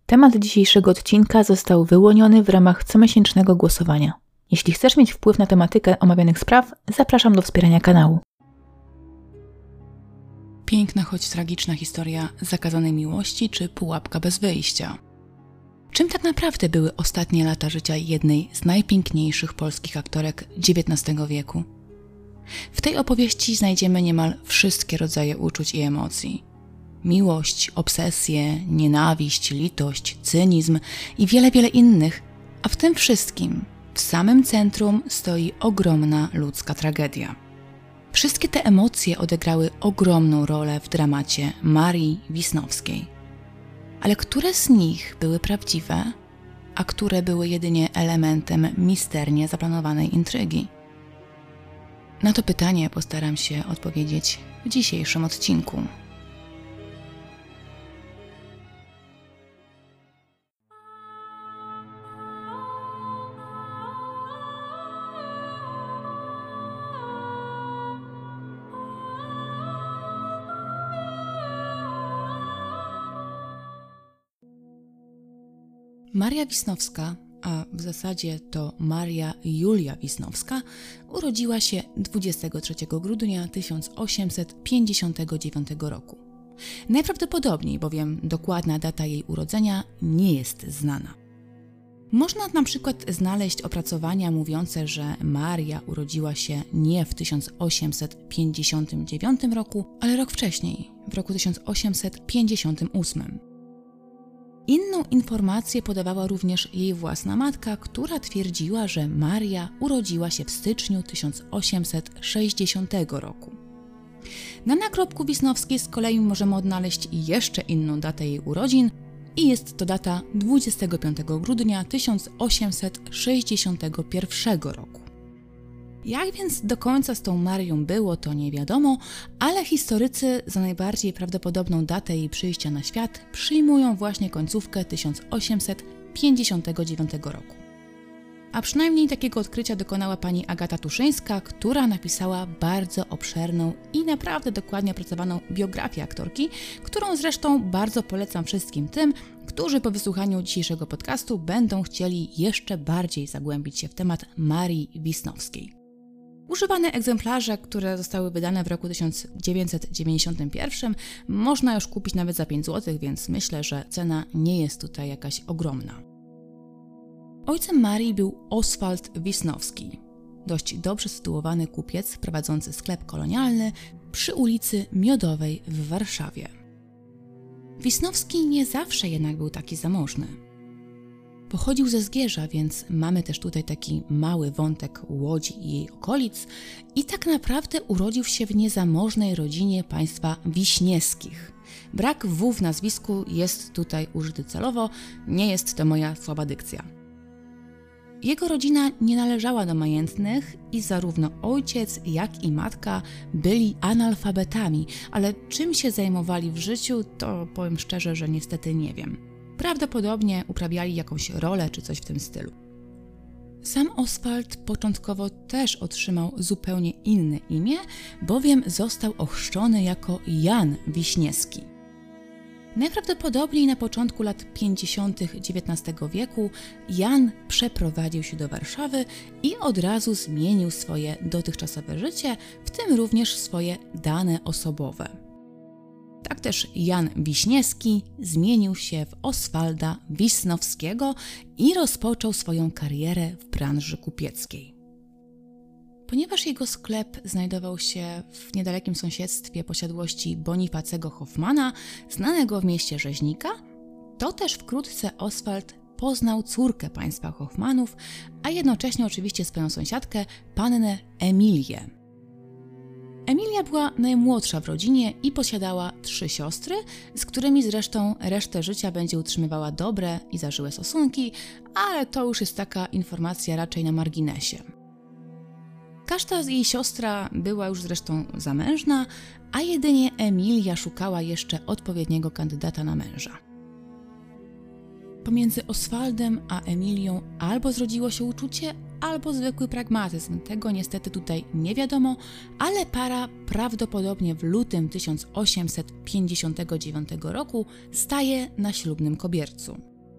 Temat dzisiejszego odcinka został wyłoniony w ramach comiesięcznego głosowania. Jeśli chcesz mieć wpływ na tematykę omawianych spraw, zapraszam do wspierania kanału. Piękna, choć tragiczna historia zakazanej miłości czy pułapka bez wyjścia. Czym tak naprawdę były ostatnie lata życia jednej z najpiękniejszych polskich aktorek XIX wieku? W tej opowieści znajdziemy niemal wszystkie rodzaje uczuć i emocji. Miłość, obsesję, nienawiść, litość, cynizm i wiele, wiele innych, a w tym wszystkim w samym centrum stoi ogromna ludzka tragedia. Wszystkie te emocje odegrały ogromną rolę w dramacie Marii Wisnowskiej. Ale które z nich były prawdziwe, a które były jedynie elementem misternie zaplanowanej intrygi? Na to pytanie postaram się odpowiedzieć w dzisiejszym odcinku. Maria Wisnowska, a w zasadzie to Maria Julia Wisnowska, urodziła się 23 grudnia 1859 roku. Najprawdopodobniej bowiem dokładna data jej urodzenia nie jest znana. Można na przykład znaleźć opracowania mówiące, że Maria urodziła się nie w 1859 roku, ale rok wcześniej, w roku 1858. Inną informację podawała również jej własna matka, która twierdziła, że Maria urodziła się w styczniu 1860 roku. Na nagrobku Wisnowskiej z kolei możemy odnaleźć jeszcze inną datę jej urodzin i jest to data 25 grudnia 1861 roku. Jak więc do końca z tą Marią było, to nie wiadomo, ale historycy za najbardziej prawdopodobną datę jej przyjścia na świat przyjmują właśnie końcówkę 1859 roku. A przynajmniej takiego odkrycia dokonała pani Agata Tuszyńska, która napisała bardzo obszerną i naprawdę dokładnie opracowaną biografię aktorki, którą zresztą bardzo polecam wszystkim tym, którzy po wysłuchaniu dzisiejszego podcastu będą chcieli jeszcze bardziej zagłębić się w temat Marii Wisnowskiej. Używane egzemplarze, które zostały wydane w roku 1991, można już kupić nawet za 5 zł, więc myślę, że cena nie jest tutaj jakaś ogromna. Ojcem Marii był Oswald Wisnowski, dość dobrze sytuowany kupiec prowadzący sklep kolonialny przy ulicy Miodowej w Warszawie. Wisnowski nie zawsze jednak był taki zamożny. Pochodził ze Zgierza, więc mamy też tutaj taki mały wątek Łodzi i jej okolic i tak naprawdę urodził się w niezamożnej rodzinie państwa Wiśniewskich. Brak W w nazwisku jest tutaj użyty celowo, nie jest to moja słaba dykcja. Jego rodzina nie należała do majętnych i zarówno ojciec, jak i matka byli analfabetami, ale czym się zajmowali w życiu, to powiem szczerze, że niestety nie wiem. Prawdopodobnie uprawiali jakąś rolę czy coś w tym stylu. Sam Oswald początkowo też otrzymał zupełnie inne imię, bowiem został ochrzczony jako Jan Wiśniewski. Najprawdopodobniej na początku lat 50. XIX wieku Jan przeprowadził się do Warszawy i od razu zmienił swoje dotychczasowe życie, w tym również swoje dane osobowe. Tak też Jan Wiśniewski zmienił się w Oswalda Wisnowskiego i rozpoczął swoją karierę w branży kupieckiej. Ponieważ jego sklep znajdował się w niedalekim sąsiedztwie posiadłości Bonifacego Hoffmana, znanego w mieście rzeźnika, to też wkrótce Oswald poznał córkę państwa Hoffmanów, a jednocześnie oczywiście swoją sąsiadkę, pannę Emilię. Emilia była najmłodsza w rodzinie i posiadała 3 siostry, z którymi zresztą resztę życia będzie utrzymywała dobre i zażyłe stosunki, ale to już jest taka informacja raczej na marginesie. Każda z jej siostra była już zresztą zamężna, a jedynie Emilia szukała jeszcze odpowiedniego kandydata na męża. Pomiędzy Oswaldem a Emilią albo zrodziło się uczucie, albo zwykły pragmatyzm. Tego niestety tutaj nie wiadomo, ale para prawdopodobnie w lutym 1859 roku staje na ślubnym kobiercu.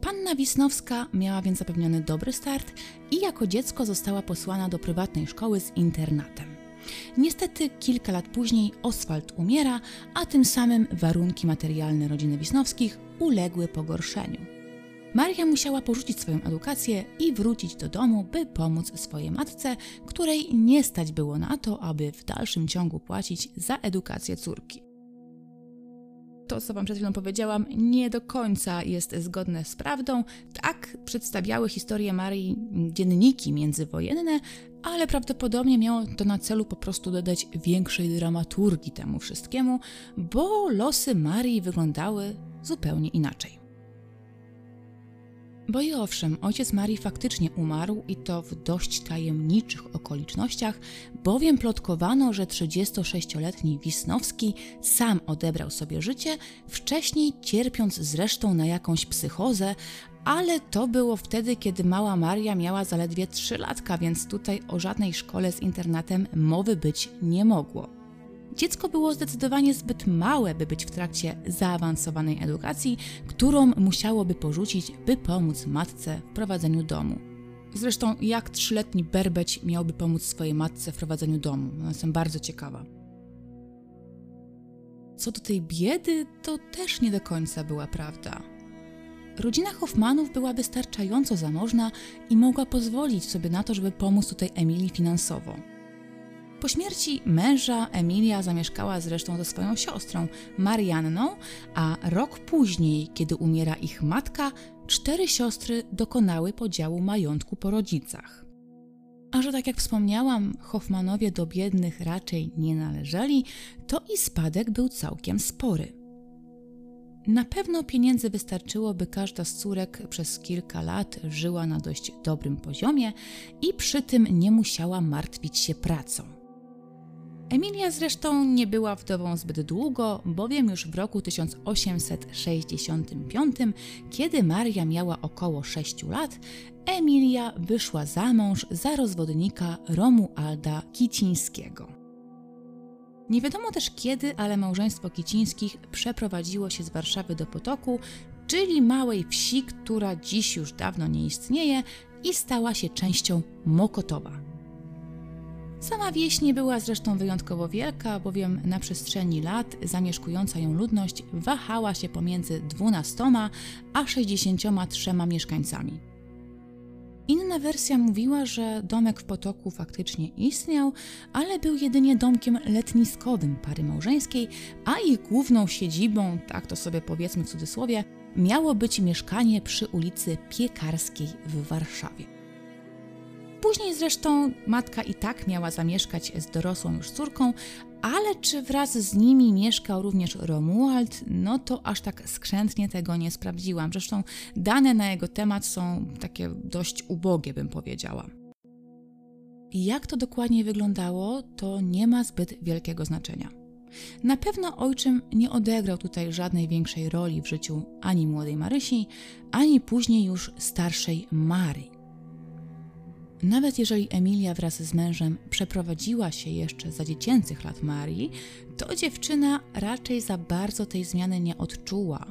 Panna Wisnowska miała więc zapewniony dobry start i jako dziecko została posłana do prywatnej szkoły z internatem. Niestety kilka lat później Oswald umiera, a tym samym warunki materialne rodziny Wisnowskich uległy pogorszeniu. Maria musiała porzucić swoją edukację i wrócić do domu, by pomóc swojej matce, której nie stać było na to, aby w dalszym ciągu płacić za edukację córki. To, co Wam przed chwilą powiedziałam, nie do końca jest zgodne z prawdą. Tak przedstawiały historię Marii dzienniki międzywojenne, ale prawdopodobnie miało to na celu po prostu dodać większej dramaturgii temu wszystkiemu, bo losy Marii wyglądały zupełnie inaczej. Bo i owszem, ojciec Marii faktycznie umarł i to w dość tajemniczych okolicznościach, bowiem plotkowano, że 36-letni Wisnowski sam odebrał sobie życie, wcześniej cierpiąc zresztą na jakąś psychozę, ale to było wtedy, kiedy mała Maria miała zaledwie 3 latka, więc tutaj o żadnej szkole z internatem mowy być nie mogło. Dziecko było zdecydowanie zbyt małe, by być w trakcie zaawansowanej edukacji, którą musiałoby porzucić, by pomóc matce w prowadzeniu domu. Zresztą jak 3-letni berbeć miałby pomóc swojej matce w prowadzeniu domu? Jestem bardzo ciekawa. Co do tej biedy, to też nie do końca była prawda. Rodzina Hoffmanów była wystarczająco zamożna i mogła pozwolić sobie na to, żeby pomóc tutaj Emilii finansowo. Po śmierci męża Emilia zamieszkała zresztą ze swoją siostrą Marianną, a rok później, kiedy umiera ich matka, 4 siostry dokonały podziału majątku po rodzicach. A że tak jak wspomniałam, Hoffmanowie do biednych raczej nie należeli, to i spadek był całkiem spory. Na pewno pieniędzy wystarczyło, by każda z córek przez kilka lat żyła na dość dobrym poziomie i przy tym nie musiała martwić się pracą. Emilia zresztą nie była wdową zbyt długo, bowiem już w roku 1865, kiedy Maria miała około 6 lat, Emilia wyszła za mąż za rozwodnika Romualda Kicińskiego. Nie wiadomo też kiedy, ale małżeństwo Kicińskich przeprowadziło się z Warszawy do Potoku, czyli małej wsi, która dziś już dawno nie istnieje i stała się częścią Mokotowa. Sama wieś nie była zresztą wyjątkowo wielka, bowiem na przestrzeni lat zamieszkująca ją ludność wahała się pomiędzy 12 a 63 mieszkańcami. Inna wersja mówiła, że domek w Potoku faktycznie istniał, ale był jedynie domkiem letniskowym pary małżeńskiej, a ich główną siedzibą, tak to sobie powiedzmy w cudzysłowie, miało być mieszkanie przy ulicy Piekarskiej w Warszawie. Później zresztą matka i tak miała zamieszkać z dorosłą już córką, ale czy wraz z nimi mieszkał również Romuald, no to aż tak skrzętnie tego nie sprawdziłam. Zresztą dane na jego temat są takie dość ubogie, bym powiedziała. Jak to dokładnie wyglądało, to nie ma zbyt wielkiego znaczenia. Na pewno ojczym nie odegrał tutaj żadnej większej roli w życiu ani młodej Marysi, ani później już starszej Marii. Nawet jeżeli Emilia wraz z mężem przeprowadziła się jeszcze za dziecięcych lat Marii, to dziewczyna raczej za bardzo tej zmiany nie odczuła.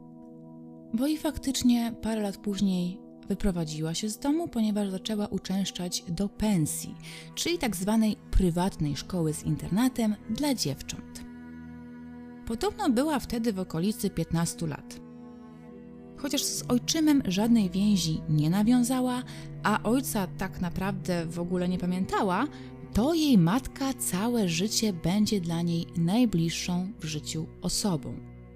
Bo i faktycznie parę lat później wyprowadziła się z domu, ponieważ zaczęła uczęszczać do pensji, czyli tak zwanej prywatnej szkoły z internatem dla dziewcząt. Podobno była wtedy w okolicy 15 lat. Chociaż z ojczymem żadnej więzi nie nawiązała, a ojca tak naprawdę w ogóle nie pamiętała, to jej matka całe życie będzie dla niej najbliższą w życiu osobą.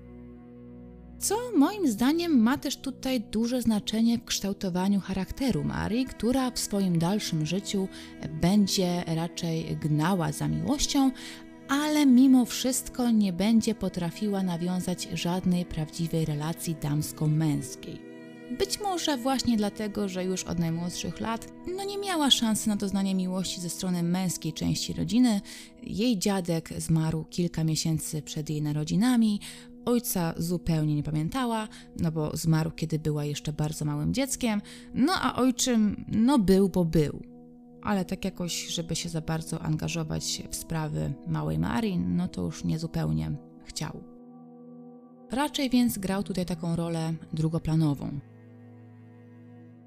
Co moim zdaniem ma też tutaj duże znaczenie w kształtowaniu charakteru Marii, która w swoim dalszym życiu będzie raczej gnała za miłością, ale mimo wszystko nie będzie potrafiła nawiązać żadnej prawdziwej relacji damsko-męskiej. Być może właśnie dlatego, że już od najmłodszych lat nie miała szansy na doznanie miłości ze strony męskiej części rodziny. Jej dziadek zmarł kilka miesięcy przed jej narodzinami, ojca zupełnie nie pamiętała, bo zmarł, kiedy była jeszcze bardzo małym dzieckiem, a ojczym był, bo był. Ale tak jakoś, żeby się za bardzo angażować w sprawy małej Marii, to już nie zupełnie chciał. Raczej więc grał tutaj taką rolę drugoplanową.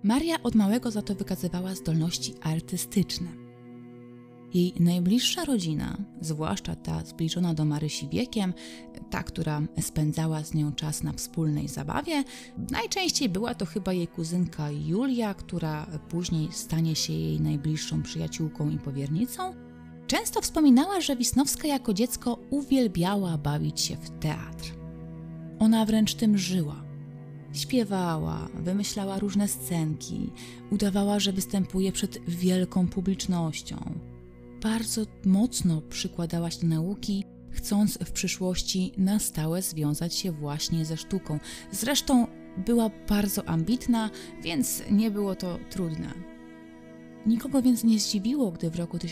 Maria od małego za to wykazywała zdolności artystyczne. Jej najbliższa rodzina, zwłaszcza ta zbliżona do Marysi wiekiem, ta, która spędzała z nią czas na wspólnej zabawie, najczęściej była to chyba jej kuzynka Julia, która później stanie się jej najbliższą przyjaciółką i powiernicą, często wspominała, że Wisnowska jako dziecko uwielbiała bawić się w teatr. Ona wręcz tym żyła. Śpiewała, wymyślała różne scenki, udawała, że występuje przed wielką publicznością. Bardzo mocno przykładała się do nauki, chcąc w przyszłości na stałe związać się właśnie ze sztuką. Zresztą była bardzo ambitna, więc nie było to trudne. Nikogo więc nie zdziwiło, gdy w roku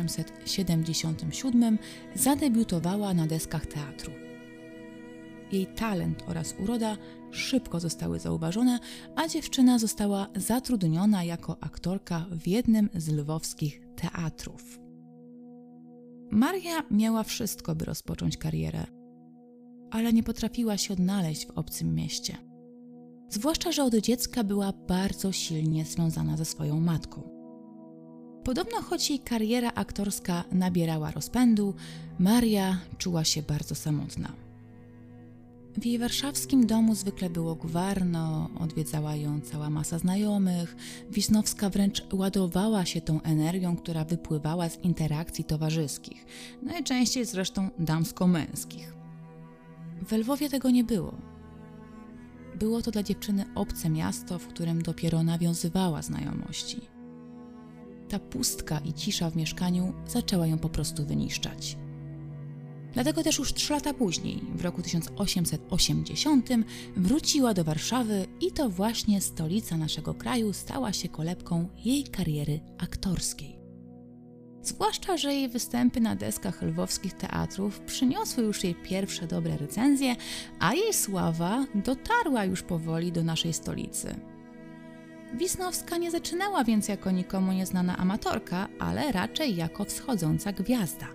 1877 zadebiutowała na deskach teatru. Jej talent oraz uroda szybko zostały zauważone, a dziewczyna została zatrudniona jako aktorka w jednym z lwowskich teatrów. Maria miała wszystko, by rozpocząć karierę, ale nie potrafiła się odnaleźć w obcym mieście. Zwłaszcza, że od dziecka była bardzo silnie związana ze swoją matką. Podobno choć jej kariera aktorska nabierała rozpędu, Maria czuła się bardzo samotna. W jej warszawskim domu zwykle było gwarno, odwiedzała ją cała masa znajomych. Wisnowska wręcz ładowała się tą energią, która wypływała z interakcji towarzyskich, najczęściej zresztą damsko-męskich. W Lwowie tego nie było. Było to dla dziewczyny obce miasto, w którym dopiero nawiązywała znajomości. Ta pustka i cisza w mieszkaniu zaczęła ją po prostu wyniszczać. Dlatego też już 3 lata później, w roku 1880, wróciła do Warszawy i to właśnie stolica naszego kraju stała się kolebką jej kariery aktorskiej. Zwłaszcza, że jej występy na deskach lwowskich teatrów przyniosły już jej pierwsze dobre recenzje, a jej sława dotarła już powoli do naszej stolicy. Wisnowska nie zaczynała więc jako nikomu nieznana amatorka, ale raczej jako wschodząca gwiazda.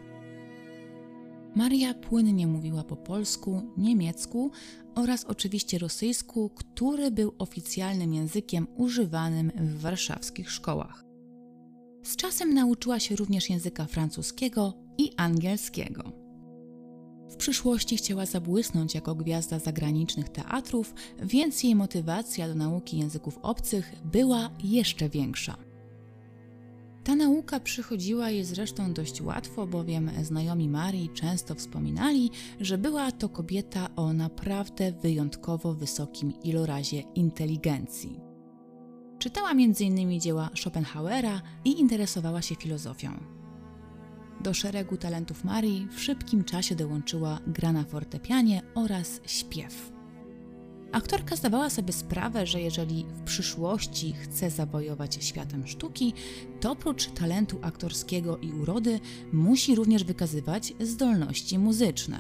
Maria płynnie mówiła po polsku, niemiecku oraz oczywiście rosyjsku, który był oficjalnym językiem używanym w warszawskich szkołach. Z czasem nauczyła się również języka francuskiego i angielskiego. W przyszłości chciała zabłysnąć jako gwiazda zagranicznych teatrów, więc jej motywacja do nauki języków obcych była jeszcze większa. Ta nauka przychodziła jej zresztą dość łatwo, bowiem znajomi Marii często wspominali, że była to kobieta o naprawdę wyjątkowo wysokim ilorazie inteligencji. Czytała m.in. dzieła Schopenhauera i interesowała się filozofią. Do szeregu talentów Marii w szybkim czasie dołączyła gra na fortepianie oraz śpiew. Aktorka zdawała sobie sprawę, że jeżeli w przyszłości chce zawojować światem sztuki, to oprócz talentu aktorskiego i urody musi również wykazywać zdolności muzyczne.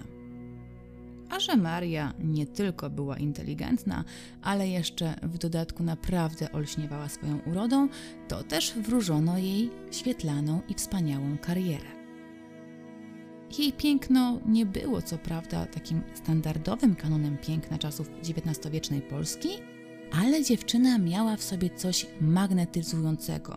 A że Maria nie tylko była inteligentna, ale jeszcze w dodatku naprawdę olśniewała swoją urodą, to też wróżono jej świetlaną i wspaniałą karierę. Jej piękno nie było co prawda takim standardowym kanonem piękna czasów XIX-wiecznej Polski, ale dziewczyna miała w sobie coś magnetyzującego.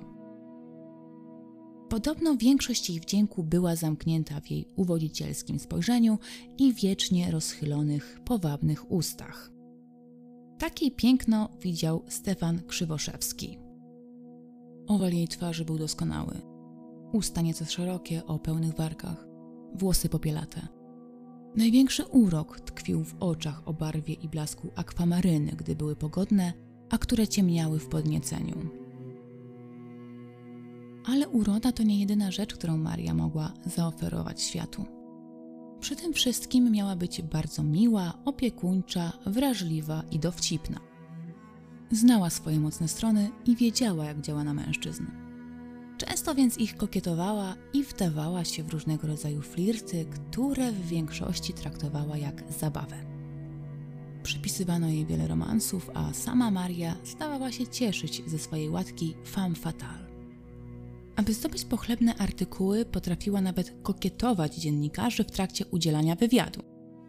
Podobno większość jej wdzięku była zamknięta w jej uwodzicielskim spojrzeniu i wiecznie rozchylonych, powabnych ustach. Takie piękno widział Stefan Krzywoszewski. Owal jej twarzy był doskonały. Usta nieco szerokie, o pełnych warkach. Włosy popielate. Największy urok tkwił w oczach o barwie i blasku akwamaryny, gdy były pogodne, a które ciemniały w podnieceniu. Ale uroda to nie jedyna rzecz, którą Maria mogła zaoferować światu. Przy tym wszystkim miała być bardzo miła, opiekuńcza, wrażliwa i dowcipna. Znała swoje mocne strony i wiedziała, jak działa na mężczyzn. Często więc ich kokietowała i wdawała się w różnego rodzaju flirty, które w większości traktowała jak zabawę. Przypisywano jej wiele romansów, a sama Maria zdawała się cieszyć ze swojej łatki femme fatale. Aby zdobyć pochlebne artykuły, potrafiła nawet kokietować dziennikarzy w trakcie udzielania wywiadu.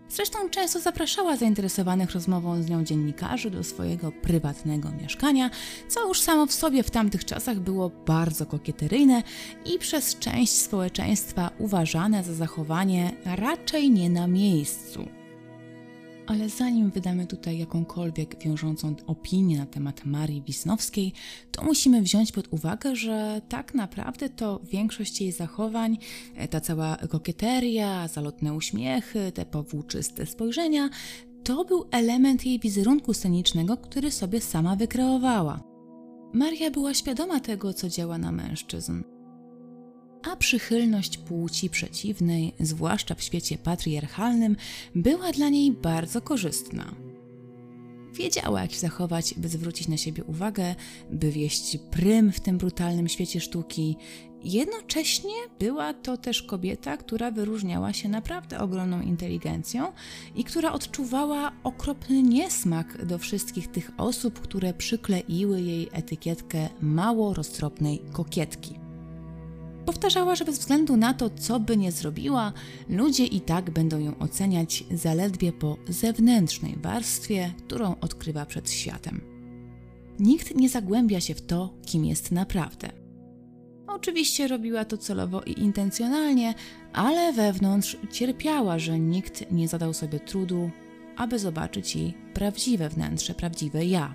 Zresztą często zapraszała zainteresowanych rozmową z nią dziennikarzy do swojego prywatnego mieszkania, co już samo w sobie w tamtych czasach było bardzo kokieteryjne i przez część społeczeństwa uważane za zachowanie raczej nie na miejscu. Ale zanim wydamy tutaj jakąkolwiek wiążącą opinię na temat Marii Wisnowskiej, to musimy wziąć pod uwagę, że tak naprawdę to większość jej zachowań, ta cała kokieteria, zalotne uśmiechy, te powłóczyste spojrzenia, to był element jej wizerunku scenicznego, który sobie sama wykreowała. Maria była świadoma tego, co działa na mężczyzn. A przychylność płci przeciwnej, zwłaszcza w świecie patriarchalnym, była dla niej bardzo korzystna. Wiedziała, jak się zachować, by zwrócić na siebie uwagę, by wieść prym w tym brutalnym świecie sztuki. Jednocześnie była to też kobieta, która wyróżniała się naprawdę ogromną inteligencją i która odczuwała okropny niesmak do wszystkich tych osób, które przykleiły jej etykietkę mało roztropnej kokietki. Powtarzała, że bez względu na to, co by nie zrobiła, ludzie i tak będą ją oceniać zaledwie po zewnętrznej warstwie, którą odkrywa przed światem. Nikt nie zagłębia się w to, kim jest naprawdę. Oczywiście robiła to celowo i intencjonalnie, ale wewnątrz cierpiała, że nikt nie zadał sobie trudu, aby zobaczyć jej prawdziwe wnętrze, prawdziwe ja.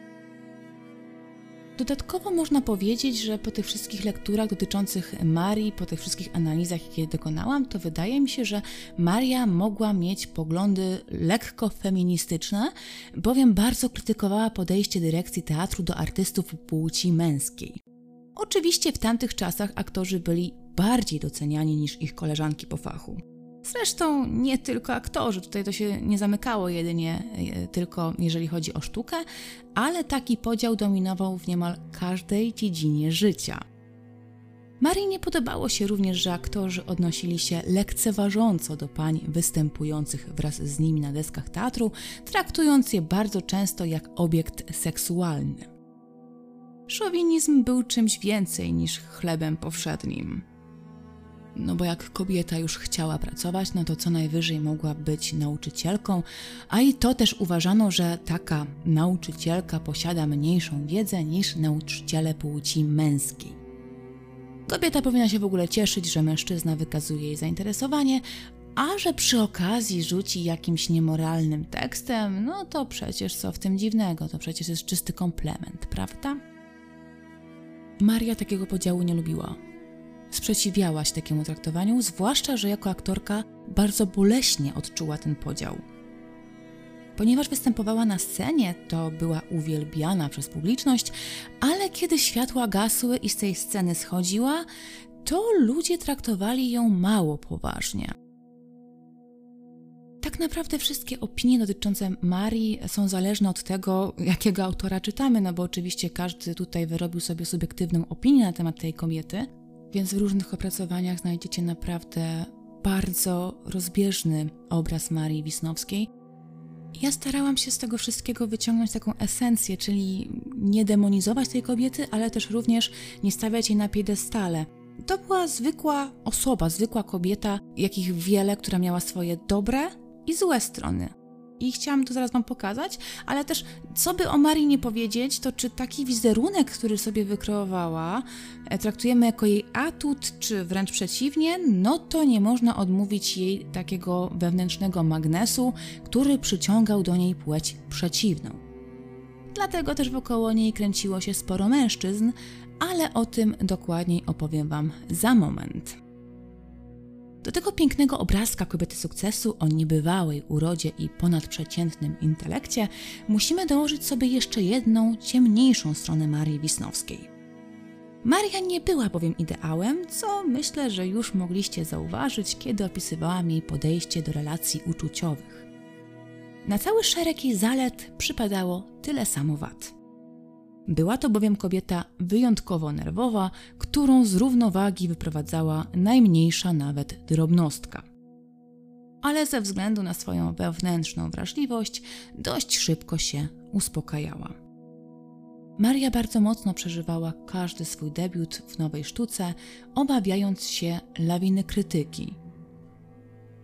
Dodatkowo można powiedzieć, że po tych wszystkich lekturach dotyczących Marii, po tych wszystkich analizach, jakie dokonałam, to wydaje mi się, że Maria mogła mieć poglądy lekko feministyczne, bowiem bardzo krytykowała podejście dyrekcji teatru do artystów płci męskiej. Oczywiście w tamtych czasach aktorzy byli bardziej doceniani niż ich koleżanki po fachu. Zresztą nie tylko aktorzy, tutaj to się nie zamykało jedynie tylko jeżeli chodzi o sztukę, ale taki podział dominował w niemal każdej dziedzinie życia. Marii nie podobało się również, że aktorzy odnosili się lekceważąco do pań występujących wraz z nimi na deskach teatru, traktując je bardzo często jak obiekt seksualny. Szowinizm był czymś więcej niż chlebem powszednim. No bo jak kobieta już chciała pracować, no to co najwyżej mogła być nauczycielką, a i to też uważano, że taka nauczycielka posiada mniejszą wiedzę niż nauczyciele płci męskiej. Kobieta powinna się w ogóle cieszyć, że mężczyzna wykazuje jej zainteresowanie, a że przy okazji rzuci jakimś niemoralnym tekstem, no to przecież co w tym dziwnego, to przecież jest czysty komplement, prawda? Maria takiego podziału nie lubiła. Sprzeciwiała się takiemu traktowaniu, zwłaszcza, że jako aktorka bardzo boleśnie odczuła ten podział. Ponieważ występowała na scenie, to była uwielbiana przez publiczność, ale kiedy światła gasły i z tej sceny schodziła, to ludzie traktowali ją mało poważnie. Tak naprawdę wszystkie opinie dotyczące Marii są zależne od tego, jakiego autora czytamy, no bo oczywiście każdy tutaj wyrobił sobie subiektywną opinię na temat tej kobiety, więc w różnych opracowaniach znajdziecie naprawdę bardzo rozbieżny obraz Marii Wisnowskiej. Ja starałam się z tego wszystkiego wyciągnąć taką esencję, czyli nie demonizować tej kobiety, ale też również nie stawiać jej na piedestale. To była zwykła osoba, zwykła kobieta, jakich wiele, która miała swoje dobre i złe strony. I chciałam to zaraz wam pokazać, ale też co by o Marii nie powiedzieć, to czy taki wizerunek, który sobie wykreowała, traktujemy jako jej atut, czy wręcz przeciwnie, no to nie można odmówić jej takiego wewnętrznego magnesu, który przyciągał do niej płeć przeciwną. Dlatego też wokoło niej kręciło się sporo mężczyzn, ale o tym dokładniej opowiem wam za moment. Do tego pięknego obrazka kobiety sukcesu o niebywałej urodzie i ponadprzeciętnym intelekcie musimy dołożyć sobie jeszcze jedną, ciemniejszą stronę Marii Wisnowskiej. Maria nie była bowiem ideałem, co myślę, że już mogliście zauważyć, kiedy opisywałam jej podejście do relacji uczuciowych. Na cały szereg jej zalet przypadało tyle samo wad. Była to bowiem kobieta wyjątkowo nerwowa, którą z równowagi wyprowadzała najmniejsza nawet drobnostka. Ale ze względu na swoją wewnętrzną wrażliwość dość szybko się uspokajała. Maria bardzo mocno przeżywała każdy swój debiut w nowej sztuce, obawiając się lawiny krytyki.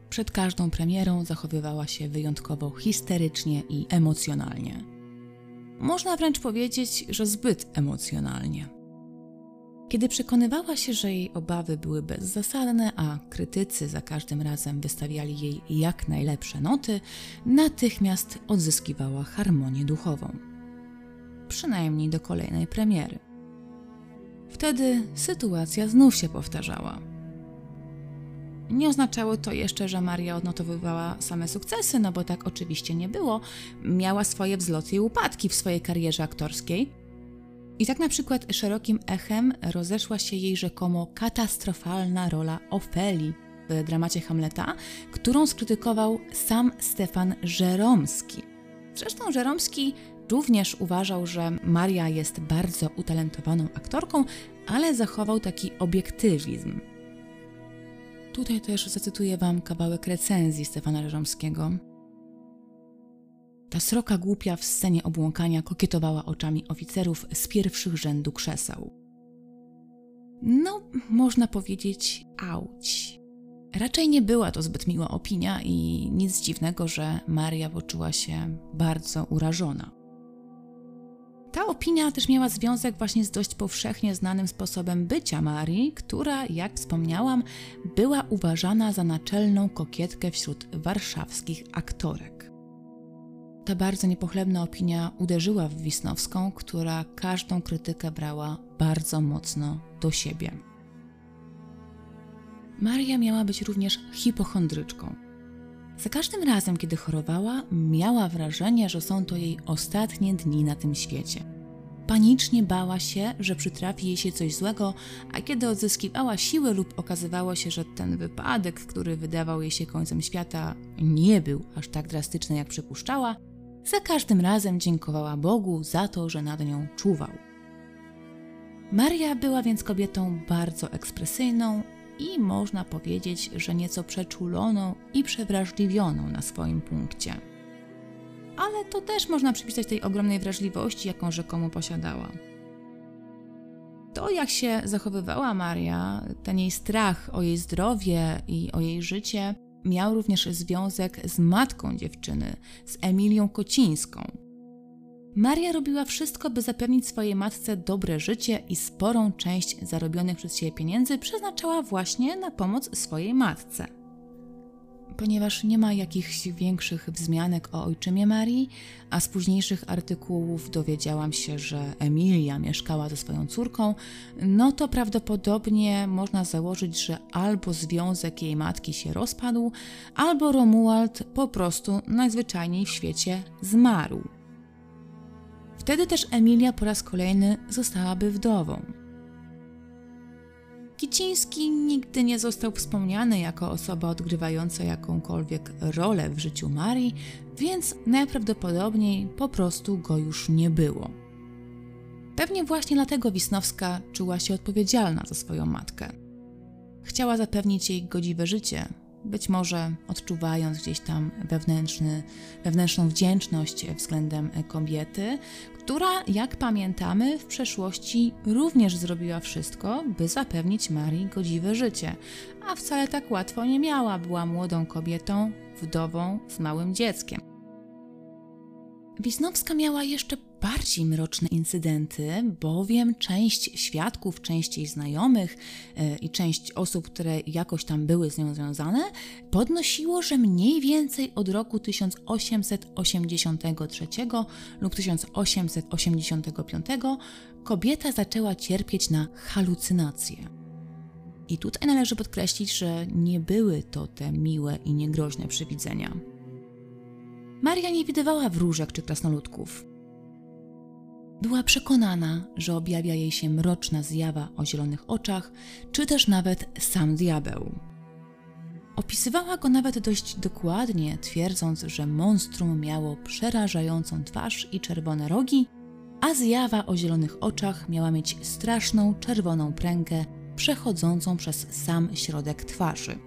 Przed każdą premierą zachowywała się wyjątkowo histerycznie i emocjonalnie. Można wręcz powiedzieć, że zbyt emocjonalnie. Kiedy przekonywała się, że jej obawy były bezzasadne, a krytycy za każdym razem wystawiali jej jak najlepsze noty, natychmiast odzyskiwała harmonię duchową. Przynajmniej do kolejnej premiery. Wtedy sytuacja znów się powtarzała. Nie oznaczało to jeszcze, że Maria odnotowywała same sukcesy, no bo tak oczywiście nie było. Miała swoje wzloty i upadki w swojej karierze aktorskiej. I tak na przykład szerokim echem rozeszła się jej rzekomo katastrofalna rola Ofelii w dramacie Hamleta, którą skrytykował sam Stefan Żeromski. Zresztą Żeromski również uważał, że Maria jest bardzo utalentowaną aktorką, ale zachował taki obiektywizm. Tutaj też zacytuję wam kawałek recenzji Stefana Żeromskiego. Ta sroka głupia w scenie obłąkania kokietowała oczami oficerów z pierwszych rzędu krzeseł. No, można powiedzieć, auć. Raczej nie była to zbyt miła opinia i nic dziwnego, że Maria poczuła się bardzo urażona. Ta opinia też miała związek właśnie z dość powszechnie znanym sposobem bycia Marii, która, jak wspomniałam, była uważana za naczelną kokietkę wśród warszawskich aktorek. Ta bardzo niepochlebna opinia uderzyła w Wisnowską, która każdą krytykę brała bardzo mocno do siebie. Maria miała być również hipochondryczką. Za każdym razem, kiedy chorowała, miała wrażenie, że są to jej ostatnie dni na tym świecie. Panicznie bała się, że przytrafi jej się coś złego, a kiedy odzyskiwała siły lub okazywało się, że ten wypadek, który wydawał jej się końcem świata, nie był aż tak drastyczny, jak przypuszczała, za każdym razem dziękowała Bogu za to, że nad nią czuwał. Maria była więc kobietą bardzo ekspresyjną i można powiedzieć, że nieco przeczuloną i przewrażliwioną na swoim punkcie. Ale to też można przypisać tej ogromnej wrażliwości, jaką rzekomo posiadała. To, jak się zachowywała Maria, ten jej strach o jej zdrowie i o jej życie, miał również związek z matką dziewczyny, z Emilią Kocińską. Maria robiła wszystko, by zapewnić swojej matce dobre życie i sporą część zarobionych przez siebie pieniędzy przeznaczała właśnie na pomoc swojej matce. Ponieważ nie ma jakichś większych wzmianek o ojczymie Marii, a z późniejszych artykułów dowiedziałam się, że Emilia mieszkała ze swoją córką, no to prawdopodobnie można założyć, że albo związek jej matki się rozpadł, albo Romuald po prostu najzwyczajniej w świecie zmarł. Wtedy też Emilia po raz kolejny zostałaby wdową. Kiciński nigdy nie został wspomniany jako osoba odgrywająca jakąkolwiek rolę w życiu Marii, więc najprawdopodobniej po prostu go już nie było. Pewnie właśnie dlatego Wisnowska czuła się odpowiedzialna za swoją matkę. Chciała zapewnić jej godziwe życie, być może odczuwając gdzieś tam wewnętrzną wdzięczność względem kobiety, która, jak pamiętamy, w przeszłości również zrobiła wszystko, by zapewnić Marii godziwe życie, a wcale tak łatwo nie miała, była młodą kobietą, wdową z małym dzieckiem. Wisnowska miała jeszcze bardziej mroczne incydenty, bowiem część świadków, część jej znajomych i część osób, które jakoś tam były z nią związane, podnosiło, że mniej więcej od roku 1883 lub 1885 kobieta zaczęła cierpieć na halucynacje. I tutaj należy podkreślić, że nie były to te miłe i niegroźne przywidzenia. Maria nie widywała wróżek czy krasnoludków. Była przekonana, że objawia jej się mroczna zjawa o zielonych oczach, czy też nawet sam diabeł. Opisywała go nawet dość dokładnie, twierdząc, że monstrum miało przerażającą twarz i czerwone rogi, a zjawa o zielonych oczach miała mieć straszną czerwoną pręgę przechodzącą przez sam środek twarzy.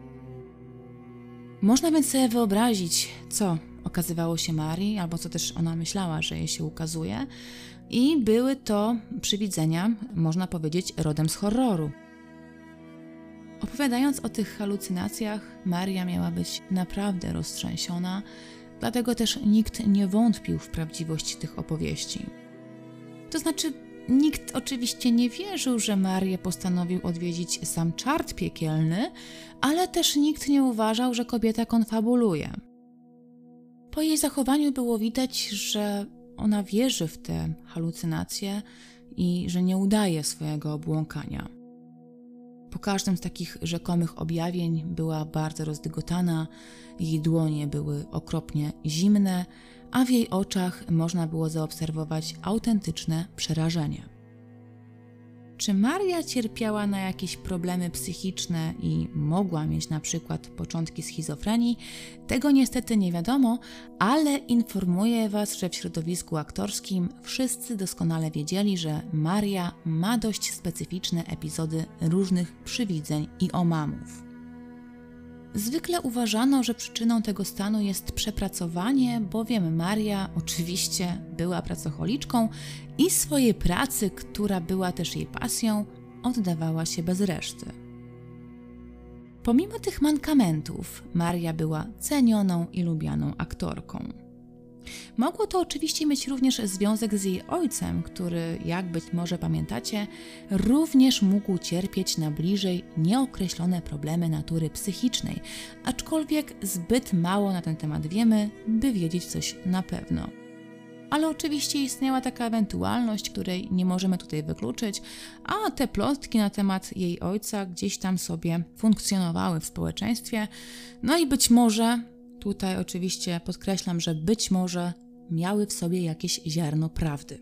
Można więc sobie wyobrazić, co okazywało się Marii, albo co też ona myślała, że jej się ukazuje. I były to przywidzenia, można powiedzieć, rodem z horroru. Opowiadając o tych halucynacjach, Maria miała być naprawdę roztrzęsiona, dlatego też nikt nie wątpił w prawdziwość tych opowieści. To znaczy, nikt oczywiście nie wierzył, że Marię postanowił odwiedzić sam czart piekielny, ale też nikt nie uważał, że kobieta konfabuluje. Po jej zachowaniu było widać, że ona wierzy w te halucynacje i że nie udaje swojego obłąkania. Po każdym z takich rzekomych objawień była bardzo rozdygotana, jej dłonie były okropnie zimne, a w jej oczach można było zaobserwować autentyczne przerażenie. Czy Maria cierpiała na jakieś problemy psychiczne i mogła mieć na przykład początki schizofrenii? Tego niestety nie wiadomo, ale informuję Was, że w środowisku aktorskim wszyscy doskonale wiedzieli, że Maria ma dość specyficzne epizody różnych przywidzeń i omamów. Zwykle uważano, że przyczyną tego stanu jest przepracowanie, bowiem Maria oczywiście była pracocholiczką i swojej pracy, która była też jej pasją, oddawała się bez reszty. Pomimo tych mankamentów, Maria była cenioną i lubianą aktorką. Mogło to oczywiście mieć również związek z jej ojcem, który, jak być może pamiętacie, również mógł cierpieć na bliżej nieokreślone problemy natury psychicznej, aczkolwiek zbyt mało na ten temat wiemy, by wiedzieć coś na pewno. Ale oczywiście istniała taka ewentualność, której nie możemy tutaj wykluczyć, a te plotki na temat jej ojca gdzieś tam sobie funkcjonowały w społeczeństwie, no i być może, tutaj oczywiście podkreślam, że być może miały w sobie jakieś ziarno prawdy.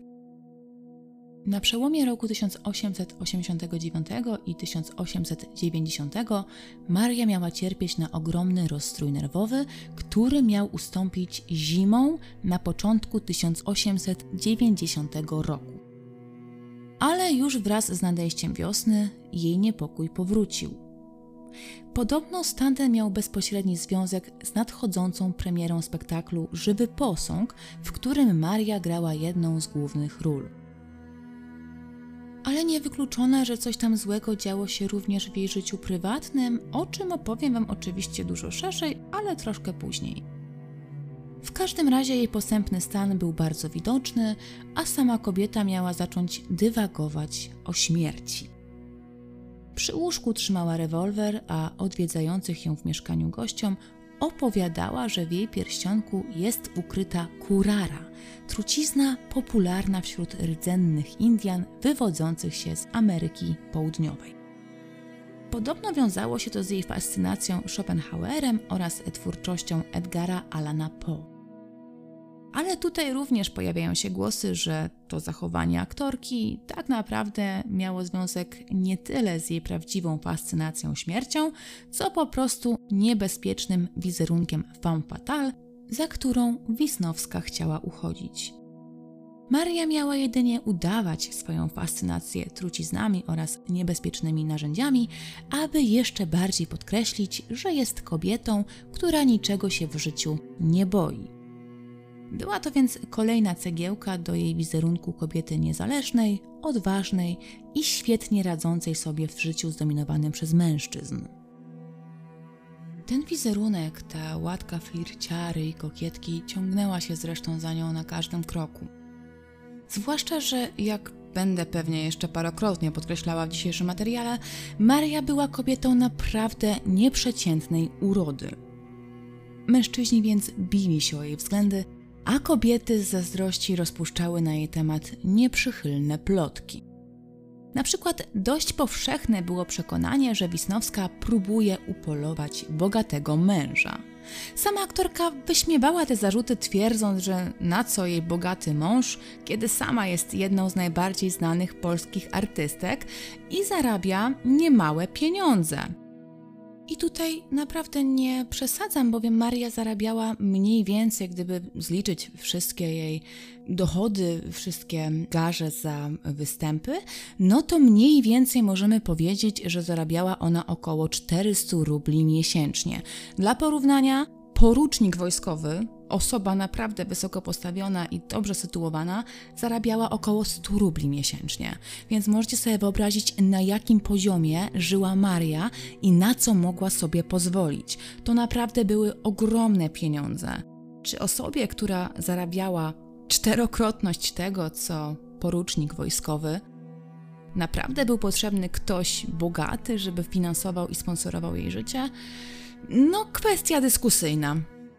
Na przełomie roku 1889 i 1890 Maria miała cierpieć na ogromny rozstrój nerwowy, który miał ustąpić zimą na początku 1890 roku. Ale już wraz z nadejściem wiosny jej niepokój powrócił. Podobno stan ten miał bezpośredni związek z nadchodzącą premierą spektaklu Żywy Posąg, w którym Maria grała jedną z głównych ról. Ale niewykluczone, że coś tam złego działo się również w jej życiu prywatnym, o czym opowiem Wam oczywiście dużo szerzej, ale troszkę później. W każdym razie jej posępny stan był bardzo widoczny, a sama kobieta miała zacząć dywagować o śmierci. Przy łóżku trzymała rewolwer, a odwiedzających ją w mieszkaniu gościom opowiadała, że w jej pierścionku jest ukryta kurara, trucizna popularna wśród rdzennych Indian wywodzących się z Ameryki Południowej. Podobno wiązało się to z jej fascynacją Schopenhauerem oraz twórczością Edgara Allana Poe. Ale tutaj również pojawiają się głosy, że to zachowanie aktorki tak naprawdę miało związek nie tyle z jej prawdziwą fascynacją śmiercią, co po prostu niebezpiecznym wizerunkiem femme fatale, za którą Wisnowska chciała uchodzić. Maria miała jedynie udawać swoją fascynację truciznami oraz niebezpiecznymi narzędziami, aby jeszcze bardziej podkreślić, że jest kobietą, która niczego się w życiu nie boi. Była to więc kolejna cegiełka do jej wizerunku kobiety niezależnej, odważnej i świetnie radzącej sobie w życiu zdominowanym przez mężczyzn. Ten wizerunek, ta łatka flirciary i kokietki ciągnęła się zresztą za nią na każdym kroku. Zwłaszcza, że jak będę pewnie jeszcze parokrotnie podkreślała w dzisiejszym materiale, Maria była kobietą naprawdę nieprzeciętnej urody. Mężczyźni więc bili się o jej względy, a kobiety z zazdrości rozpuszczały na jej temat nieprzychylne plotki. Na przykład dość powszechne było przekonanie, że Wisnowska próbuje upolować bogatego męża. Sama aktorka wyśmiewała te zarzuty, twierdząc, że na co jej bogaty mąż, kiedy sama jest jedną z najbardziej znanych polskich artystek i zarabia niemałe pieniądze. I tutaj naprawdę nie przesadzam, bowiem Maria zarabiała mniej więcej, gdyby zliczyć wszystkie jej dochody, wszystkie gaże za występy, no to mniej więcej możemy powiedzieć, że zarabiała ona około 400 rubli miesięcznie. Dla porównania, porucznik wojskowy osoba naprawdę wysoko postawiona i dobrze sytuowana zarabiała około 100 rubli miesięcznie. Więc możecie sobie wyobrazić, na jakim poziomie żyła Maria i na co mogła sobie pozwolić. To naprawdę były ogromne pieniądze. Czy osobie, która zarabiała 4-krotność tego, co porucznik wojskowy, naprawdę był potrzebny ktoś bogaty, żeby finansował i sponsorował jej życie? No, kwestia dyskusyjna.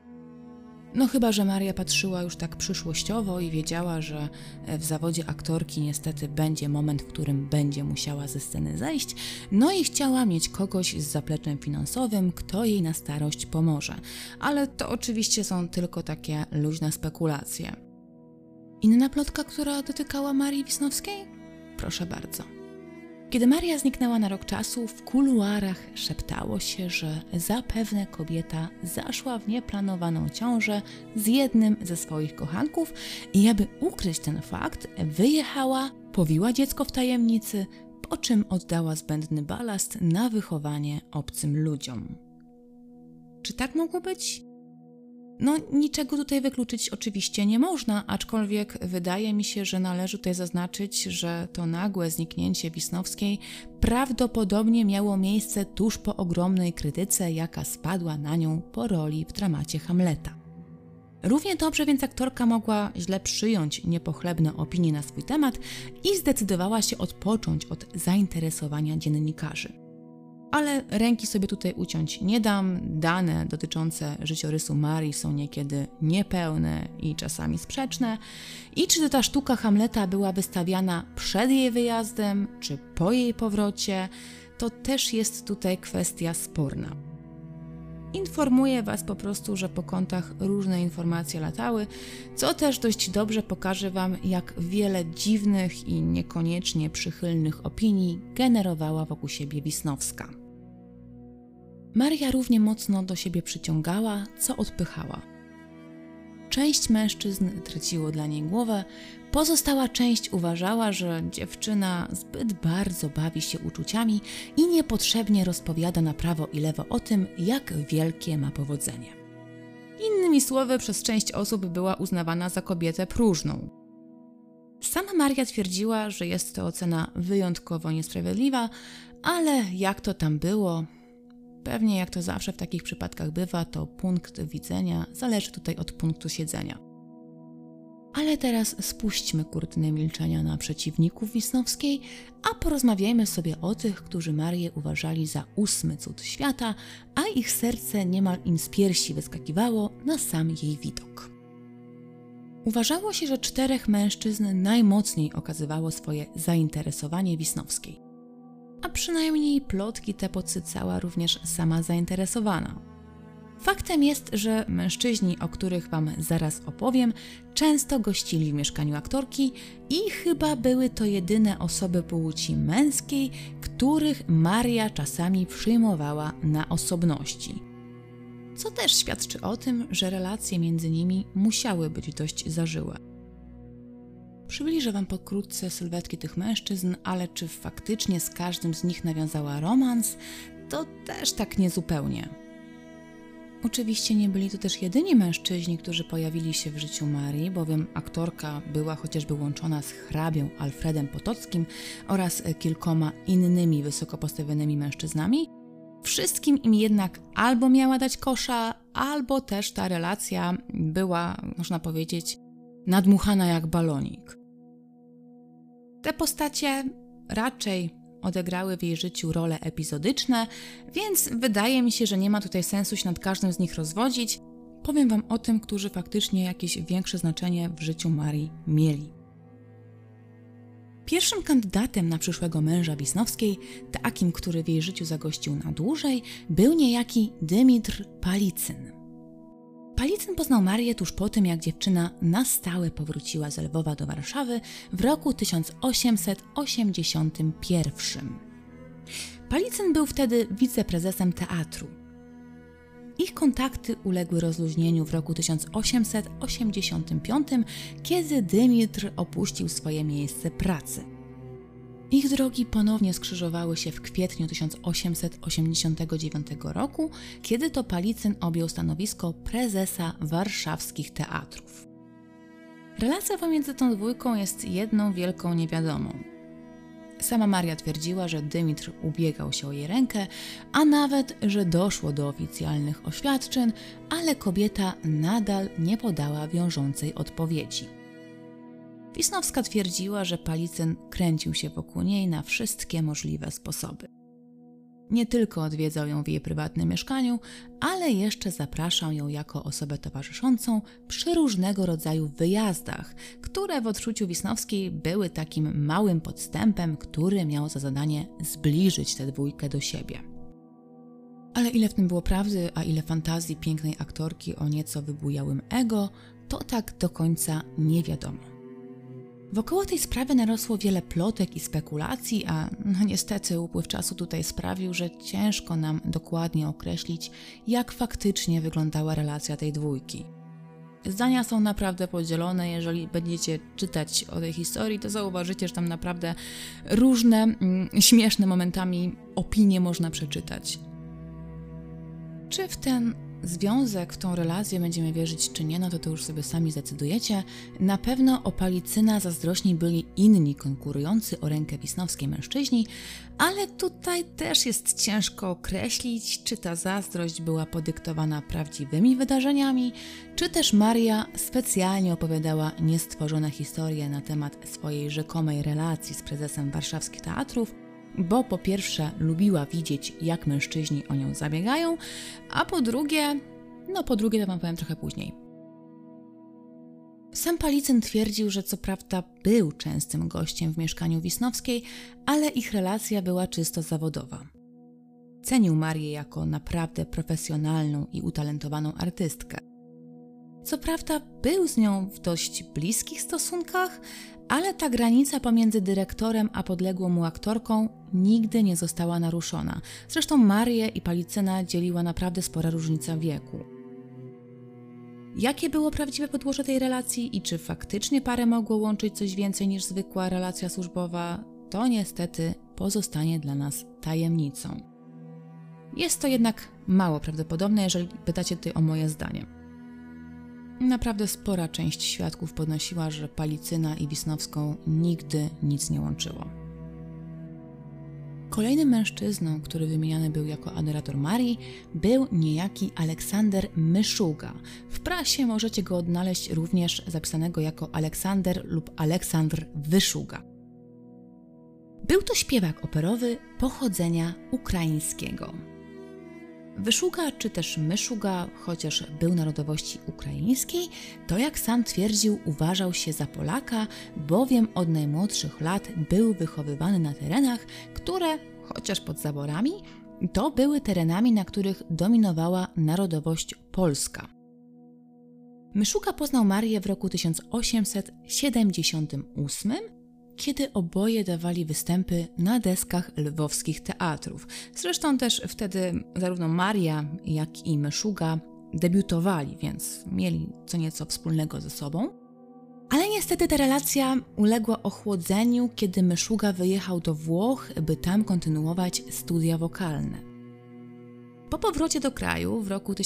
No chyba że Maria patrzyła już tak przyszłościowo i wiedziała, że w zawodzie aktorki niestety będzie moment, w którym będzie musiała ze sceny zejść, no i chciała mieć kogoś z zapleczem finansowym, kto jej na starość pomoże. Ale to oczywiście są tylko takie luźne spekulacje. Inna plotka, która dotykała Marii Wisnowskiej? Proszę bardzo. Kiedy Maria zniknęła na rok czasu, w kuluarach szeptało się, że zapewne kobieta zaszła w nieplanowaną ciążę z jednym ze swoich kochanków i aby ukryć ten fakt, wyjechała, powiła dziecko w tajemnicy, po czym oddała zbędny balast na wychowanie obcym ludziom. Czy tak mogło być? No, niczego tutaj wykluczyć oczywiście nie można, aczkolwiek wydaje mi się, że należy tutaj zaznaczyć, że to nagłe zniknięcie Wisnowskiej prawdopodobnie miało miejsce tuż po ogromnej krytyce, jaka spadła na nią po roli w dramacie Hamleta. Równie dobrze więc aktorka mogła źle przyjąć niepochlebne opinie na swój temat i zdecydowała się odpocząć od zainteresowania dziennikarzy. Ale ręki sobie tutaj uciąć nie dam. Dane dotyczące życiorysu Marii są niekiedy niepełne i czasami sprzeczne. I czy ta sztuka Hamleta była wystawiana przed jej wyjazdem, czy po jej powrocie, to też jest tutaj kwestia sporna. Informuję Was po prostu, że po kątach różne informacje latały, co też dość dobrze pokaże Wam, jak wiele dziwnych i niekoniecznie przychylnych opinii generowała wokół siebie Wisnowska. Maria równie mocno do siebie przyciągała, co odpychała. Część mężczyzn traciło dla niej głowę, pozostała część uważała, że dziewczyna zbyt bardzo bawi się uczuciami i niepotrzebnie rozpowiada na prawo i lewo o tym, jak wielkie ma powodzenie. Innymi słowy, przez część osób była uznawana za kobietę próżną. Sama Maria twierdziła, że jest to ocena wyjątkowo niesprawiedliwa, ale jak to tam było? Pewnie jak to zawsze w takich przypadkach bywa, to punkt widzenia zależy tutaj od punktu siedzenia. Ale teraz spuśćmy kurtynę milczenia na przeciwników Wisnowskiej, a porozmawiajmy sobie o tych, którzy Marię uważali za 8. cud świata, a ich serce niemal im z piersi wyskakiwało na sam jej widok. Uważało się, że 4 mężczyzn najmocniej okazywało swoje zainteresowanie Wisnowskiej. A przynajmniej plotki te podsycała również sama zainteresowana. Faktem jest, że mężczyźni, o których Wam zaraz opowiem, często gościli w mieszkaniu aktorki i chyba były to jedyne osoby płci męskiej, których Maria czasami przyjmowała na osobności. Co też świadczy o tym, że relacje między nimi musiały być dość zażyłe. Przybliżę Wam pokrótce sylwetki tych mężczyzn, ale czy faktycznie z każdym z nich nawiązała romans, to też tak niezupełnie. Oczywiście nie byli to też jedyni mężczyźni, którzy pojawili się w życiu Marii, bowiem aktorka była chociażby łączona z hrabią Alfredem Potockim oraz kilkoma innymi wysoko postawionymi mężczyznami. Wszystkim im jednak albo miała dać kosza, albo też ta relacja była, można powiedzieć, nadmuchana jak balonik. Te postacie raczej odegrały w jej życiu role epizodyczne, więc wydaje mi się, że nie ma tutaj sensu się nad każdym z nich rozwodzić. Powiem Wam o tym, którzy faktycznie jakieś większe znaczenie w życiu Marii mieli. Pierwszym kandydatem na przyszłego męża Wisnowskiej, takim, który w jej życiu zagościł na dłużej, był niejaki Dymitr Palicyn. Palicyn poznał Marię tuż po tym, jak dziewczyna na stałe powróciła z Lwowa do Warszawy w roku 1881. Palicyn był wtedy wiceprezesem teatru. Ich kontakty uległy rozluźnieniu w roku 1885, kiedy Dymitr opuścił swoje miejsce pracy. Ich drogi ponownie skrzyżowały się w kwietniu 1889 roku, kiedy to Palicyn objął stanowisko prezesa warszawskich teatrów. Relacja pomiędzy tą dwójką jest jedną wielką niewiadomą. Sama Maria twierdziła, że Dymitr ubiegał się o jej rękę, a nawet, że doszło do oficjalnych oświadczeń, ale kobieta nadal nie podała wiążącej odpowiedzi. Wisnowska twierdziła, że Palicyn kręcił się wokół niej na wszystkie możliwe sposoby. Nie tylko odwiedzał ją w jej prywatnym mieszkaniu, ale jeszcze zapraszał ją jako osobę towarzyszącą przy różnego rodzaju wyjazdach, które w odczuciu Wisnowskiej były takim małym podstępem, który miał za zadanie zbliżyć tę dwójkę do siebie. Ale ile w tym było prawdy, a ile fantazji pięknej aktorki o nieco wybujałym ego, to tak do końca nie wiadomo. Wokoło tej sprawy narosło wiele plotek i spekulacji, a niestety upływ czasu tutaj sprawił, że ciężko nam dokładnie określić, jak faktycznie wyglądała relacja tej dwójki. Zdania są naprawdę podzielone. Jeżeli będziecie czytać o tej historii, to zauważycie, że tam naprawdę różne, śmieszne momentami opinie można przeczytać. Czy w ten związek, w tą relację będziemy wierzyć czy nie, no to już sobie sami zdecydujecie. Na pewno o Palicyna zazdrośni byli inni konkurujący o rękę Wisnowskiej mężczyźni, ale tutaj też jest ciężko określić, czy ta zazdrość była podyktowana prawdziwymi wydarzeniami, czy też Maria specjalnie opowiadała niestworzone historie na temat swojej rzekomej relacji z prezesem warszawskich teatrów, bo po pierwsze lubiła widzieć, jak mężczyźni o nią zabiegają, a po drugie to wam powiem trochę później. Sam Palicyn twierdził, że co prawda był częstym gościem w mieszkaniu Wisnowskiej, ale ich relacja była czysto zawodowa. Cenił Marię jako naprawdę profesjonalną i utalentowaną artystkę. Co prawda był z nią w dość bliskich stosunkach, ale ta granica pomiędzy dyrektorem a podległą mu aktorką nigdy nie została naruszona. Zresztą Marię i Palicyna dzieliła naprawdę spora różnica wieku. Jakie było prawdziwe podłoże tej relacji i czy faktycznie parę mogło łączyć coś więcej niż zwykła relacja służbowa, to niestety pozostanie dla nas tajemnicą. Jest to jednak mało prawdopodobne, jeżeli pytacie tutaj o moje zdanie. Naprawdę spora część świadków podnosiła, że Palicyna i Wisnowską nigdy nic nie łączyło. Kolejnym mężczyzną, który wymieniany był jako adorator Marii, był niejaki Aleksander Myszuga. W prasie możecie go odnaleźć również zapisanego jako Aleksander lub Aleksandr Wyszuga. Był to śpiewak operowy pochodzenia ukraińskiego. Wyszuga czy też Myszuga, chociaż był narodowości ukraińskiej, to jak sam twierdził, uważał się za Polaka, bowiem od najmłodszych lat był wychowywany na terenach, które, chociaż pod zaborami, to były terenami, na których dominowała narodowość polska. Myszuga poznał Marię w roku 1878, kiedy oboje dawali występy na deskach lwowskich teatrów. Zresztą też wtedy zarówno Maria, jak i Myszuga debiutowali, więc mieli co nieco wspólnego ze sobą. Ale niestety ta relacja uległa ochłodzeniu, kiedy Myszuga wyjechał do Włoch, by tam kontynuować studia wokalne. Po powrocie do kraju w roku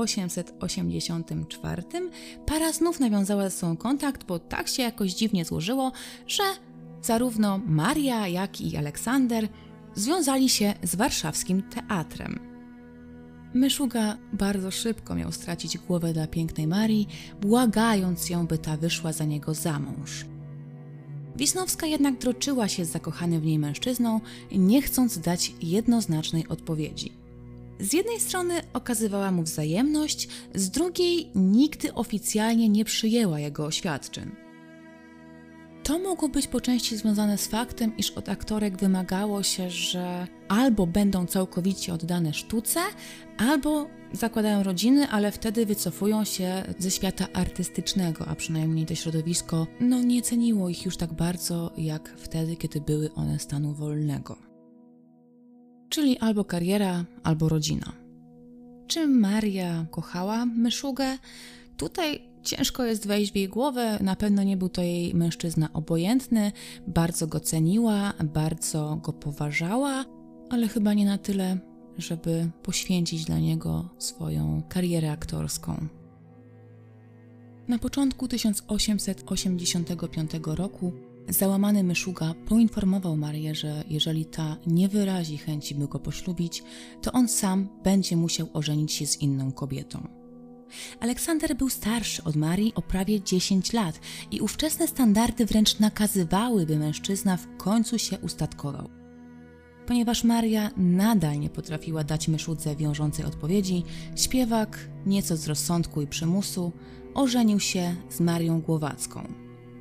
1884 para znów nawiązała ze sobą kontakt, bo tak się jakoś dziwnie złożyło, że zarówno Maria, jak i Aleksander związali się z warszawskim teatrem. Myszuga bardzo szybko miał stracić głowę dla pięknej Marii, błagając ją, by ta wyszła za niego za mąż. Wisnowska jednak droczyła się z zakochanym w niej mężczyzną, nie chcąc dać jednoznacznej odpowiedzi. Z jednej strony okazywała mu wzajemność, z drugiej nigdy oficjalnie nie przyjęła jego oświadczeń. To mogło być po części związane z faktem, iż od aktorek wymagało się, że albo będą całkowicie oddane sztuce, albo zakładają rodziny, ale wtedy wycofują się ze świata artystycznego, a przynajmniej to środowisko nie ceniło ich już tak bardzo, jak wtedy, kiedy były one stanu wolnego. Czyli albo kariera, albo rodzina. Czy Maria kochała Myszugę? Tutaj Ciężko jest wejść w jej głowę, na pewno nie był to jej mężczyzna obojętny, bardzo go ceniła, bardzo go poważała, ale chyba nie na tyle, żeby poświęcić dla niego swoją karierę aktorską. Na początku 1885 roku załamany Myszuga poinformował Marię, że jeżeli ta nie wyrazi chęci, by go poślubić, to on sam będzie musiał ożenić się z inną kobietą. Aleksander był starszy od Marii o prawie 10 lat i ówczesne standardy wręcz nakazywały, by mężczyzna w końcu się ustatkował. Ponieważ Maria nadal nie potrafiła dać Myszudze wiążącej odpowiedzi, śpiewak, nieco z rozsądku i przymusu, ożenił się z Marią Głowacką.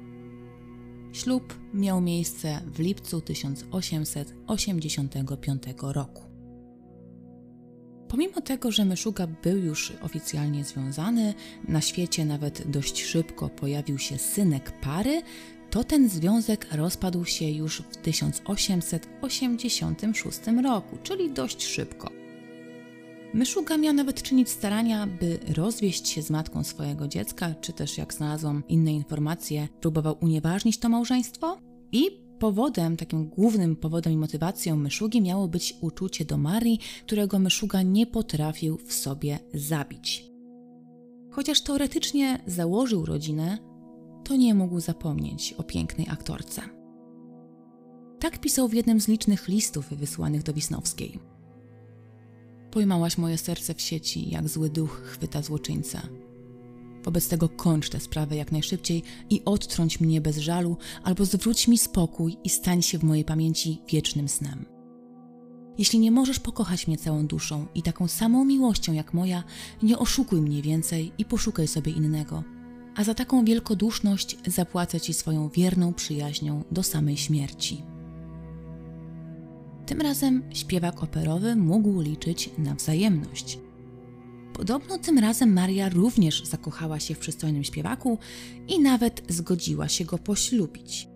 Ślub miał miejsce w lipcu 1885 roku. Pomimo tego, że Myszuga był już oficjalnie związany, na świecie nawet dość szybko pojawił się synek pary, to ten związek rozpadł się już w 1886 roku, czyli dość szybko. Myszuga miał nawet czynić starania, by rozwieść się z matką swojego dziecka, czy też, jak znalazłam inne informacje, próbował unieważnić to małżeństwo i takim głównym powodem i motywacją Myszugi miało być uczucie do Marii, którego Myszuga nie potrafił w sobie zabić. Chociaż teoretycznie założył rodzinę, to nie mógł zapomnieć o pięknej aktorce. Tak pisał w jednym z licznych listów wysłanych do Wisnowskiej. Pojmałaś moje serce w sieci, jak zły duch chwyta złoczyńcę. Wobec tego kończ tę sprawę jak najszybciej i odtrąć mnie bez żalu, albo zwróć mi spokój i stań się w mojej pamięci wiecznym snem. Jeśli nie możesz pokochać mnie całą duszą i taką samą miłością jak moja, nie oszukuj mnie więcej i poszukaj sobie innego, a za taką wielkoduszność zapłacę ci swoją wierną przyjaźnią do samej śmierci. Tym razem śpiewak operowy mógł liczyć na wzajemność. Podobno tym razem Maria również zakochała się w przystojnym śpiewaku i nawet zgodziła się go poślubić.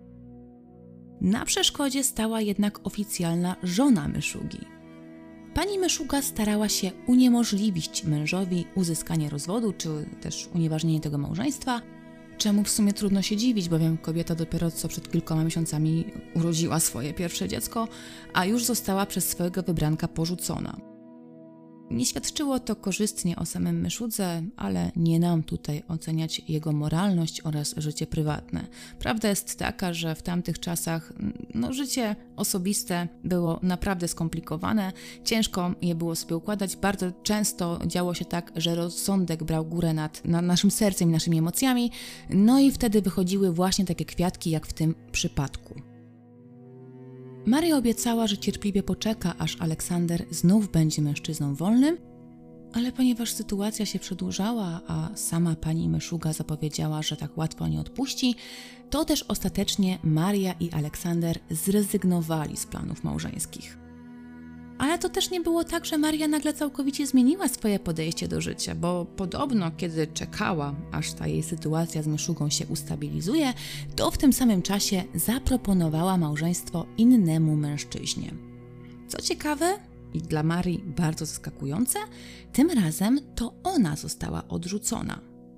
Na przeszkodzie stała jednak oficjalna żona Myszugi. Pani Myszuga starała się uniemożliwić mężowi uzyskanie rozwodu, czy też unieważnienie tego małżeństwa, czemu w sumie trudno się dziwić, bowiem kobieta dopiero co przed kilkoma miesiącami urodziła swoje pierwsze dziecko, a już została przez swojego wybranka porzucona. Nie świadczyło to korzystnie o samym Myszudze, ale nie nam tutaj oceniać jego moralność oraz życie prywatne. Prawda jest taka, że w tamtych czasach życie osobiste było naprawdę skomplikowane, ciężko je było sobie układać, bardzo często działo się tak, że rozsądek brał górę nad naszym sercem i naszymi emocjami, i wtedy wychodziły właśnie takie kwiatki jak w tym przypadku. Maria obiecała, że cierpliwie poczeka, aż Aleksander znów będzie mężczyzną wolnym, ale ponieważ sytuacja się przedłużała, a sama pani Myszuga zapowiedziała, że tak łatwo nie odpuści, to też ostatecznie Maria i Aleksander zrezygnowali z planów małżeńskich. Ale to też nie było tak, że Maria nagle całkowicie zmieniła swoje podejście do życia, bo podobno kiedy czekała, aż ta jej sytuacja z Myszugą się ustabilizuje, to w tym samym czasie zaproponowała małżeństwo innemu mężczyźnie. Co ciekawe i dla Marii bardzo zaskakujące, tym razem to ona została odrzucona.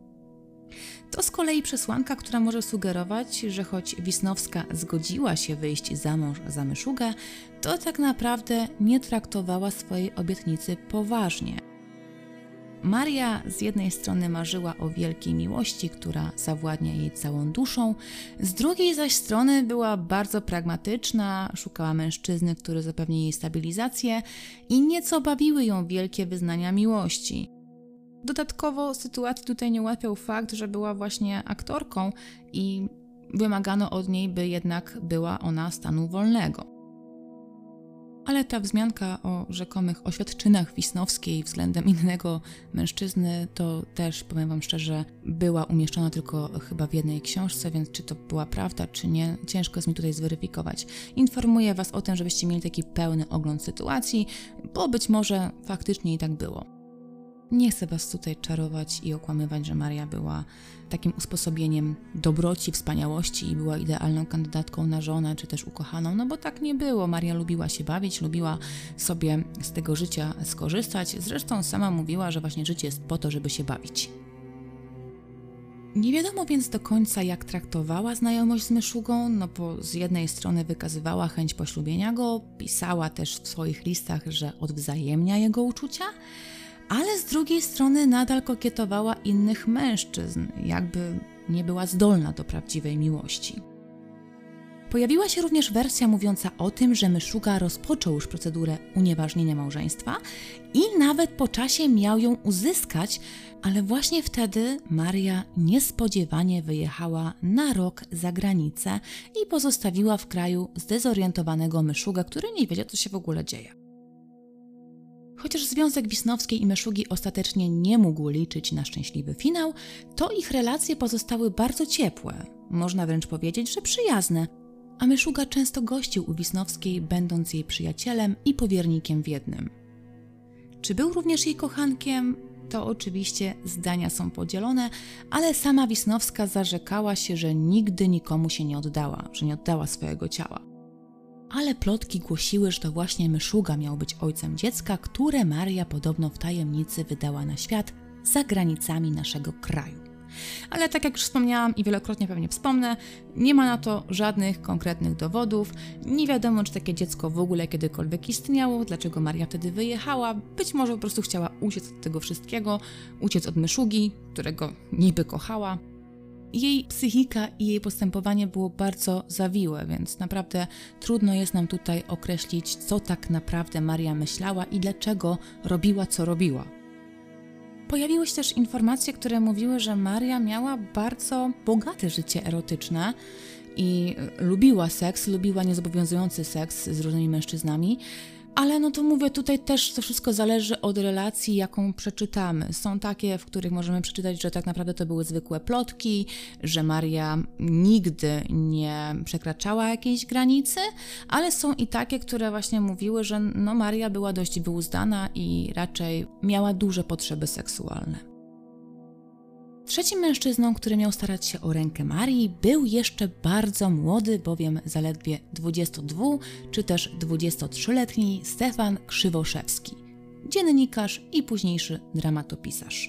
To z kolei przesłanka, która może sugerować, że choć Wisnowska zgodziła się wyjść za mąż za Myszugę, to tak naprawdę nie traktowała swojej obietnicy poważnie. Maria z jednej strony marzyła o wielkiej miłości, która zawładnia jej całą duszą, z drugiej zaś strony była bardzo pragmatyczna, szukała mężczyzny, który zapewni jej stabilizację i nieco bawiły ją wielkie wyznania miłości. Dodatkowo sytuacji tutaj nie ułatwiał fakt, że była właśnie aktorką i wymagano od niej, by jednak była ona stanu wolnego. Ale ta wzmianka o rzekomych oświadczynach Wisnowskiej względem innego mężczyzny to też, powiem wam szczerze, była umieszczona tylko chyba w jednej książce, więc czy to była prawda, czy nie, ciężko jest mi tutaj zweryfikować. Informuję was o tym, żebyście mieli taki pełny ogląd sytuacji, bo być może faktycznie i tak było. Nie chcę was tutaj czarować i okłamywać, że Maria była takim usposobieniem dobroci, wspaniałości i była idealną kandydatką na żonę, czy też ukochaną, bo tak nie było. Maria lubiła się bawić, lubiła sobie z tego życia skorzystać. Zresztą sama mówiła, że właśnie życie jest po to, żeby się bawić. Nie wiadomo więc do końca, jak traktowała znajomość z Myszugą, no bo z jednej strony wykazywała chęć poślubienia go, pisała też w swoich listach, że odwzajemnia jego uczucia, ale z drugiej strony nadal kokietowała innych mężczyzn, jakby nie była zdolna do prawdziwej miłości. Pojawiła się również wersja mówiąca o tym, że Myszuga rozpoczął już procedurę unieważnienia małżeństwa i nawet po czasie miał ją uzyskać, ale właśnie wtedy Maria niespodziewanie wyjechała na rok za granicę i pozostawiła w kraju zdezorientowanego Myszugę, który nie wiedział, co się w ogóle dzieje. Chociaż związek Wisnowskiej i Myszugi ostatecznie nie mógł liczyć na szczęśliwy finał, to ich relacje pozostały bardzo ciepłe, można wręcz powiedzieć, że przyjazne, a Myszuga często gościł u Wisnowskiej, będąc jej przyjacielem i powiernikiem w jednym. Czy był również jej kochankiem? To oczywiście zdania są podzielone, ale sama Wisnowska zarzekała się, że nigdy nikomu się nie oddała, że nie oddała swojego ciała. Ale plotki głosiły, że to właśnie Myszuga miał być ojcem dziecka, które Maria podobno w tajemnicy wydała na świat za granicami naszego kraju. Ale tak jak już wspomniałam i wielokrotnie pewnie wspomnę, nie ma na to żadnych konkretnych dowodów, nie wiadomo, czy takie dziecko w ogóle kiedykolwiek istniało, dlaczego Maria wtedy wyjechała, być może po prostu chciała uciec od tego wszystkiego, uciec od Myszugi, którego niby kochała. Jej psychika i jej postępowanie było bardzo zawiłe, więc naprawdę trudno jest nam tutaj określić, co tak naprawdę Maria myślała i dlaczego robiła, co robiła. Pojawiły się też informacje, które mówiły, że Maria miała bardzo bogate życie erotyczne i lubiła seks, lubiła niezobowiązujący seks z różnymi mężczyznami, ale no to mówię, tutaj też to wszystko zależy od relacji, jaką przeczytamy. Są takie, w których możemy przeczytać, że tak naprawdę to były zwykłe plotki, że Maria nigdy nie przekraczała jakiejś granicy, ale są i takie, które właśnie mówiły, że no Maria była dość wyuzdana i raczej miała duże potrzeby seksualne. Trzecim mężczyzną, który miał starać się o rękę Marii, był jeszcze bardzo młody, bowiem zaledwie 22 czy też 23-letni Stefan Krzywoszewski, dziennikarz i późniejszy dramatopisarz.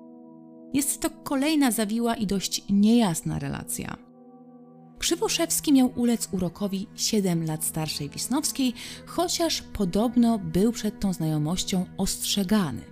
Jest to kolejna zawiła i dość niejasna relacja. Krzywoszewski miał ulec urokowi 7 lat starszej Wisnowskiej, chociaż podobno był przed tą znajomością ostrzegany.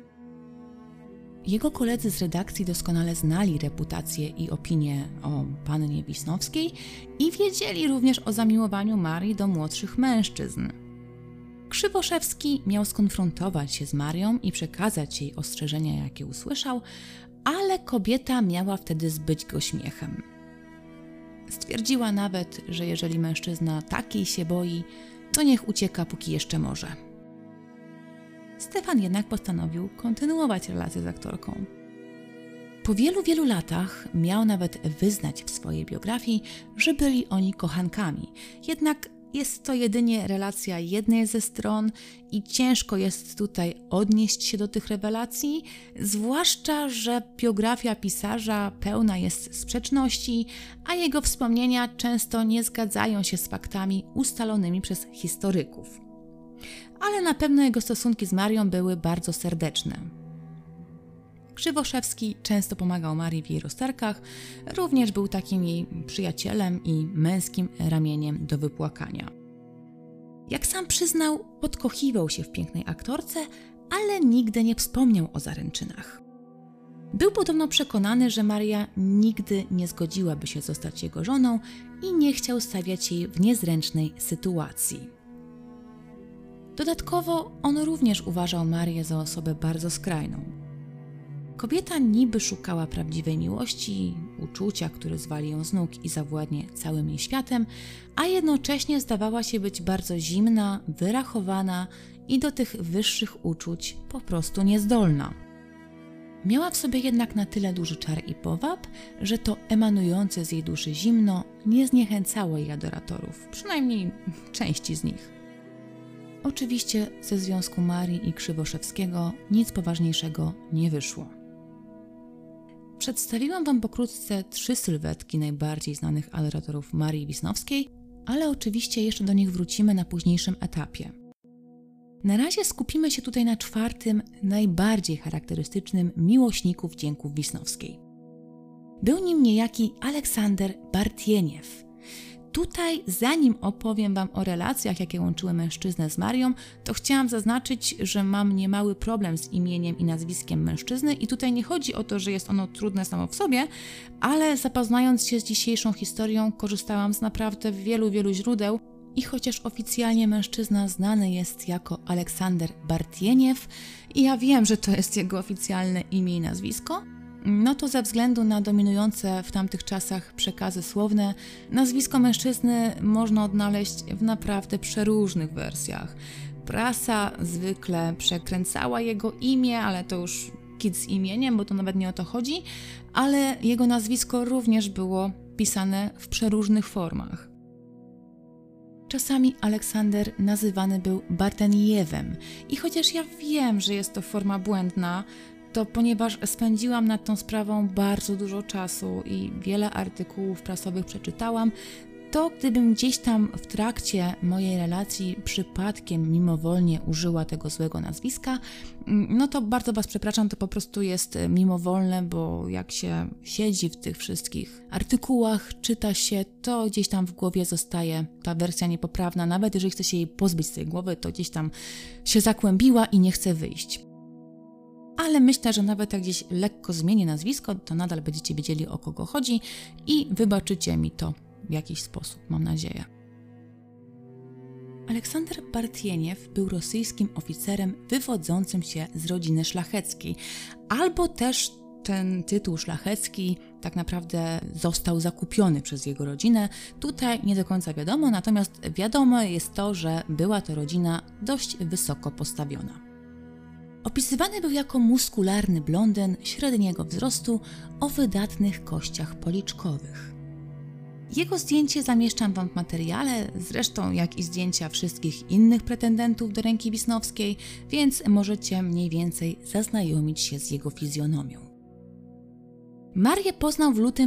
Jego koledzy z redakcji doskonale znali reputację i opinię o pannie Wisnowskiej i wiedzieli również o zamiłowaniu Marii do młodszych mężczyzn. Krzywoszewski miał skonfrontować się z Marią i przekazać jej ostrzeżenia, jakie usłyszał, ale kobieta miała wtedy zbyć go śmiechem. Stwierdziła nawet, że jeżeli mężczyzna takiej się boi, to niech ucieka, póki jeszcze może. Stefan jednak postanowił kontynuować relację z aktorką. Po wielu latach miał nawet wyznać w swojej biografii, że byli oni kochankami. Jednak jest to jedynie relacja jednej ze stron i ciężko jest tutaj odnieść się do tych rewelacji, zwłaszcza, że biografia pisarza pełna jest sprzeczności, a jego wspomnienia często nie zgadzają się z faktami ustalonymi przez historyków. Ale na pewno jego stosunki z Marią były bardzo serdeczne. Krzywoszewski często pomagał Marii w jej rozterkach, również był takim jej przyjacielem i męskim ramieniem do wypłakania. Jak sam przyznał, podkochiwał się w pięknej aktorce, ale nigdy nie wspomniał o zaręczynach. Był podobno przekonany, że Maria nigdy nie zgodziłaby się zostać jego żoną i nie chciał stawiać jej w niezręcznej sytuacji. Dodatkowo on również uważał Marię za osobę bardzo skrajną. Kobieta niby szukała prawdziwej miłości, uczucia, które zwali ją z nóg i zawładnie całym jej światem, a jednocześnie zdawała się być bardzo zimna, wyrachowana i do tych wyższych uczuć po prostu niezdolna. Miała w sobie jednak na tyle duży czar i powab, że to emanujące z jej duszy zimno nie zniechęcało jej adoratorów, przynajmniej części z nich. Oczywiście ze związku Marii i Krzywoszewskiego nic poważniejszego nie wyszło. Przedstawiłam Wam pokrótce 3 sylwetki najbardziej znanych adoratorów Marii Wisnowskiej, ale oczywiście jeszcze do nich wrócimy na późniejszym etapie. Na razie skupimy się tutaj na 4., najbardziej charakterystycznym miłośniku wdzięków Wisnowskiej. Był nim niejaki Aleksander Bartieniew. Tutaj, zanim opowiem Wam o relacjach, jakie łączyły mężczyznę z Marią, to chciałam zaznaczyć, że mam niemały problem z imieniem i nazwiskiem mężczyzny i tutaj nie chodzi o to, że jest ono trudne samo w sobie, ale zapoznając się z dzisiejszą historią, korzystałam z naprawdę wielu źródeł i chociaż oficjalnie mężczyzna znany jest jako Aleksander Bartieniew i ja wiem, że to jest jego oficjalne imię i nazwisko, no to ze względu na dominujące w tamtych czasach przekazy słowne, nazwisko mężczyzny można odnaleźć w naprawdę przeróżnych wersjach. Prasa zwykle przekręcała jego imię, ale to już kit z imieniem, bo to nawet nie o to chodzi, ale jego nazwisko również było pisane w przeróżnych formach. Czasami Aleksander nazywany był Barteniewem i chociaż ja wiem, że jest to forma błędna, to ponieważ spędziłam nad tą sprawą bardzo dużo czasu i wiele artykułów prasowych przeczytałam, to gdybym gdzieś tam w trakcie mojej relacji przypadkiem mimowolnie użyła tego złego nazwiska, no to bardzo Was przepraszam, to po prostu jest mimowolne, bo jak się siedzi w tych wszystkich artykułach, czyta się, to gdzieś tam w głowie zostaje ta wersja niepoprawna, nawet jeżeli chce się jej pozbyć z tej głowy, to gdzieś tam się zakłębiła i nie chce wyjść. Ale myślę, że nawet jak gdzieś lekko zmienię nazwisko, to nadal będziecie wiedzieli, o kogo chodzi i wybaczycie mi to w jakiś sposób, mam nadzieję. Aleksander Bartieniew był rosyjskim oficerem wywodzącym się z rodziny szlacheckiej, albo też ten tytuł szlachecki tak naprawdę został zakupiony przez jego rodzinę. Tutaj nie do końca wiadomo, natomiast wiadomo jest to, że była to rodzina dość wysoko postawiona. Opisywany był jako muskularny blondyn średniego wzrostu o wydatnych kościach policzkowych. Jego zdjęcie zamieszczam Wam w materiale, zresztą jak i zdjęcia wszystkich innych pretendentów do ręki Wisnowskiej, więc możecie mniej więcej zaznajomić się z jego fizjonomią. Marię poznał w lutym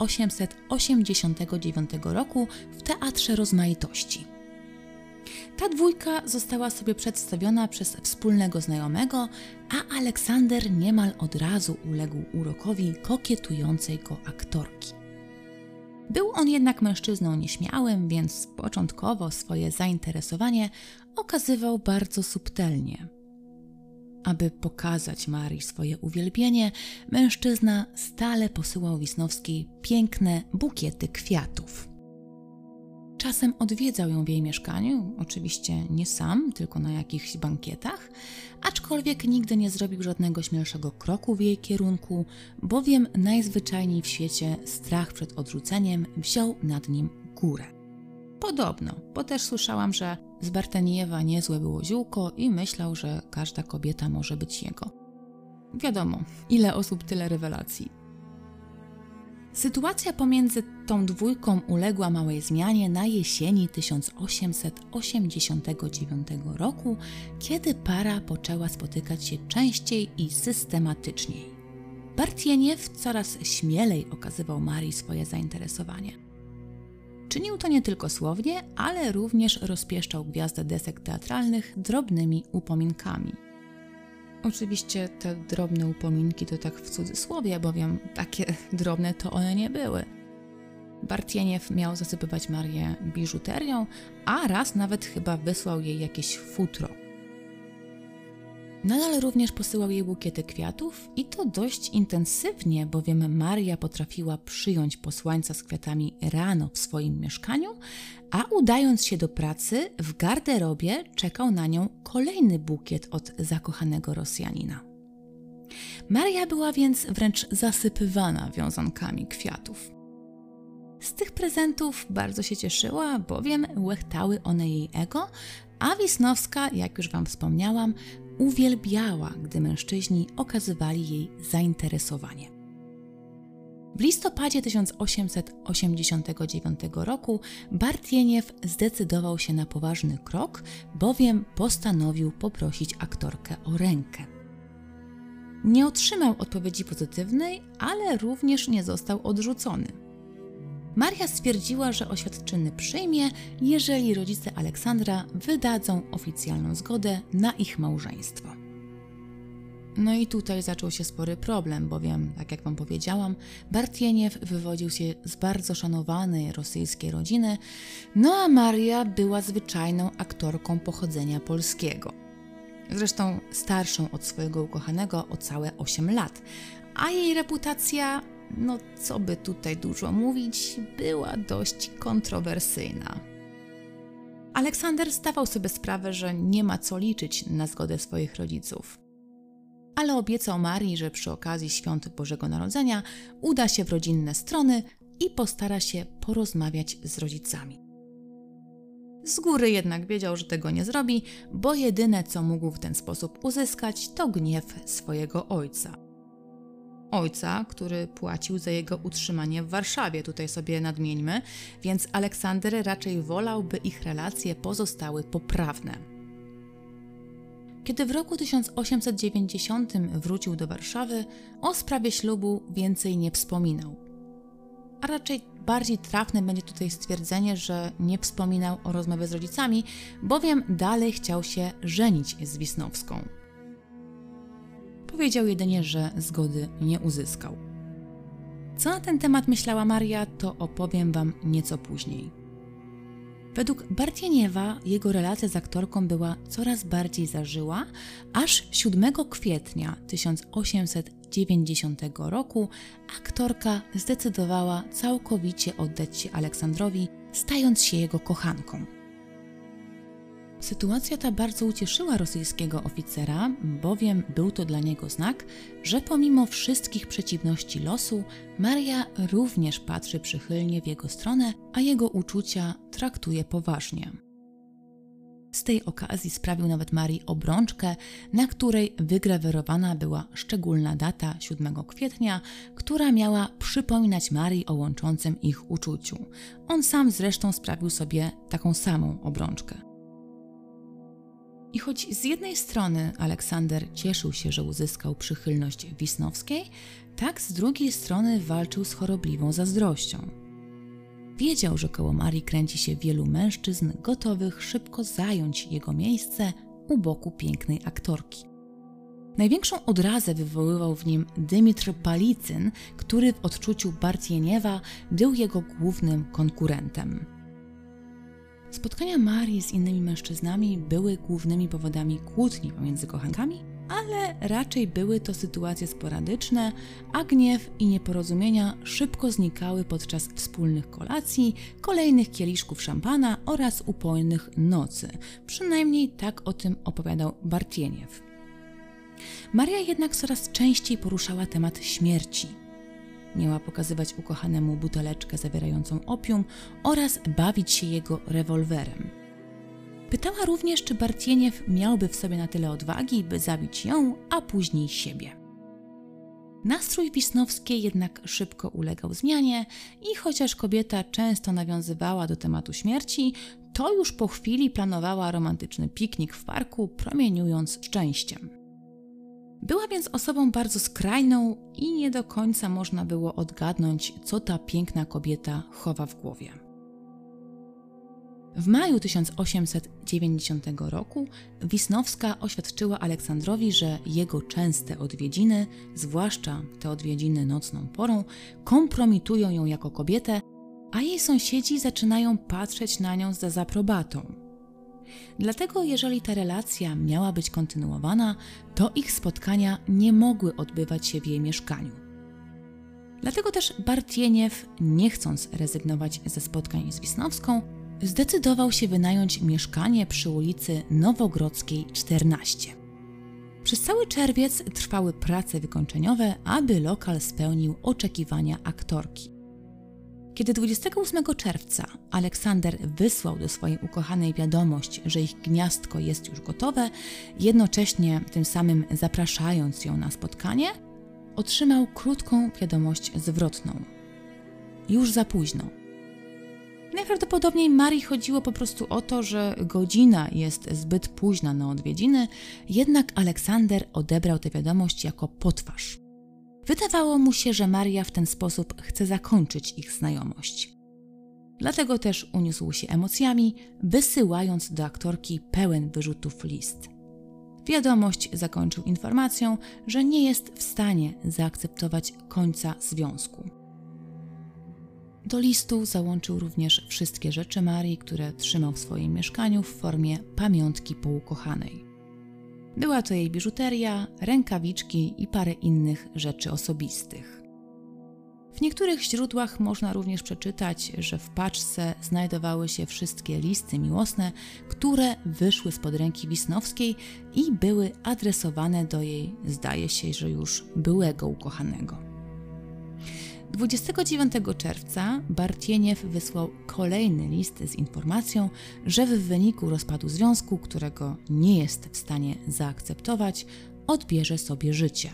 1889 roku w Teatrze Rozmaitości. Ta dwójka została sobie przedstawiona przez wspólnego znajomego, a Aleksander niemal od razu uległ urokowi kokietującej go aktorki. Był on jednak mężczyzną nieśmiałym, więc początkowo swoje zainteresowanie okazywał bardzo subtelnie. Aby pokazać Marii swoje uwielbienie, mężczyzna stale posyłał Wisnowskiej piękne bukiety kwiatów. Czasem odwiedzał ją w jej mieszkaniu, oczywiście nie sam, tylko na jakichś bankietach, aczkolwiek nigdy nie zrobił żadnego śmielszego kroku w jej kierunku, bowiem najzwyczajniej w świecie strach przed odrzuceniem wziął nad nim górę. Podobno, bo też słyszałam, że z Barteniewa niezłe było ziółko i myślał, że każda kobieta może być jego. Wiadomo, ile osób, tyle rewelacji. Sytuacja pomiędzy tą dwójką uległa małej zmianie na jesieni 1889 roku, kiedy para poczęła spotykać się częściej i systematycznie. Bartieniew coraz śmielej okazywał Marii swoje zainteresowanie. Czynił to nie tylko słownie, ale również rozpieszczał gwiazdę desek teatralnych drobnymi upominkami. Oczywiście te drobne upominki to tak w cudzysłowie, bowiem takie drobne to one nie były. Bartieniew miał zasypywać Marię biżuterią, a raz nawet chyba wysłał jej jakieś futro. Nadal również posyłał jej bukiety kwiatów i to dość intensywnie, bowiem Maria potrafiła przyjąć posłańca z kwiatami rano w swoim mieszkaniu, a udając się do pracy w garderobie czekał na nią kolejny bukiet od zakochanego Rosjanina. Maria była więc wręcz zasypywana wiązankami kwiatów. Z tych prezentów bardzo się cieszyła, bowiem łechtały one jej ego, a Wisnowska, jak już Wam wspomniałam, uwielbiała, gdy mężczyźni okazywali jej zainteresowanie. W listopadzie 1889 roku Bartieniew zdecydował się na poważny krok, bowiem postanowił poprosić aktorkę o rękę. Nie otrzymał odpowiedzi pozytywnej, ale również nie został odrzucony. Maria stwierdziła, że oświadczyny przyjmie, jeżeli rodzice Aleksandra wydadzą oficjalną zgodę na ich małżeństwo. No i tutaj zaczął się spory problem, bowiem, tak jak Wam powiedziałam, Bartieniew wywodził się z bardzo szanowanej rosyjskiej rodziny, no a Maria była zwyczajną aktorką pochodzenia polskiego. Zresztą starszą od swojego ukochanego o całe 8 lat, a jej reputacja, no co by tutaj dużo mówić, była dość kontrowersyjna. Aleksander zdawał sobie sprawę, że nie ma co liczyć na zgodę swoich rodziców. Ale obiecał Marii, że przy okazji świąt Bożego Narodzenia uda się w rodzinne strony i postara się porozmawiać z rodzicami. Z góry jednak wiedział, że tego nie zrobi, bo jedyne co mógł w ten sposób uzyskać to gniew swojego ojca. Ojca, który płacił za jego utrzymanie w Warszawie, tutaj sobie nadmieńmy, więc Aleksander raczej wolał, by ich relacje pozostały poprawne. Kiedy w roku 1890 wrócił do Warszawy, o sprawie ślubu więcej nie wspominał. A raczej bardziej trafne będzie tutaj stwierdzenie, że nie wspominał o rozmowie z rodzicami, bowiem dalej chciał się żenić z Wisnowską. Powiedział jedynie, że zgody nie uzyskał. Co na ten temat myślała Maria, to opowiem Wam nieco później. Według Bartieniewa jego relacja z aktorką była coraz bardziej zażyła, aż 7 kwietnia 1890 roku aktorka zdecydowała całkowicie oddać się Aleksandrowi, stając się jego kochanką. Sytuacja ta bardzo ucieszyła rosyjskiego oficera, bowiem był to dla niego znak, że pomimo wszystkich przeciwności losu, Maria również patrzy przychylnie w jego stronę, a jego uczucia traktuje poważnie. Z tej okazji sprawił nawet Marii obrączkę, na której wygrawerowana była szczególna data 7 kwietnia, która miała przypominać Marii o łączącym ich uczuciu. On sam zresztą sprawił sobie taką samą obrączkę. I choć z jednej strony Aleksander cieszył się, że uzyskał przychylność Wisnowskiej, tak z drugiej strony walczył z chorobliwą zazdrością. Wiedział, że koło Marii kręci się wielu mężczyzn gotowych szybko zająć jego miejsce u boku pięknej aktorki. Największą odrazę wywoływał w nim Dymitr Palicyn, który w odczuciu Bartieniewa był jego głównym konkurentem. Spotkania Marii z innymi mężczyznami były głównymi powodami kłótni pomiędzy kochankami, ale raczej były to sytuacje sporadyczne, a gniew i nieporozumienia szybko znikały podczas wspólnych kolacji, kolejnych kieliszków szampana oraz upojnych nocy. Przynajmniej tak o tym opowiadał Bartieniew. Maria jednak coraz częściej poruszała temat śmierci. Miała pokazywać ukochanemu buteleczkę zawierającą opium oraz bawić się jego rewolwerem. Pytała również, czy Bartieniew miałby w sobie na tyle odwagi, by zabić ją, a później siebie. Nastrój Wisnowskiej jednak szybko ulegał zmianie i chociaż kobieta często nawiązywała do tematu śmierci, to już po chwili planowała romantyczny piknik w parku, promieniując szczęściem. Była więc osobą bardzo skrajną i nie do końca można było odgadnąć, co ta piękna kobieta chowa w głowie. W maju 1890 roku Wisnowska oświadczyła Aleksandrowi, że jego częste odwiedziny, zwłaszcza te odwiedziny nocną porą, kompromitują ją jako kobietę, a jej sąsiedzi zaczynają patrzeć na nią z dezaprobatą. Dlatego jeżeli ta relacja miała być kontynuowana, to ich spotkania nie mogły odbywać się w jej mieszkaniu. Dlatego też Bartieniew, nie chcąc rezygnować ze spotkań z Wisnowską, zdecydował się wynająć mieszkanie przy ulicy Nowogrodzkiej 14. Przez cały czerwiec trwały prace wykończeniowe, aby lokal spełnił oczekiwania aktorki. Kiedy 28 czerwca Aleksander wysłał do swojej ukochanej wiadomość, że ich gniazdko jest już gotowe, jednocześnie tym samym zapraszając ją na spotkanie, otrzymał krótką wiadomość zwrotną. Już za późno. Najprawdopodobniej Marii chodziło po prostu o to, że godzina jest zbyt późna na odwiedziny, jednak Aleksander odebrał tę wiadomość jako potwarz. Wydawało mu się, że Maria w ten sposób chce zakończyć ich znajomość. Dlatego też uniósł się emocjami, wysyłając do aktorki pełen wyrzutów list. W Wiadomość zakończył informacją, że nie jest w stanie zaakceptować końca związku. Do listu załączył również wszystkie rzeczy Marii, które trzymał w swoim mieszkaniu w formie pamiątki po ukochanej. Była to jej biżuteria, rękawiczki i parę innych rzeczy osobistych. W niektórych źródłach można również przeczytać, że w paczce znajdowały się wszystkie listy miłosne, które wyszły spod ręki Wisnowskiej i były adresowane do jej, zdaje się, że już byłego ukochanego. 29 czerwca Bartieniew wysłał kolejny list z informacją, że w wyniku rozpadu związku, którego nie jest w stanie zaakceptować, odbierze sobie życie.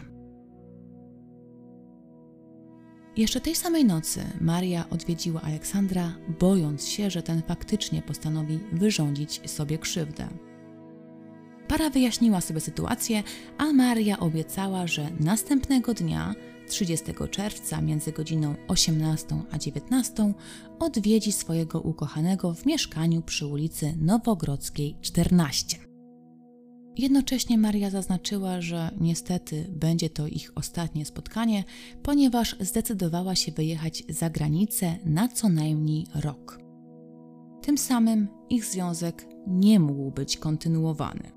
Jeszcze tej samej nocy Maria odwiedziła Aleksandra, bojąc się, że ten faktycznie postanowi wyrządzić sobie krzywdę. Para wyjaśniła sobie sytuację, a Maria obiecała, że następnego dnia, 30 czerwca między godziną 18 a 19 odwiedzi swojego ukochanego w mieszkaniu przy ulicy Nowogrodzkiej 14. Jednocześnie Maria zaznaczyła, że niestety będzie to ich ostatnie spotkanie, ponieważ zdecydowała się wyjechać za granicę na co najmniej rok. Tym samym ich związek nie mógł być kontynuowany.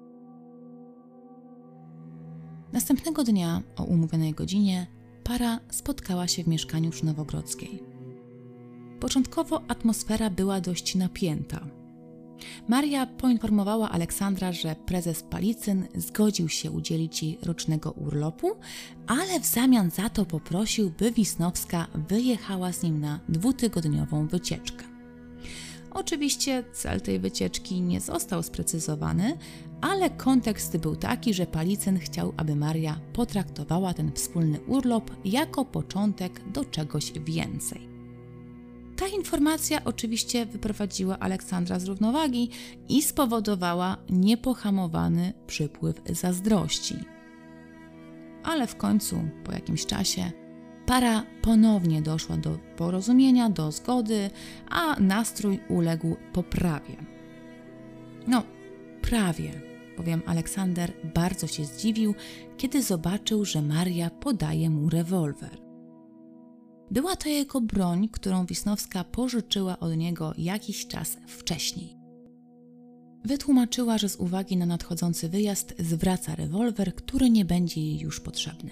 Następnego dnia o umówionej godzinie para spotkała się w mieszkaniu przy Nowogrodzkiej. Początkowo atmosfera była dość napięta. Maria poinformowała Aleksandra, że prezes Palicyn zgodził się udzielić jej rocznego urlopu, ale w zamian za to poprosił, by Wisnowska wyjechała z nim na 2-tygodniową wycieczkę. Oczywiście cel tej wycieczki nie został sprecyzowany, ale kontekst był taki, że Palicyn chciał, aby Maria potraktowała ten wspólny urlop jako początek do czegoś więcej. Ta informacja oczywiście wyprowadziła Aleksandra z równowagi i spowodowała niepohamowany przypływ zazdrości. Ale w końcu, po jakimś czasie, para ponownie doszła do porozumienia, do zgody, a nastrój uległ poprawie. No, prawie, bowiem Aleksander bardzo się zdziwił, kiedy zobaczył, że Maria podaje mu rewolwer. Była to jego broń, którą Wisnowska pożyczyła od niego jakiś czas wcześniej. Wytłumaczyła, że z uwagi na nadchodzący wyjazd zwraca rewolwer, który nie będzie jej już potrzebny.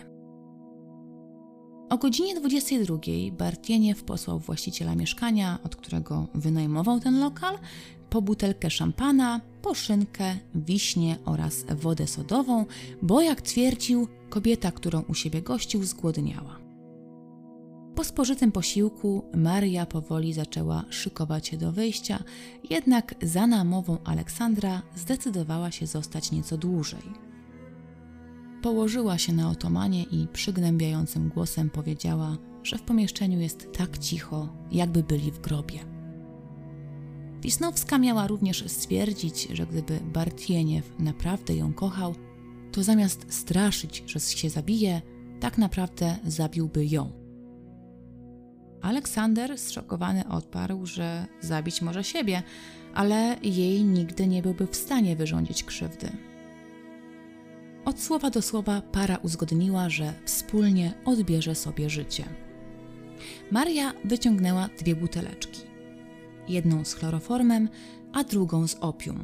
O godzinie 22 Bartieniew posłał właściciela mieszkania, od którego wynajmował ten lokal, po butelkę szampana, po szynkę, wiśnie oraz wodę sodową, bo jak twierdził, kobieta, którą u siebie gościł, zgłodniała. Po spożytym posiłku Maria powoli zaczęła szykować się do wyjścia, jednak za namową Aleksandra zdecydowała się zostać nieco dłużej. Położyła się na otomanie i przygnębiającym głosem powiedziała, że w pomieszczeniu jest tak cicho, jakby byli w grobie. Wisnowska miała również stwierdzić, że gdyby Bartieniew naprawdę ją kochał, to zamiast straszyć, że się zabije, tak naprawdę zabiłby ją. Aleksander zszokowany odparł, że zabić może siebie, ale jej nigdy nie byłby w stanie wyrządzić krzywdy. Od słowa do słowa para uzgodniła, że wspólnie odbierze sobie życie. Maria wyciągnęła 2 buteleczki. Jedną z chloroformem, a drugą z opium.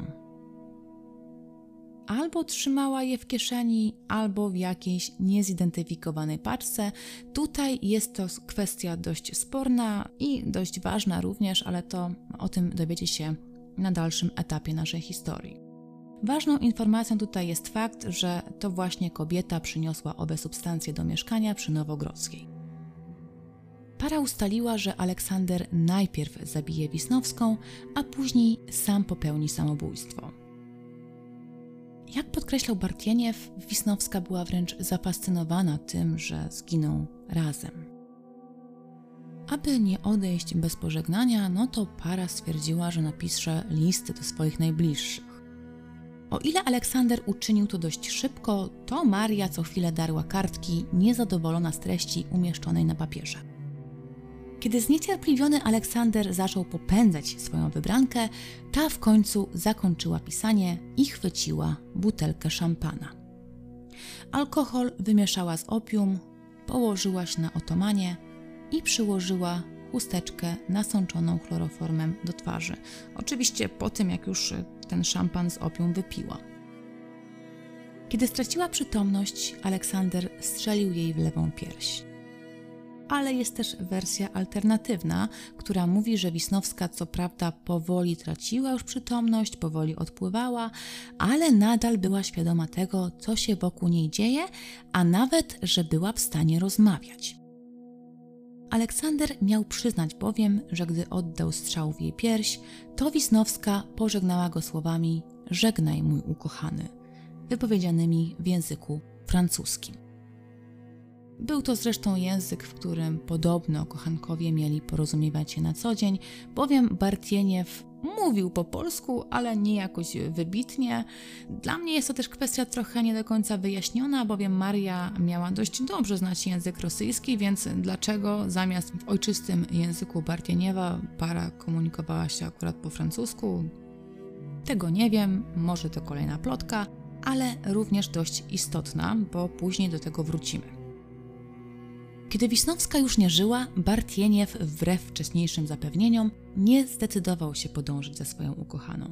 Albo trzymała je w kieszeni, albo w jakiejś niezidentyfikowanej paczce. Tutaj jest to kwestia dość sporna i dość ważna również, ale to o tym dowiecie się na dalszym etapie naszej historii. Ważną informacją tutaj jest fakt, że to właśnie kobieta przyniosła owe substancje do mieszkania przy Nowogrodzkiej. Para ustaliła, że Aleksander najpierw zabije Wisnowską, a później sam popełni samobójstwo. Jak podkreślał Bartieniew, Wisnowska była wręcz zafascynowana tym, że zginą razem. Aby nie odejść bez pożegnania, to para stwierdziła, że napisze listy do swoich najbliższych. O ile Aleksander uczynił to dość szybko, to Maria co chwilę darła kartki, niezadowolona z treści umieszczonej na papierze. Kiedy zniecierpliwiony Aleksander zaczął popędzać swoją wybrankę, ta w końcu zakończyła pisanie i chwyciła butelkę szampana. Alkohol wymieszała z opium, położyła się na otomanie i przyłożyła chusteczkę nasączoną chloroformem do twarzy. Oczywiście po tym, jak już ten szampan z opium wypiła. Kiedy straciła przytomność, Aleksander strzelił jej w lewą pierś. Ale jest też wersja alternatywna, która mówi, że Wisnowska co prawda powoli traciła już przytomność, powoli odpływała, ale nadal była świadoma tego, co się wokół niej dzieje, a nawet, że była w stanie rozmawiać. Aleksander miał przyznać bowiem, że gdy oddał strzał w jej pierś, to Wisnowska pożegnała go słowami „żegnaj, mój ukochany”, wypowiedzianymi w języku francuskim. Był to zresztą język, w którym podobno kochankowie mieli porozumiewać się na co dzień, bowiem Bartieniew mówił po polsku, ale nie jakoś wybitnie. Dla mnie jest to też kwestia trochę nie do końca wyjaśniona, bowiem Maria miała dość dobrze znać język rosyjski, więc dlaczego zamiast w ojczystym języku Bartieniewa para komunikowała się akurat po francusku? Tego nie wiem, może to kolejna plotka, ale również dość istotna, bo później do tego wrócimy. Kiedy Wisnowska już nie żyła, Bartieniew, wbrew wcześniejszym zapewnieniom, nie zdecydował się podążyć za swoją ukochaną.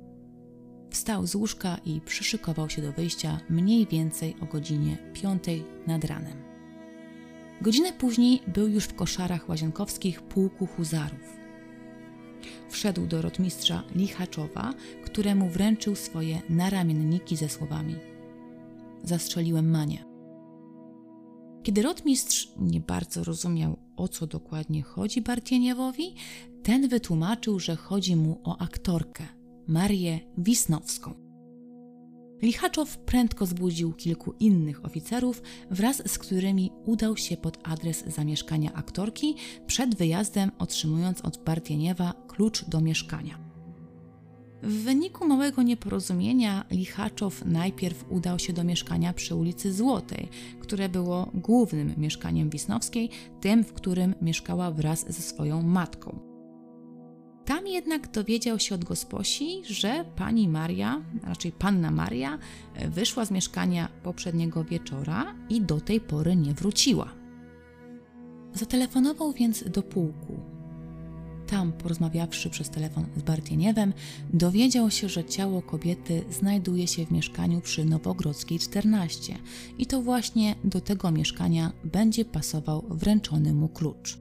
Wstał z łóżka i przyszykował się do wyjścia mniej więcej o godzinie 5 nad ranem. Godzinę później był już w koszarach łazienkowskich pułku huzarów. Wszedł do rotmistrza Lichaczowa, któremu wręczył swoje naramienniki ze słowami: „Zastrzeliłem Manię”. Kiedy rotmistrz nie bardzo rozumiał, o co dokładnie chodzi Bartieniewowi, ten wytłumaczył, że chodzi mu o aktorkę, Marię Wisnowską. Lichaczow prędko zbudził kilku innych oficerów, wraz z którymi udał się pod adres zamieszkania aktorki, przed wyjazdem otrzymując od Bartieniewa klucz do mieszkania. W wyniku małego nieporozumienia Lichaczow najpierw udał się do mieszkania przy ulicy Złotej, które było głównym mieszkaniem Wisnowskiej, tym, w którym mieszkała wraz ze swoją matką. Tam jednak dowiedział się od gosposi, że pani Maria, raczej panna Maria, wyszła z mieszkania poprzedniego wieczora i do tej pory nie wróciła. Zatelefonował więc do pułku. Tam, porozmawiawszy przez telefon z Bartieniewem, dowiedział się, że ciało kobiety znajduje się w mieszkaniu przy Nowogrodzkiej 14 i to właśnie do tego mieszkania będzie pasował wręczony mu klucz.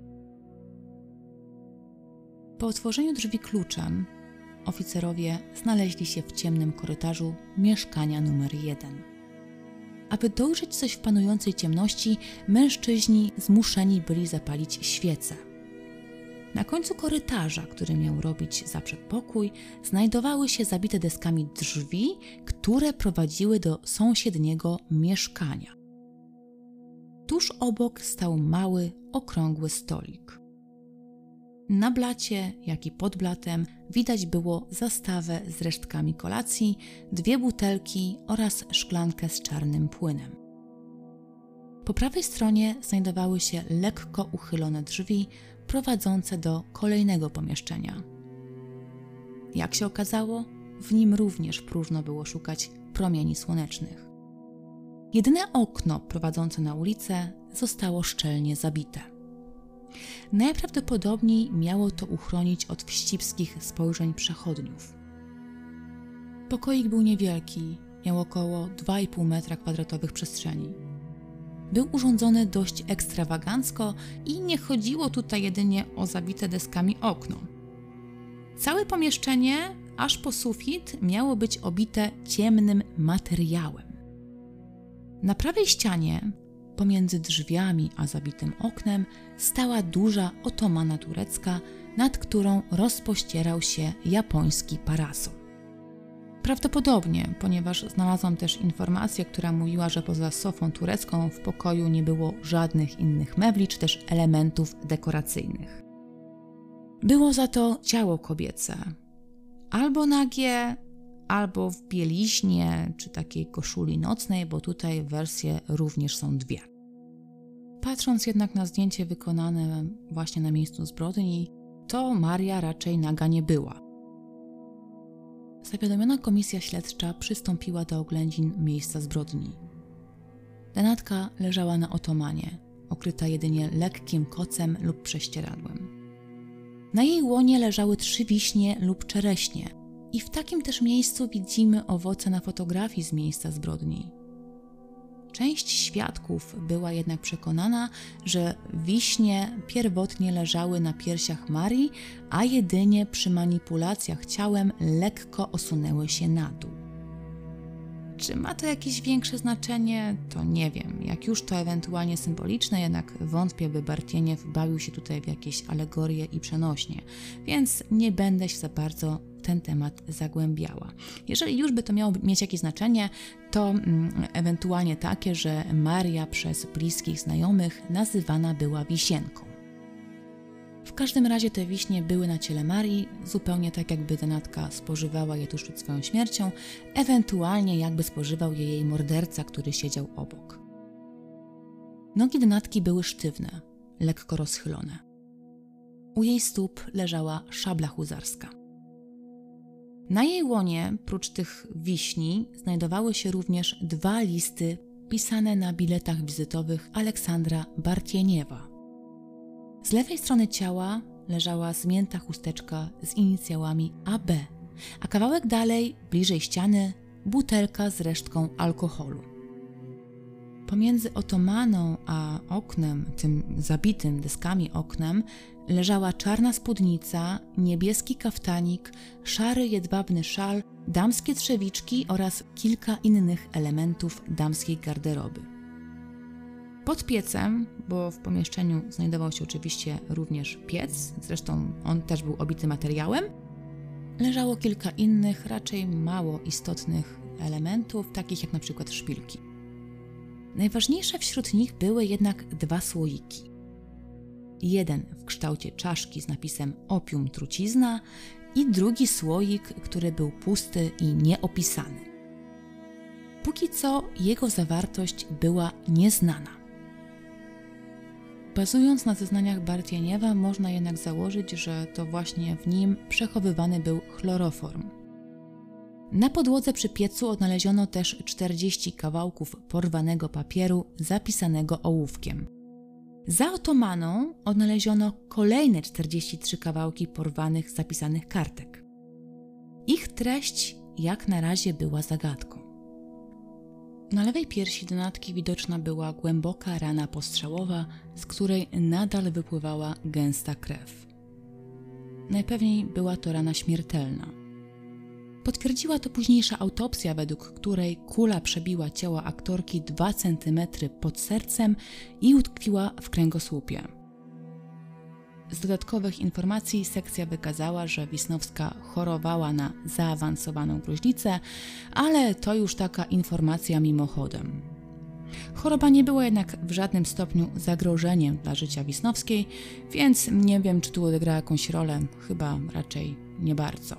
Po otworzeniu drzwi kluczem oficerowie znaleźli się w ciemnym korytarzu mieszkania numer 1. Aby dojrzeć coś w panującej ciemności, mężczyźni zmuszeni byli zapalić świece. Na końcu korytarza, który miał robić za przedpokój, znajdowały się zabite deskami drzwi, które prowadziły do sąsiedniego mieszkania. Tuż obok stał mały, okrągły stolik. Na blacie, jak i pod blatem widać było zastawę z resztkami kolacji, 2 butelki oraz szklankę z czarnym płynem. Po prawej stronie znajdowały się lekko uchylone drzwi prowadzące do kolejnego pomieszczenia. Jak się okazało, w nim również próżno było szukać promieni słonecznych. Jedyne okno prowadzące na ulicę zostało szczelnie zabite. Najprawdopodobniej miało to uchronić od wścibskich spojrzeń przechodniów. Pokoik był niewielki, miał około 2,5 m² przestrzeni. Był urządzony dość ekstrawagancko i nie chodziło tutaj jedynie o zabite deskami okno. Całe pomieszczenie, aż po sufit, miało być obite ciemnym materiałem. Na prawej ścianie, pomiędzy drzwiami a zabitym oknem, stała duża otomana turecka, nad którą rozpościerał się japoński parasol. Prawdopodobnie, ponieważ znalazłam też informację, która mówiła, że poza sofą turecką w pokoju nie było żadnych innych mebli czy też elementów dekoracyjnych. Było za to ciało kobiece, albo nagie, albo w bieliźnie czy takiej koszuli nocnej, bo tutaj wersje również są 2. Patrząc jednak na zdjęcie wykonane właśnie na miejscu zbrodni, to Maria raczej naga nie była. Zawiadomiona komisja śledcza przystąpiła do oględzin miejsca zbrodni. Denatka leżała na otomanie, okryta jedynie lekkim kocem lub prześcieradłem. Na jej łonie leżały 3 wiśnie lub czereśnie i w takim też miejscu widzimy owoce na fotografii z miejsca zbrodni. Część świadków była jednak przekonana, że wiśnie pierwotnie leżały na piersiach Marii, a jedynie przy manipulacjach ciałem lekko osunęły się na dół. Czy ma to jakieś większe znaczenie? To nie wiem. Jak już to ewentualnie symboliczne, jednak wątpię, by Bartieniew bawił się tutaj w jakieś alegorie i przenośnie, więc nie będę się za bardzo ten temat zagłębiała. Jeżeli już by to miało mieć jakieś znaczenie, to ewentualnie takie, że Maria przez bliskich znajomych nazywana była wisienką. W każdym razie te wiśnie były na ciele Marii, zupełnie tak jakby Denatka spożywała je tuż przed swoją śmiercią, ewentualnie jakby spożywał je jej morderca, który siedział obok. Nogi Denatki były sztywne, lekko rozchylone. U jej stóp leżała szabla huzarska. Na jej łonie, prócz tych wiśni, znajdowały się również 2 listy pisane na biletach wizytowych Aleksandra Bartieniewa. Z lewej strony ciała leżała zmięta chusteczka z inicjałami AB, a kawałek dalej, bliżej ściany, butelka z resztką alkoholu. Pomiędzy otomaną a oknem, tym zabitym deskami oknem, leżała czarna spódnica, niebieski kaftanik, szary jedwabny szal, damskie trzewiczki oraz kilka innych elementów damskiej garderoby. Pod piecem, bo w pomieszczeniu znajdował się oczywiście również piec, zresztą on też był obity materiałem, leżało kilka innych, raczej mało istotnych elementów, takich jak na przykład szpilki. Najważniejsze wśród nich były jednak 2 słoiki. Jeden w kształcie czaszki z napisem opium trucizna i drugi słoik, który był pusty i nieopisany. Póki co jego zawartość była nieznana. Bazując na zeznaniach Bartieniewa, można jednak założyć, że to właśnie w nim przechowywany był chloroform. Na podłodze przy piecu odnaleziono też 40 kawałków porwanego papieru zapisanego ołówkiem. Za otomaną odnaleziono kolejne 43 kawałki porwanych zapisanych kartek. Ich treść jak na razie była zagadką. Na lewej piersi Denatki widoczna była głęboka rana postrzałowa, z której nadal wypływała gęsta krew. Najpewniej była to rana śmiertelna. Potwierdziła to późniejsza autopsja, według której kula przebiła ciało aktorki 2 cm pod sercem i utkwiła w kręgosłupie. Z dodatkowych informacji sekcja wykazała, że Wisnowska chorowała na zaawansowaną gruźlicę, ale to już taka informacja mimochodem. Choroba nie była jednak w żadnym stopniu zagrożeniem dla życia Wisnowskiej, więc nie wiem, czy tu odegrała jakąś rolę, chyba raczej nie bardzo.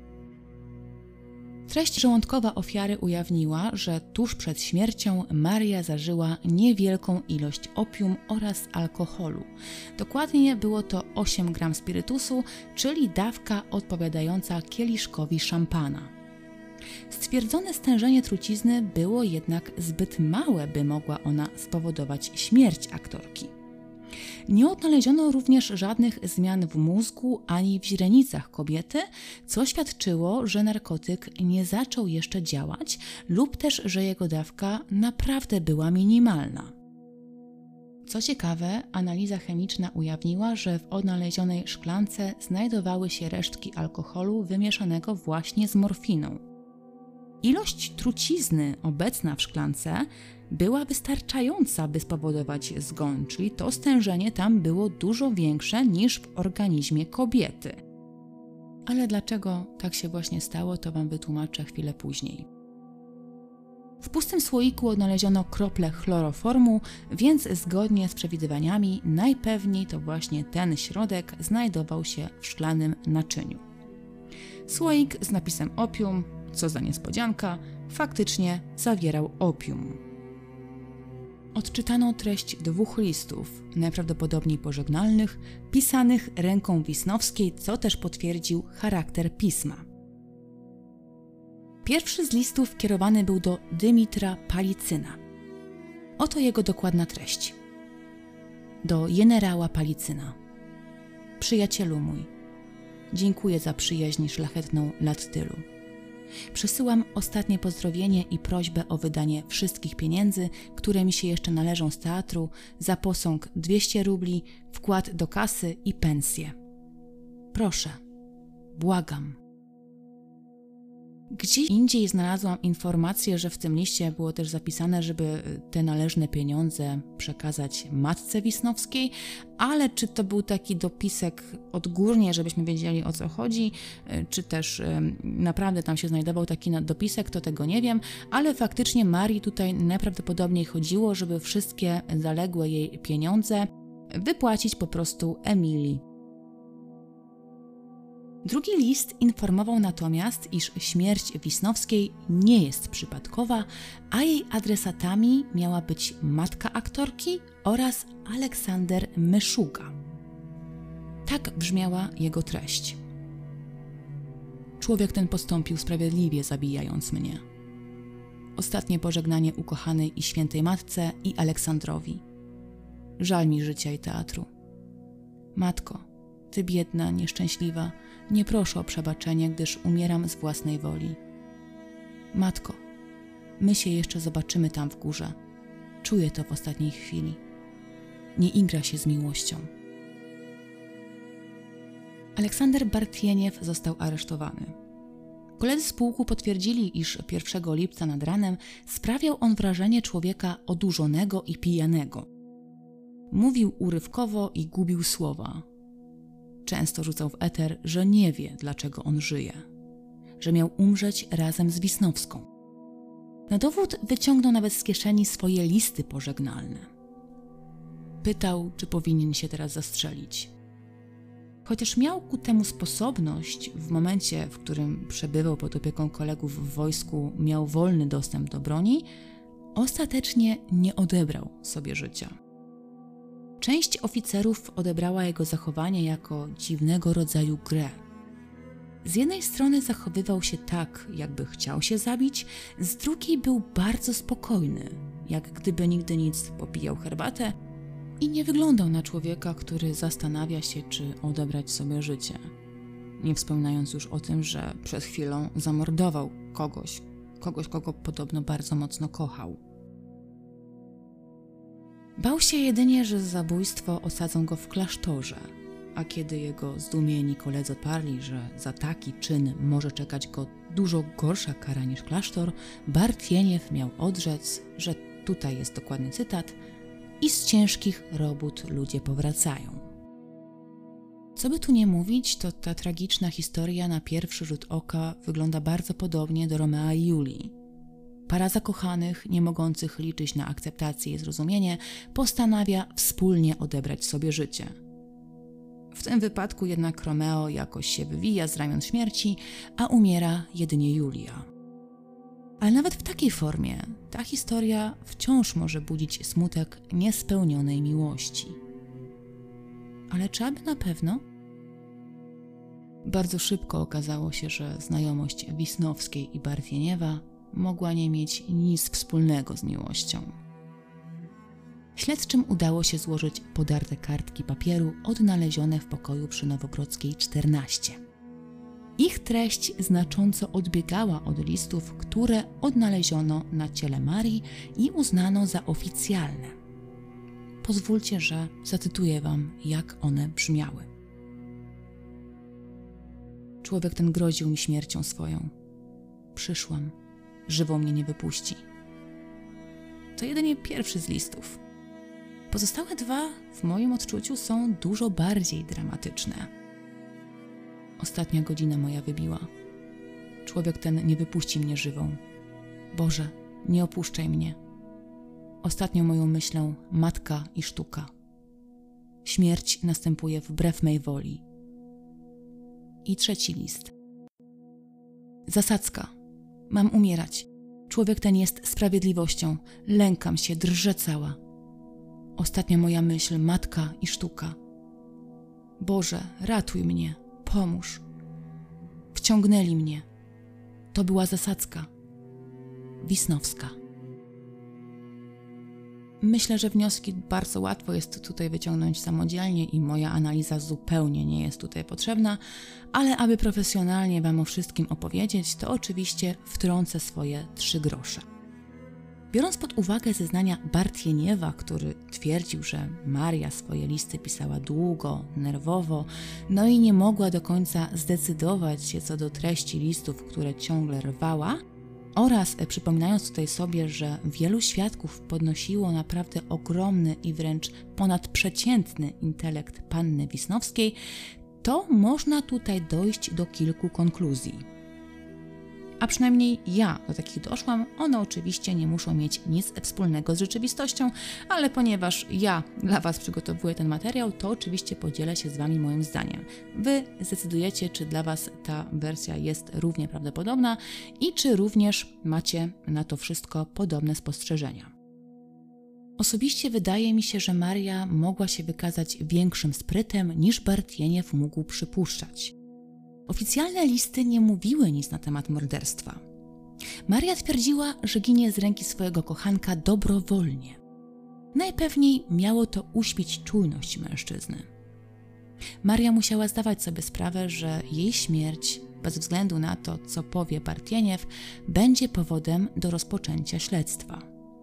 Treść żołądkowa ofiary ujawniła, że tuż przed śmiercią Maria zażyła niewielką ilość opium oraz alkoholu. Dokładnie było to 8 gram spirytusu, czyli dawka odpowiadająca kieliszkowi szampana. Stwierdzone stężenie trucizny było jednak zbyt małe, by mogła ona spowodować śmierć aktorki. Nie odnaleziono również żadnych zmian w mózgu ani w źrenicach kobiety, co świadczyło, że narkotyk nie zaczął jeszcze działać lub też, że jego dawka naprawdę była minimalna. Co ciekawe, analiza chemiczna ujawniła, że w odnalezionej szklance znajdowały się resztki alkoholu wymieszanego właśnie z morfiną. Ilość trucizny obecna w szklance była wystarczająca, by spowodować zgon, czyli to stężenie tam było dużo większe niż w organizmie kobiety. Ale dlaczego tak się właśnie stało, to Wam wytłumaczę chwilę później. W pustym słoiku odnaleziono krople chloroformu, więc zgodnie z przewidywaniami najpewniej to właśnie ten środek znajdował się w szklanym naczyniu. Słoik z napisem opium, co za niespodzianka, faktycznie zawierał opium. Odczytano treść 2 listów, najprawdopodobniej pożegnalnych, pisanych ręką Wisnowskiej, co też potwierdził charakter pisma. Pierwszy z listów kierowany był do Dymitra Palicyna. Oto jego dokładna treść. Do generała Palicyna. Przyjacielu mój, dziękuję za przyjaźń szlachetną lat tylu. Przesyłam ostatnie pozdrowienie i prośbę o wydanie wszystkich pieniędzy, które mi się jeszcze należą z teatru, za posąg 200 rubli, wkład do kasy i pensję. Proszę, błagam. Gdzieś indziej znalazłam informację, że w tym liście było też zapisane, żeby te należne pieniądze przekazać matce Wisnowskiej, ale czy to był taki dopisek odgórnie, żebyśmy wiedzieli, o co chodzi, czy też naprawdę tam się znajdował taki dopisek, to tego nie wiem, ale faktycznie Marii tutaj najprawdopodobniej chodziło, żeby wszystkie zaległe jej pieniądze wypłacić po prostu Emilii. Drugi list informował natomiast, iż śmierć Wisnowskiej nie jest przypadkowa, a jej adresatami miała być matka aktorki oraz Aleksander Myszuga. Tak brzmiała jego treść. Człowiek ten postąpił sprawiedliwie, zabijając mnie. Ostatnie pożegnanie ukochanej i świętej matce i Aleksandrowi. Żal mi życia i teatru. Matko, ty biedna, nieszczęśliwa, nie proszę o przebaczenie, gdyż umieram z własnej woli. Matko, my się jeszcze zobaczymy tam w górze. Czuję to w ostatniej chwili. Nie igra się z miłością. Aleksander Bartieniew został aresztowany. Koledzy z pułku potwierdzili, iż 1 lipca nad ranem sprawiał on wrażenie człowieka odurzonego i pijanego. Mówił urywkowo i gubił słowa. Często rzucał w eter, że nie wie, dlaczego on żyje, że miał umrzeć razem z Wisnowską. Na dowód wyciągnął nawet z kieszeni swoje listy pożegnalne. Pytał, czy powinien się teraz zastrzelić. Chociaż miał ku temu sposobność, w momencie, w którym przebywał pod opieką kolegów w wojsku, miał wolny dostęp do broni, ostatecznie nie odebrał sobie życia. Część oficerów odebrała jego zachowanie jako dziwnego rodzaju grę. Z jednej strony zachowywał się tak, jakby chciał się zabić, z drugiej był bardzo spokojny, jak gdyby nigdy nic, popijał herbatę i nie wyglądał na człowieka, który zastanawia się, czy odebrać sobie życie. Nie wspominając już o tym, że przed chwilą zamordował kogoś, kogo podobno bardzo mocno kochał. Bał się jedynie, że za zabójstwo osadzą go w klasztorze, a kiedy jego zdumieni koledzy odparli, że za taki czyn może czekać go dużo gorsza kara niż klasztor, Bartieniew miał odrzec, że tutaj jest dokładny cytat, i z ciężkich robót ludzie powracają. Co by tu nie mówić, to ta tragiczna historia na pierwszy rzut oka wygląda bardzo podobnie do Romea i Julii. Para zakochanych, nie mogących liczyć na akceptację i zrozumienie, postanawia wspólnie odebrać sobie życie. W tym wypadku jednak Romeo jakoś się wywija z ramion śmierci, a umiera jedynie Julia. Ale nawet w takiej formie ta historia wciąż może budzić smutek niespełnionej miłości. Ale czy aby na pewno? Bardzo szybko okazało się, że znajomość Wisnowskiej i Bartieniewa mogła nie mieć nic wspólnego z miłością. Śledczym udało się złożyć podarte kartki papieru odnalezione w pokoju przy Nowogrodzkiej 14. Ich treść znacząco odbiegała od listów, które odnaleziono na ciele Marii i uznano za oficjalne. Pozwólcie, że zacytuję wam, jak one brzmiały. Człowiek ten groził mi śmiercią swoją. Przyszłam, żywą mnie nie wypuści. To jedynie pierwszy z listów. Pozostałe dwa, w moim odczuciu, są dużo bardziej dramatyczne. Ostatnia godzina moja wybiła. Człowiek ten nie wypuści mnie żywą. Boże, nie opuszczaj mnie. Ostatnią moją myślą matka i sztuka. Śmierć następuje wbrew mej woli. I trzeci list. Zasadzka. Mam umierać. Człowiek ten jest sprawiedliwością. Lękam się, drżę cała. ostatnia moja myśl, matka i sztuka. Boże, ratuj mnie, pomóż. Wciągnęli mnie. To była zasadzka. Wisnowska. Myślę, że wnioski bardzo łatwo jest tutaj wyciągnąć samodzielnie i moja analiza zupełnie nie jest tutaj potrzebna, ale aby profesjonalnie Wam o wszystkim opowiedzieć, to oczywiście wtrącę swoje 3 grosze. Biorąc pod uwagę zeznania Bartieniewa, który twierdził, że Maria swoje listy pisała długo, nerwowo, no i nie mogła do końca zdecydować się co do treści listów, które ciągle rwała, oraz przypominając tutaj sobie, że wielu świadków podnosiło naprawdę ogromny i wręcz ponadprzeciętny intelekt panny Wisnowskiej, to można tutaj dojść do kilku konkluzji. A przynajmniej ja do takich doszłam. One oczywiście nie muszą mieć nic wspólnego z rzeczywistością, ale ponieważ ja dla Was przygotowuję ten materiał, to oczywiście podzielę się z Wami moim zdaniem. Wy zdecydujecie, czy dla Was ta wersja jest równie prawdopodobna i czy również macie na to wszystko podobne spostrzeżenia. Osobiście wydaje mi się, że Maria mogła się wykazać większym sprytem niż Bartieniew mógł przypuszczać. Oficjalne listy nie mówiły nic na temat morderstwa. Maria twierdziła, że ginie z ręki swojego kochanka dobrowolnie. Najpewniej miało to uśpić czujność mężczyzny. Maria musiała zdawać sobie sprawę, że jej śmierć, bez względu na to, co powie Bartieniew, będzie powodem do rozpoczęcia śledztwa.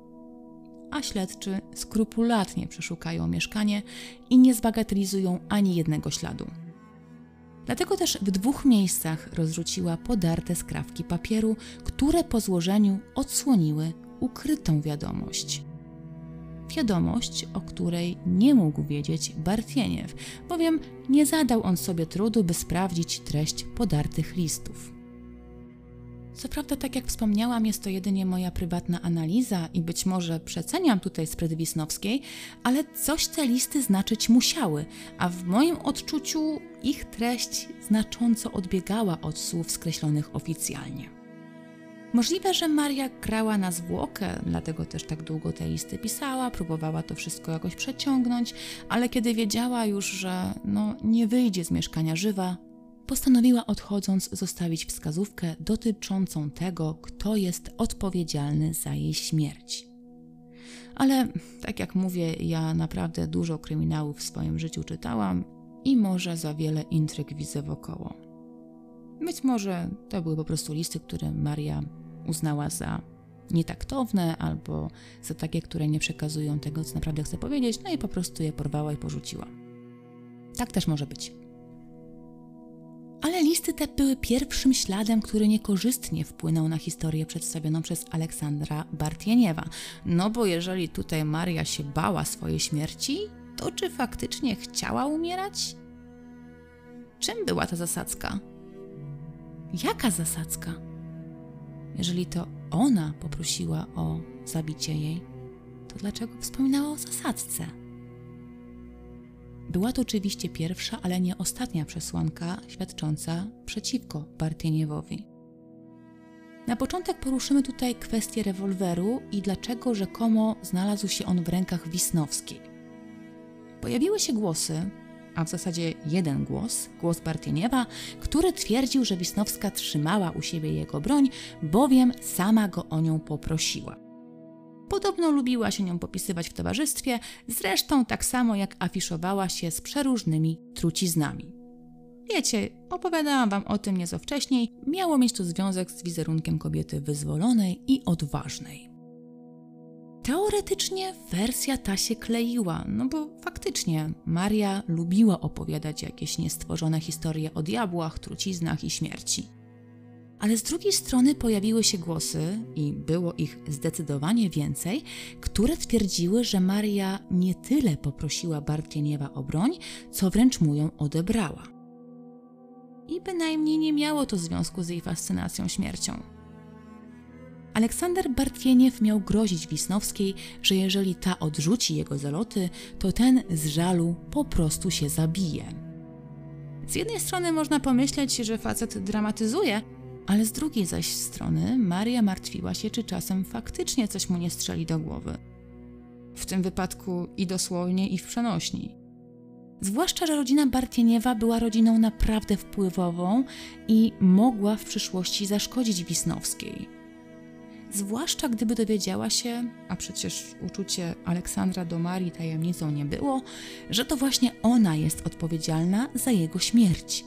A śledczy skrupulatnie przeszukają mieszkanie i nie zbagatelizują ani jednego śladu. Dlatego też w 2 miejscach rozrzuciła podarte skrawki papieru, które po złożeniu odsłoniły ukrytą wiadomość. Wiadomość, o której nie mógł wiedzieć Bartieniew, bowiem nie zadał on sobie trudu, by sprawdzić treść podartych listów. Co prawda, tak jak wspomniałam, jest to jedynie moja prywatna analiza i być może przeceniam tutaj spryt Wisnowskiej, ale coś te listy znaczyć musiały, a w moim odczuciu ich treść znacząco odbiegała od słów skreślonych oficjalnie. Możliwe, że Maria grała na zwłokę, dlatego też tak długo te listy pisała, próbowała to wszystko jakoś przeciągnąć, ale kiedy wiedziała już, że nie wyjdzie z mieszkania żywa, postanowiła odchodząc zostawić wskazówkę dotyczącą tego, kto jest odpowiedzialny za jej śmierć. Ale tak jak mówię, ja naprawdę dużo kryminałów w swoim życiu czytałam i może za wiele intryg widzę wokoło. Być może to były po prostu listy, które Maria uznała za nietaktowne albo za takie, które nie przekazują tego, co naprawdę chce powiedzieć, no i po prostu je porwała i porzuciła. Tak też może być. Ale listy te były pierwszym śladem, który niekorzystnie wpłynął na historię przedstawioną przez Aleksandra Bartieniewa. No bo jeżeli tutaj Maria się bała swojej śmierci, to czy faktycznie chciała umierać? Czym była ta zasadzka? Jaka zasadzka? Jeżeli to ona poprosiła o zabicie jej, to dlaczego wspominała o zasadzce? Była to oczywiście pierwsza, ale nie ostatnia przesłanka świadcząca przeciwko Bartieniewowi. Na początek poruszymy tutaj kwestię rewolweru i dlaczego rzekomo znalazł się on w rękach Wisnowskiej. Pojawiły się głosy, a w zasadzie jeden głos Bartieniewa, który twierdził, że Wisnowska trzymała u siebie jego broń, bowiem sama go o nią poprosiła. Podobno lubiła się nią popisywać w towarzystwie, zresztą tak samo jak afiszowała się z przeróżnymi truciznami. Wiecie, opowiadałam Wam o tym nieco wcześniej, miało mieć to związek z wizerunkiem kobiety wyzwolonej i odważnej. Teoretycznie wersja ta się kleiła, no bo faktycznie Maria lubiła opowiadać jakieś niestworzone historie o diabłach, truciznach i śmierci. Ale z drugiej strony pojawiły się głosy, i było ich zdecydowanie więcej, które twierdziły, że Maria nie tyle poprosiła Bartieniewa o broń, co wręcz mu ją odebrała. I bynajmniej nie miało to związku z jej fascynacją śmiercią. Aleksander Bartieniew miał grozić Wisnowskiej, że jeżeli ta odrzuci jego zaloty, to ten z żalu po prostu się zabije. Z jednej strony można pomyśleć, że facet dramatyzuje, ale z drugiej zaś strony Maria martwiła się, czy czasem faktycznie coś mu nie strzeli do głowy. W tym wypadku i dosłownie, i w przenośni. Zwłaszcza, że rodzina Bartieniewa była rodziną naprawdę wpływową i mogła w przyszłości zaszkodzić Wisnowskiej. Zwłaszcza gdyby dowiedziała się, a przecież uczucie Aleksandra do Marii tajemnicą nie było, że to właśnie ona jest odpowiedzialna za jego śmierć.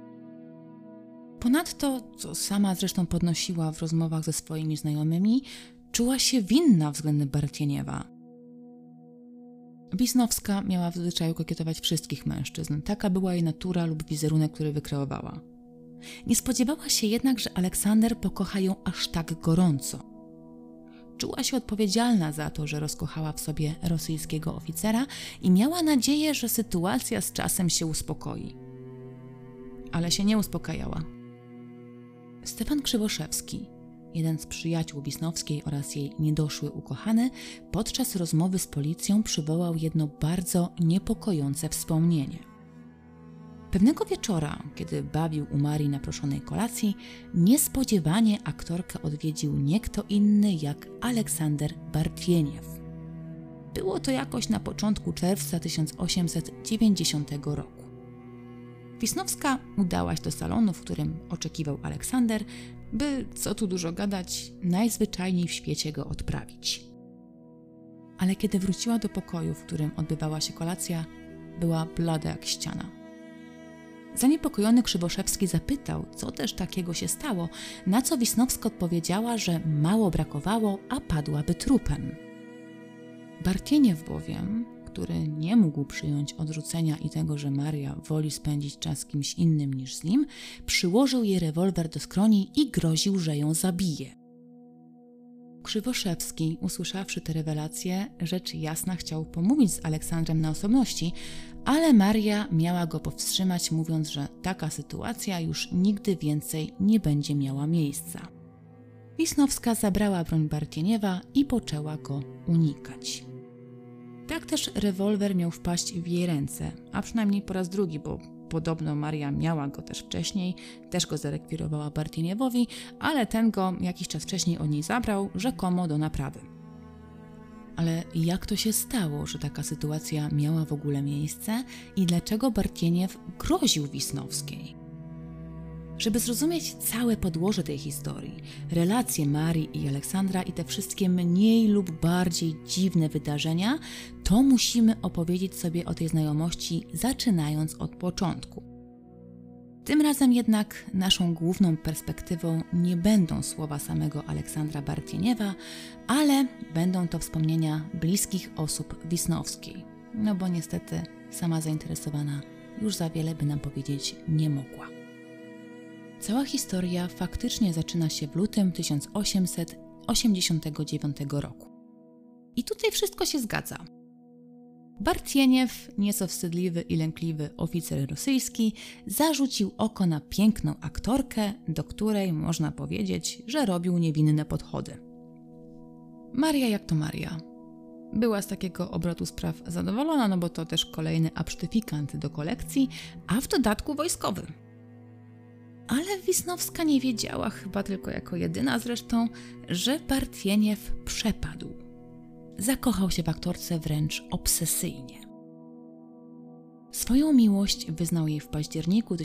Ponadto, co sama zresztą podnosiła w rozmowach ze swoimi znajomymi, czuła się winna względem Bartieniewa. Wisnowska miała w zwyczaju kokietować wszystkich mężczyzn. Taka była jej natura lub wizerunek, który wykreowała. Nie spodziewała się jednak, że Aleksander pokocha ją aż tak gorąco. Czuła się odpowiedzialna za to, że rozkochała w sobie rosyjskiego oficera i miała nadzieję, że sytuacja z czasem się uspokoi. Ale się nie uspokajała. Stefan Krzywoszewski, jeden z przyjaciół Wisnowskiej oraz jej niedoszły ukochany, podczas rozmowy z policją przywołał jedno bardzo niepokojące wspomnienie. Pewnego wieczora, kiedy bawił u Marii na proszonej kolacji, niespodziewanie aktorkę odwiedził nie kto inny jak Aleksander Bartieniew. Było to jakoś na początku czerwca 1890 roku. Wisnowska udała się do salonu, w którym oczekiwał Aleksander, by, co tu dużo gadać, najzwyczajniej w świecie go odprawić. Ale kiedy wróciła do pokoju, w którym odbywała się kolacja, była blada jak ściana. Zaniepokojony Krzywoszewski zapytał, co też takiego się stało, na co Wisnowska odpowiedziała, że mało brakowało, a padłaby trupem. Bartieniew bowiem, który nie mógł przyjąć odrzucenia i tego, że Maria woli spędzić czas z kimś innym niż z nim, przyłożył jej rewolwer do skroni i groził, że ją zabije. Krzywoszewski, usłyszawszy te rewelacje, rzecz jasna chciał pomówić z Aleksandrem na osobności, ale Maria miała go powstrzymać, mówiąc, że taka sytuacja już nigdy więcej nie będzie miała miejsca. Wisnowska zabrała broń Bartieniewa i poczęła go unikać. Tak też rewolwer miał wpaść w jej ręce, a przynajmniej po raz drugi, bo podobno Maria miała go też wcześniej, też go zarekwirowała Bartieniewowi, ale ten go jakiś czas wcześniej od niej zabrał, rzekomo do naprawy. Ale jak to się stało, że taka sytuacja miała w ogóle miejsce i dlaczego Bartieniew groził Wisnowskiej? Żeby zrozumieć całe podłoże tej historii, relacje Marii i Aleksandra i te wszystkie mniej lub bardziej dziwne wydarzenia, to musimy opowiedzieć sobie o tej znajomości, zaczynając od początku. Tym razem jednak naszą główną perspektywą nie będą słowa samego Aleksandra Bartieniewa, ale będą to wspomnienia bliskich osób Wisnowskiej, no bo niestety sama zainteresowana już za wiele by nam powiedzieć nie mogła. Cała historia faktycznie zaczyna się w lutym 1889 roku. I tutaj wszystko się zgadza. Bartieniew, nieco wstydliwy i lękliwy oficer rosyjski, zarzucił oko na piękną aktorkę, do której można powiedzieć, że robił niewinne podchody. Maria jak to Maria. Była z takiego obrotu spraw zadowolona, no bo to też kolejny absztyfikant do kolekcji, a w dodatku wojskowy. Ale Wisnowska nie wiedziała, chyba tylko jako jedyna zresztą, że Bartieniew przepadł. Zakochał się w aktorce wręcz obsesyjnie. Swoją miłość wyznał jej w październiku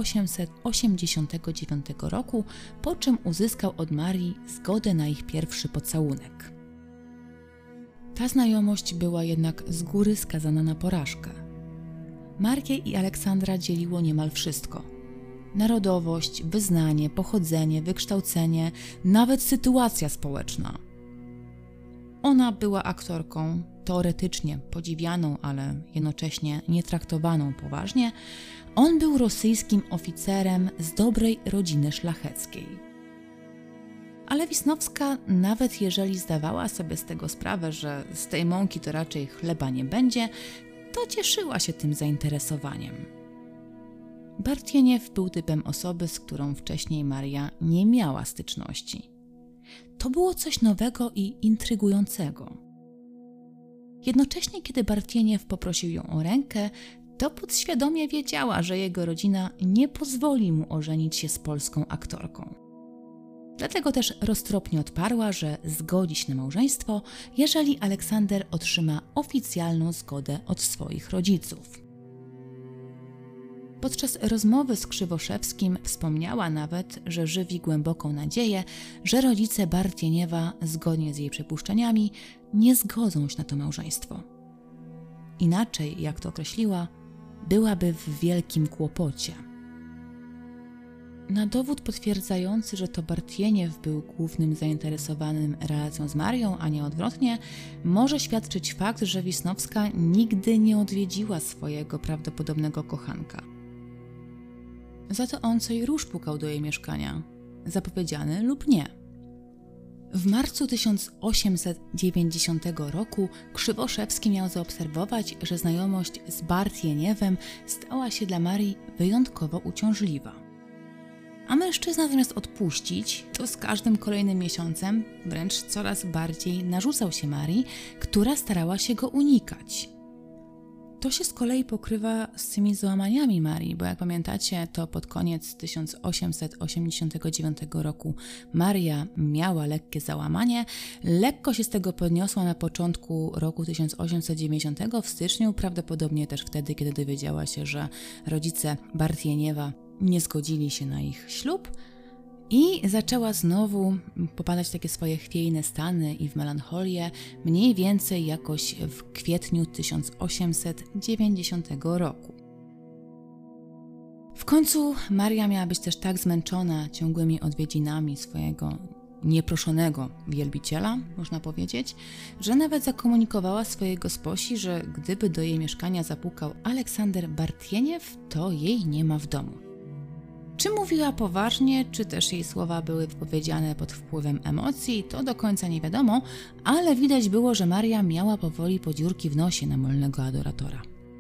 1889 roku, po czym uzyskał od Marii zgodę na ich pierwszy pocałunek. Ta znajomość była jednak z góry skazana na porażkę. Marię i Aleksandra dzieliło niemal wszystko. Narodowość, wyznanie, pochodzenie, wykształcenie, nawet sytuacja społeczna. Ona była aktorką, teoretycznie podziwianą, ale jednocześnie nietraktowaną poważnie. On był rosyjskim oficerem z dobrej rodziny szlacheckiej. Ale Wisnowska, nawet jeżeli zdawała sobie z tego sprawę, że z tej mąki to raczej chleba nie będzie, to cieszyła się tym zainteresowaniem. Bartieniew był typem osoby, z którą wcześniej Maria nie miała styczności. To było coś nowego i intrygującego. Jednocześnie, kiedy Bartieniew poprosił ją o rękę, to podświadomie wiedziała, że jego rodzina nie pozwoli mu ożenić się z polską aktorką. Dlatego też roztropnie odparła, że zgodzi się na małżeństwo, jeżeli Aleksander otrzyma oficjalną zgodę od swoich rodziców. Podczas rozmowy z Krzywoszewskim wspomniała nawet, że żywi głęboką nadzieję, że rodzice Bartieniewa, zgodnie z jej przypuszczeniami, nie zgodzą się na to małżeństwo. Inaczej, jak to określiła, byłaby w wielkim kłopocie. Na dowód potwierdzający, że to Bartieniew był głównym zainteresowanym relacją z Marią, a nie odwrotnie, może świadczyć fakt, że Wisnowska nigdy nie odwiedziła swojego prawdopodobnego kochanka. Za to on co i róż pukał do jej mieszkania, zapowiedziany lub nie. W marcu 1890 roku Krzywoszewski miał zaobserwować, że znajomość z Bartieniewem stała się dla Marii wyjątkowo uciążliwa. A mężczyzna zamiast odpuścić, to z każdym kolejnym miesiącem wręcz coraz bardziej narzucał się Marii, która starała się go unikać. To się z kolei pokrywa z tymi załamaniami Marii, bo jak pamiętacie, to pod koniec 1889 roku Maria miała lekkie załamanie, lekko się z tego podniosła na początku roku 1890, w styczniu, prawdopodobnie też wtedy, kiedy dowiedziała się, że rodzice Bartieniewa nie zgodzili się na ich ślub i zaczęła znowu popadać w takie swoje chwiejne stany i w melancholię, mniej więcej jakoś w kwietniu 1890 roku. W końcu Maria miała być też tak zmęczona ciągłymi odwiedzinami swojego nieproszonego wielbiciela, można powiedzieć, że nawet zakomunikowała swojej gosposi, że gdyby do jej mieszkania zapukał Aleksander Bartieniew, to jej nie ma w domu. Czy mówiła poważnie, czy też jej słowa były wypowiedziane pod wpływem emocji, to do końca nie wiadomo, ale widać było, że Maria miała powoli podziurki w nosie namolnego adoratora.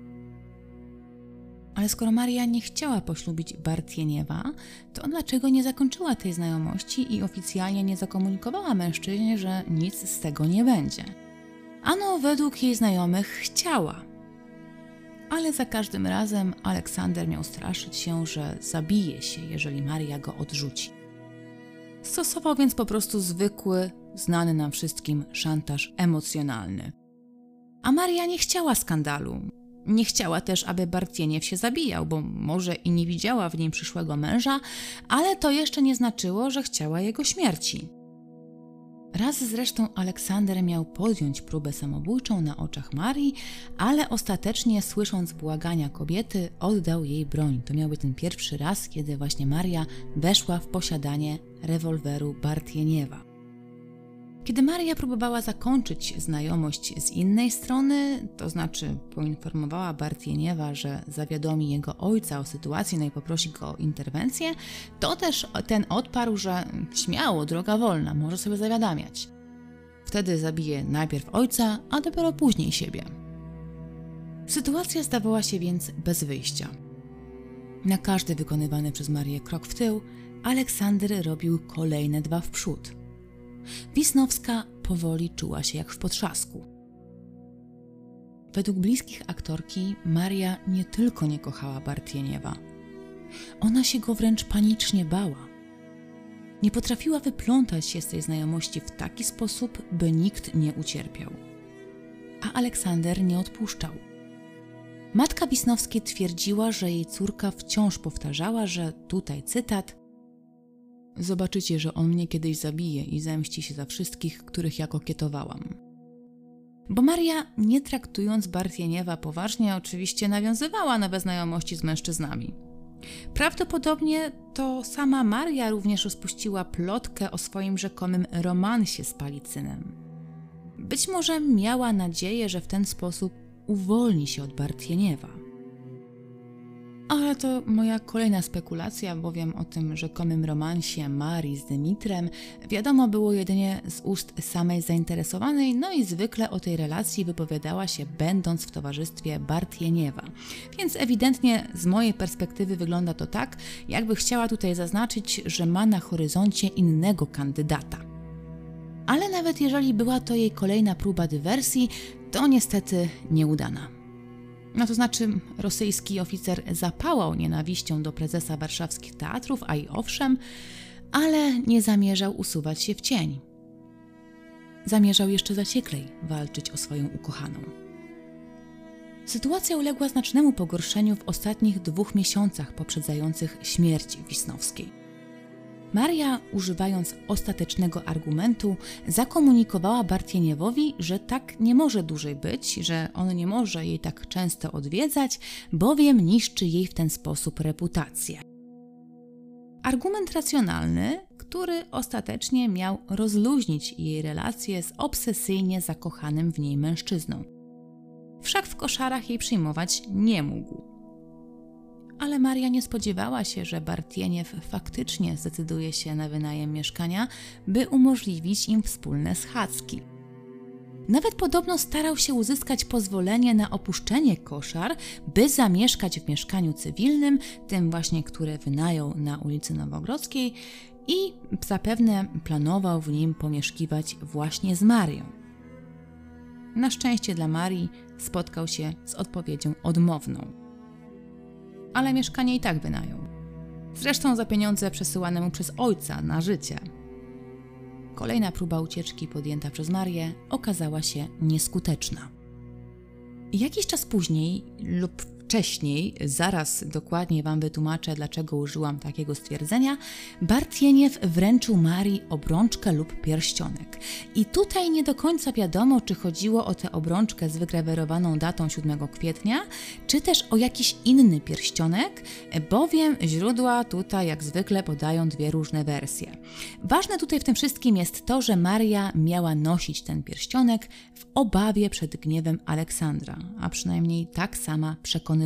Ale skoro Maria nie chciała poślubić Bartieniewa, to dlaczego nie zakończyła tej znajomości i oficjalnie nie zakomunikowała mężczyźnie, że nic z tego nie będzie? Ano, według jej znajomych chciała. Ale za każdym razem Aleksander miał straszyć się, że zabije się, jeżeli Maria go odrzuci. Stosował więc po prostu zwykły, znany nam wszystkim szantaż emocjonalny. A Maria nie chciała skandalu. Nie chciała też, aby Bartieniew się zabijał, bo może i nie widziała w nim przyszłego męża, ale to jeszcze nie znaczyło, że chciała jego śmierci. Raz zresztą Aleksander miał podjąć próbę samobójczą na oczach Marii, ale ostatecznie, słysząc błagania kobiety, oddał jej broń. To miał być ten pierwszy raz, kiedy właśnie Maria weszła w posiadanie rewolweru Bartieniewa. Kiedy Maria próbowała zakończyć znajomość z innej strony, to znaczy poinformowała Bartieniewa, że zawiadomi jego ojca o sytuacji, no i poprosi go o interwencję, to też ten odparł, że śmiało, droga wolna, może sobie zawiadamiać. Wtedy zabije najpierw ojca, a dopiero później siebie. Sytuacja zdawała się więc bez wyjścia. Na każdy wykonywany przez Marię krok w tył, Aleksander robił kolejne 2 w przód. Wisnowska powoli czuła się jak w potrzasku. Według bliskich aktorki Maria nie tylko nie kochała Bartieniewa. Ona się go wręcz panicznie bała. Nie potrafiła wyplątać się z tej znajomości w taki sposób, by nikt nie ucierpiał. A Aleksander nie odpuszczał. Matka Wisnowskiej twierdziła, że jej córka wciąż powtarzała, że tutaj cytat: zobaczycie, że on mnie kiedyś zabije i zemści się za wszystkich, których ja kokietowałam. Bo Maria, nie traktując Bartieniewa poważnie, oczywiście nawiązywała nowe znajomości z mężczyznami. Prawdopodobnie to sama Maria również rozpuściła plotkę o swoim rzekomym romansie z Palicynem. Być może miała nadzieję, że w ten sposób uwolni się od Bartieniewa. Ale to moja kolejna spekulacja, bowiem o tym rzekomym romansie Marii z Dymitrem wiadomo było jedynie z ust samej zainteresowanej, no i zwykle o tej relacji wypowiadała się będąc w towarzystwie Bartieniewa. Więc ewidentnie z mojej perspektywy wygląda to tak, jakby chciała tutaj zaznaczyć, że ma na horyzoncie innego kandydata. Ale nawet jeżeli była to jej kolejna próba dywersji, to niestety nieudana. No to znaczy, rosyjski oficer zapałał nienawiścią do prezesa warszawskich teatrów, a i owszem, ale nie zamierzał usuwać się w cień. Zamierzał jeszcze zacieklej walczyć o swoją ukochaną. Sytuacja uległa znacznemu pogorszeniu w ostatnich 2 miesiącach poprzedzających śmierć Wisnowskiej. Maria, używając ostatecznego argumentu, zakomunikowała Bartieniewowi, że tak nie może dłużej być, że on nie może jej tak często odwiedzać, bowiem niszczy jej w ten sposób reputację. Argument racjonalny, który ostatecznie miał rozluźnić jej relacje z obsesyjnie zakochanym w niej mężczyzną. Wszak w koszarach jej przyjmować nie mógł. Ale Maria nie spodziewała się, że Bartieniew faktycznie zdecyduje się na wynajem mieszkania, by umożliwić im wspólne schadzki. Nawet podobno starał się uzyskać pozwolenie na opuszczenie koszar, by zamieszkać w mieszkaniu cywilnym, tym właśnie, które wynajął na ulicy Nowogrodzkiej, i zapewne planował w nim pomieszkiwać właśnie z Marią. Na szczęście dla Marii spotkał się z odpowiedzią odmowną. Ale mieszkanie i tak wynajął. Zresztą za pieniądze przesyłane mu przez ojca na życie. Kolejna próba ucieczki podjęta przez Marię okazała się nieskuteczna. Jakiś czas później lub wcześniej, zaraz dokładnie Wam wytłumaczę, dlaczego użyłam takiego stwierdzenia, Bartieniew wręczył Marii obrączkę lub pierścionek. I tutaj nie do końca wiadomo, czy chodziło o tę obrączkę z wygrawerowaną datą 7 kwietnia, czy też o jakiś inny pierścionek, bowiem źródła tutaj jak zwykle podają 2 różne wersje. Ważne tutaj w tym wszystkim jest to, że Maria miała nosić ten pierścionek w obawie przed gniewem Aleksandra, a przynajmniej tak sama przekonywała.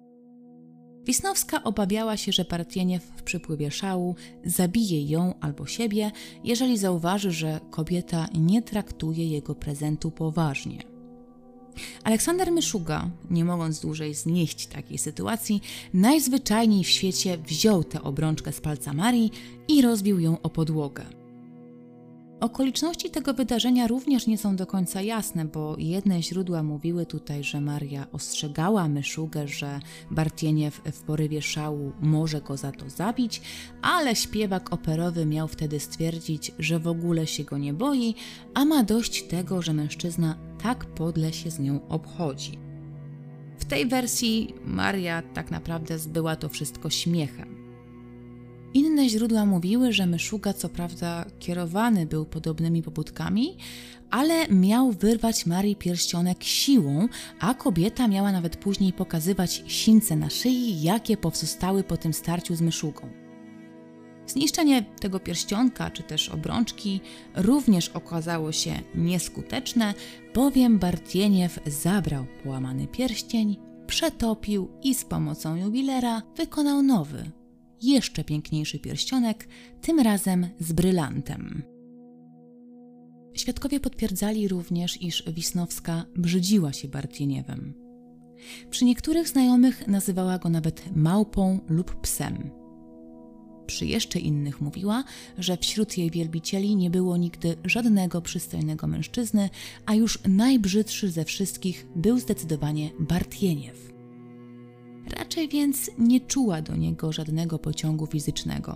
Wisnowska obawiała się, że Bartieniew w przypływie szału zabije ją albo siebie, jeżeli zauważy, że kobieta nie traktuje jego prezentu poważnie. Aleksander Myszuga, nie mogąc dłużej znieść takiej sytuacji, najzwyczajniej w świecie wziął tę obrączkę z palca Marii i rozbił ją o podłogę. Okoliczności tego wydarzenia również nie są do końca jasne, bo jedne źródła mówiły tutaj, że Maria ostrzegała Myszugę, że Bartieniew w porywie szału może go za to zabić, ale śpiewak operowy miał wtedy stwierdzić, że w ogóle się go nie boi, a ma dość tego, że mężczyzna tak podle się z nią obchodzi. W tej wersji Maria tak naprawdę zbyła to wszystko śmiechem. Inne źródła mówiły, że Myszuga co prawda kierowany był podobnymi pobudkami, ale miał wyrwać Marii pierścionek siłą, a kobieta miała nawet później pokazywać sińce na szyi, jakie powstały po tym starciu z Myszugą. Zniszczenie tego pierścionka czy też obrączki również okazało się nieskuteczne, bowiem Bartieniew zabrał połamany pierścień, przetopił i z pomocą jubilera wykonał nowy, jeszcze piękniejszy pierścionek, tym razem z brylantem. Świadkowie potwierdzali również, iż Wisnowska brzydziła się Bartieniewem. Przy niektórych znajomych nazywała go nawet małpą lub psem. Przy jeszcze innych mówiła, że wśród jej wielbicieli nie było nigdy żadnego przystojnego mężczyzny, a już najbrzydszy ze wszystkich był zdecydowanie Bartieniew. Raczej więc nie czuła do niego żadnego pociągu fizycznego.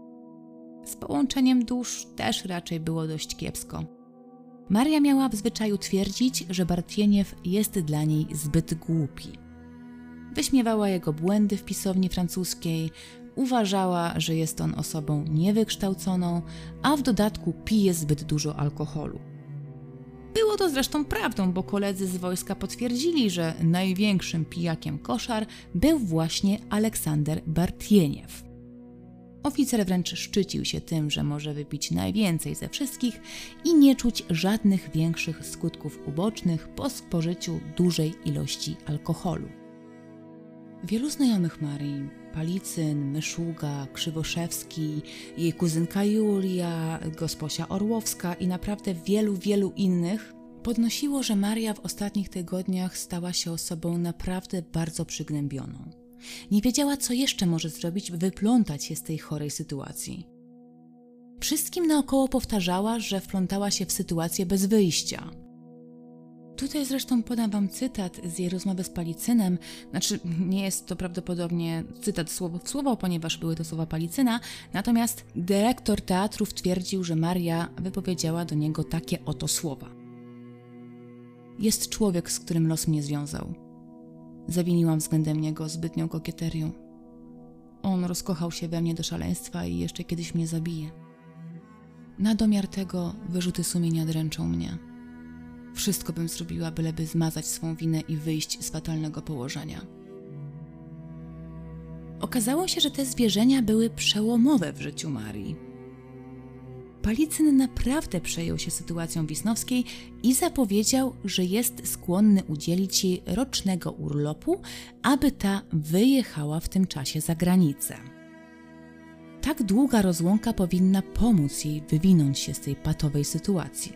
Z połączeniem dusz też raczej było dość kiepsko. Maria miała w zwyczaju twierdzić, że Bartieniew jest dla niej zbyt głupi. Wyśmiewała jego błędy w pisowni francuskiej, uważała, że jest on osobą niewykształconą, a w dodatku pije zbyt dużo alkoholu. Było to zresztą prawdą, bo koledzy z wojska potwierdzili, że największym pijakiem koszar był właśnie Aleksander Bartieniew. Oficer wręcz szczycił się tym, że może wypić najwięcej ze wszystkich i nie czuć żadnych większych skutków ubocznych po spożyciu dużej ilości alkoholu. Wielu znajomych Marii, Palicyn, Myszuga, Krzywoszewski, jej kuzynka Julia, gosposia Orłowska i naprawdę wielu innych podnosiło, że Maria w ostatnich tygodniach stała się osobą naprawdę bardzo przygnębioną. Nie wiedziała, co jeszcze może zrobić, by wyplątać się z tej chorej sytuacji. Wszystkim naokoło powtarzała, że wplątała się w sytuację bez wyjścia. Tutaj zresztą podam wam cytat z jej rozmowy z Palicynem. Znaczy, nie jest to prawdopodobnie cytat słowo w słowo, ponieważ były to słowa Palicyna, natomiast dyrektor teatrów twierdził, że Maria wypowiedziała do niego takie oto słowa. Jest człowiek, z którym los mnie związał. Zawiniłam względem niego zbytnią kokieterią. On rozkochał się we mnie do szaleństwa i jeszcze kiedyś mnie zabije. Na domiar tego wyrzuty sumienia dręczą mnie. Wszystko bym zrobiła, byleby zmazać swą winę i wyjść z fatalnego położenia. Okazało się, że te zwierzenia były przełomowe w życiu Marii. Palicyn naprawdę przejął się sytuacją Wisnowskiej i zapowiedział, że jest skłonny udzielić jej rocznego urlopu, aby ta wyjechała w tym czasie za granicę. Tak długa rozłąka powinna pomóc jej wywinąć się z tej patowej sytuacji.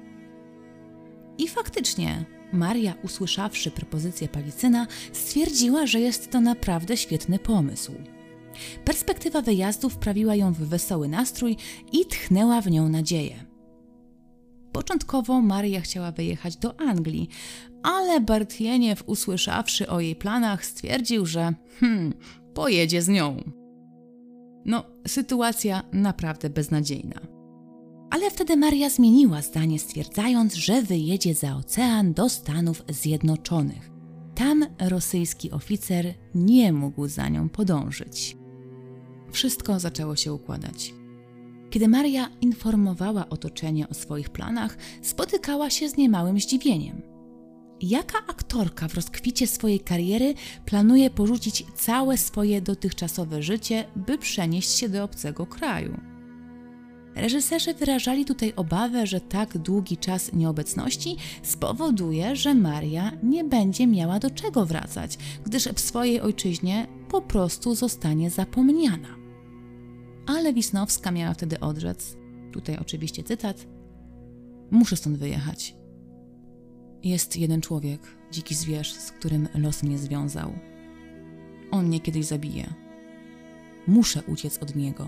I faktycznie Maria, usłyszawszy propozycję Palicyna, stwierdziła, że jest to naprawdę świetny pomysł. Perspektywa wyjazdu wprawiła ją w wesoły nastrój i tchnęła w nią nadzieję. Początkowo Maria chciała wyjechać do Anglii, ale Bartieniew, usłyszawszy o jej planach, stwierdził, że pojedzie z nią. No, sytuacja naprawdę beznadziejna. Ale wtedy Maria zmieniła zdanie, stwierdzając, że wyjedzie za ocean do Stanów Zjednoczonych. Tam rosyjski oficer nie mógł za nią podążyć. Wszystko zaczęło się układać. Kiedy Maria informowała otoczenie o swoich planach, spotykała się z niemałym zdziwieniem. Jaka aktorka w rozkwicie swojej kariery planuje porzucić całe swoje dotychczasowe życie, by przenieść się do obcego kraju? Reżyserzy wyrażali tutaj obawę, że tak długi czas nieobecności spowoduje, że Maria nie będzie miała do czego wracać, gdyż w swojej ojczyźnie po prostu zostanie zapomniana. Ale Wisnowska miała wtedy odrzec, tutaj oczywiście cytat: muszę stąd wyjechać. Jest jeden człowiek, dziki zwierz, z którym los mnie związał. On mnie kiedyś zabije. Muszę uciec od niego.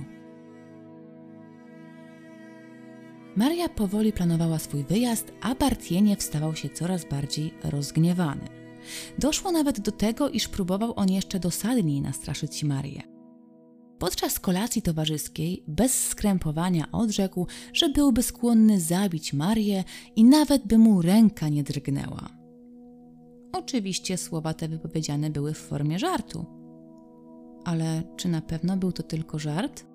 Maria powoli planowała swój wyjazd, a Bartieniew stawał się coraz bardziej rozgniewany. Doszło nawet do tego, iż próbował on jeszcze dosadniej nastraszyć Marię. Podczas kolacji towarzyskiej bez skrępowania odrzekł, że byłby skłonny zabić Marię i nawet by mu ręka nie drgnęła. Oczywiście słowa te wypowiedziane były w formie żartu. Ale czy na pewno był to tylko żart?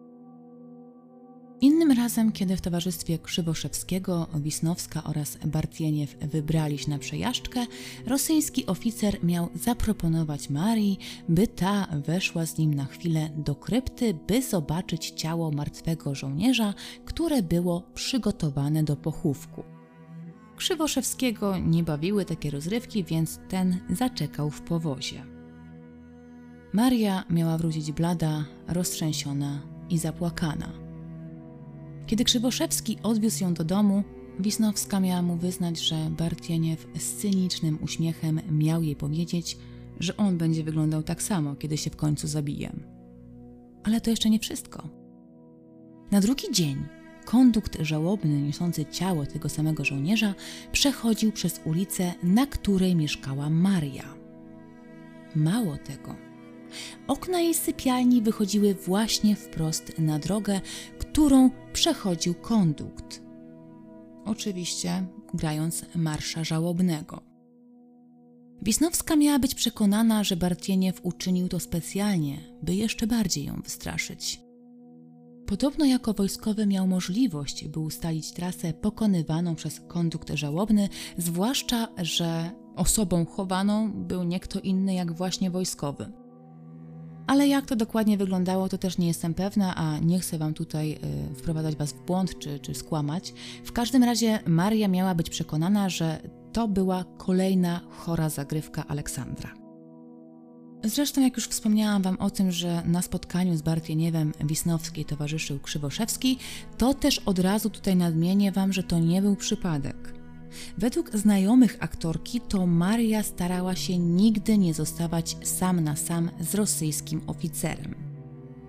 Innym razem, kiedy w towarzystwie Krzywoszewskiego, Wisnowska oraz Bartieniew wybrali się na przejażdżkę, rosyjski oficer miał zaproponować Marii, by ta weszła z nim na chwilę do krypty, by zobaczyć ciało martwego żołnierza, które było przygotowane do pochówku. Krzywoszewskiego nie bawiły takie rozrywki, więc ten zaczekał w powozie. Maria miała wrócić blada, roztrzęsiona i zapłakana. Kiedy Krzywoszewski odwiózł ją do domu, Wisnowska miała mu wyznać, że Bartieniew z cynicznym uśmiechem miał jej powiedzieć, że on będzie wyglądał tak samo, kiedy się w końcu zabije. Ale to jeszcze nie wszystko. Na drugi dzień kondukt żałobny niosący ciało tego samego żołnierza przechodził przez ulicę, na której mieszkała Maria. Mało tego, okna jej sypialni wychodziły właśnie wprost na drogę, którą przechodził kondukt. Oczywiście grając marsza żałobnego. Wisnowska miała być przekonana, że Bartieniew uczynił to specjalnie, by jeszcze bardziej ją wystraszyć. Podobno jako wojskowy miał możliwość, by ustalić trasę pokonywaną przez kondukt żałobny, zwłaszcza, że osobą chowaną był nie kto inny jak właśnie wojskowy. Ale jak to dokładnie wyglądało, to też nie jestem pewna, a nie chcę wam tutaj wprowadzać was w błąd czy skłamać. W każdym razie Maria miała być przekonana, że to była kolejna chora zagrywka Aleksandra. Zresztą jak już wspomniałam wam o tym, że na spotkaniu z Bartieniewem Wisnowskiej towarzyszył Krzywoszewski, to też od razu tutaj nadmienię wam, że to nie był przypadek. Według znajomych aktorki to Maria starała się nigdy nie zostawać sam na sam z rosyjskim oficerem.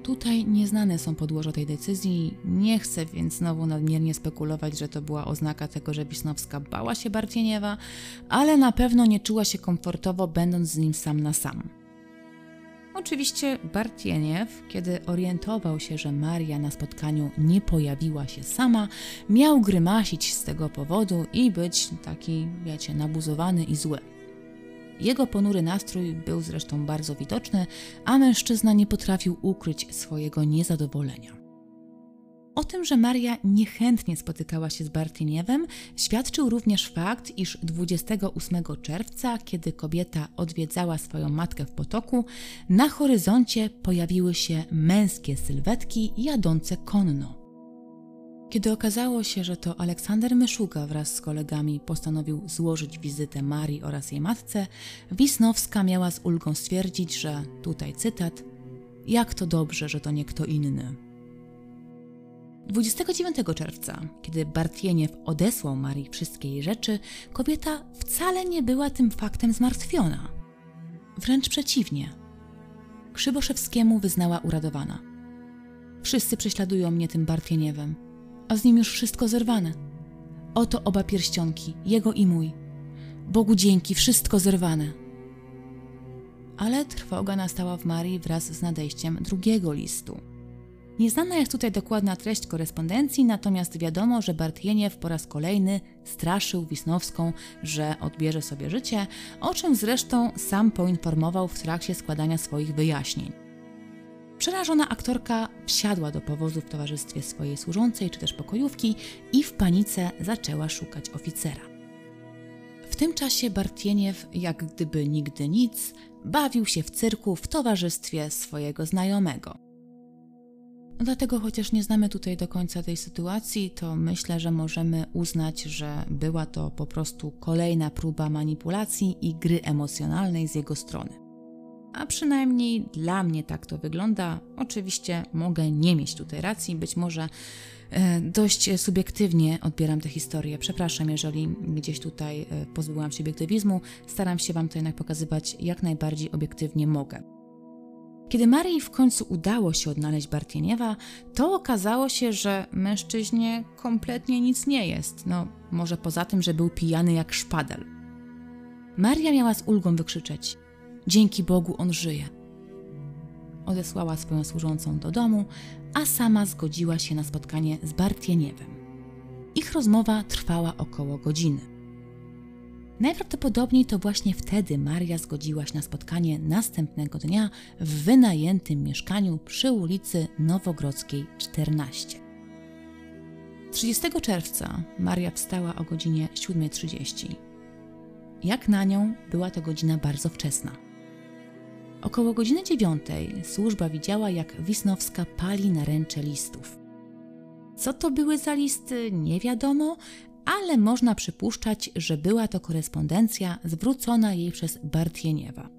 Tutaj nieznane są podłoża tej decyzji, nie chcę więc znowu nadmiernie spekulować, że to była oznaka tego, że Wisnowska bała się Bartieniewa, ale na pewno nie czuła się komfortowo, będąc z nim sam na sam. Oczywiście Bartieniew, kiedy orientował się, że Maria na spotkaniu nie pojawiła się sama, miał grymasić z tego powodu i być taki, wiecie, nabuzowany i zły. Jego ponury nastrój był zresztą bardzo widoczny, a mężczyzna nie potrafił ukryć swojego niezadowolenia. O tym, że Maria niechętnie spotykała się z Bartieniewem, świadczył również fakt, iż 28 czerwca, kiedy kobieta odwiedzała swoją matkę w Potoku, na horyzoncie pojawiły się męskie sylwetki jadące konno. Kiedy okazało się, że to Aleksander Myszuga wraz z kolegami postanowił złożyć wizytę Marii oraz jej matce, Wisnowska miała z ulgą stwierdzić, że, tutaj cytat, jak to dobrze, że to nie kto inny. 29 czerwca, kiedy Bartieniew odesłał Marii wszystkie jej rzeczy, kobieta wcale nie była tym faktem zmartwiona. Wręcz przeciwnie. Krzyboszewskiemu wyznała uradowana. Wszyscy prześladują mnie tym Bartieniewem, a z nim już wszystko zerwane. Oto oba pierścionki, jego i mój. Bogu dzięki, wszystko zerwane. Ale trwoga nastała w Marii wraz z nadejściem drugiego listu. Nieznana jest tutaj dokładna treść korespondencji, natomiast wiadomo, że Bartieniew po raz kolejny straszył Wisnowską, że odbierze sobie życie, o czym zresztą sam poinformował w trakcie składania swoich wyjaśnień. Przerażona aktorka wsiadła do powozu w towarzystwie swojej służącej czy też pokojówki i w panice zaczęła szukać oficera. W tym czasie Bartieniew, jak gdyby nigdy nic, bawił się w cyrku w towarzystwie swojego znajomego. Dlatego, chociaż nie znamy tutaj do końca tej sytuacji, to myślę, że możemy uznać, że była to po prostu kolejna próba manipulacji i gry emocjonalnej z jego strony. A przynajmniej dla mnie tak to wygląda. Oczywiście mogę nie mieć tutaj racji, być może dość subiektywnie odbieram tę historię. Przepraszam, jeżeli gdzieś tutaj pozbyłam się obiektywizmu, staram się Wam to jednak pokazywać jak najbardziej obiektywnie mogę. Kiedy Marii w końcu udało się odnaleźć Bartieniewa, to okazało się, że mężczyźnie kompletnie nic nie jest. No, może poza tym, że był pijany jak szpadel. Maria miała z ulgą wykrzyczeć: dzięki Bogu on żyje. Odesłała swoją służącą do domu, a sama zgodziła się na spotkanie z Bartieniewem. Ich rozmowa trwała około godziny. Najprawdopodobniej to właśnie wtedy Maria zgodziła się na spotkanie następnego dnia w wynajętym mieszkaniu przy ulicy Nowogrodzkiej 14. 30 czerwca Maria wstała o godzinie 7:30. Jak na nią, była to godzina bardzo wczesna. Około godziny 9 służba widziała, jak Wisnowska pali naręcze listów. Co to były za listy, nie wiadomo, ale można przypuszczać, że była to korespondencja zwrócona jej przez Bartieniewa.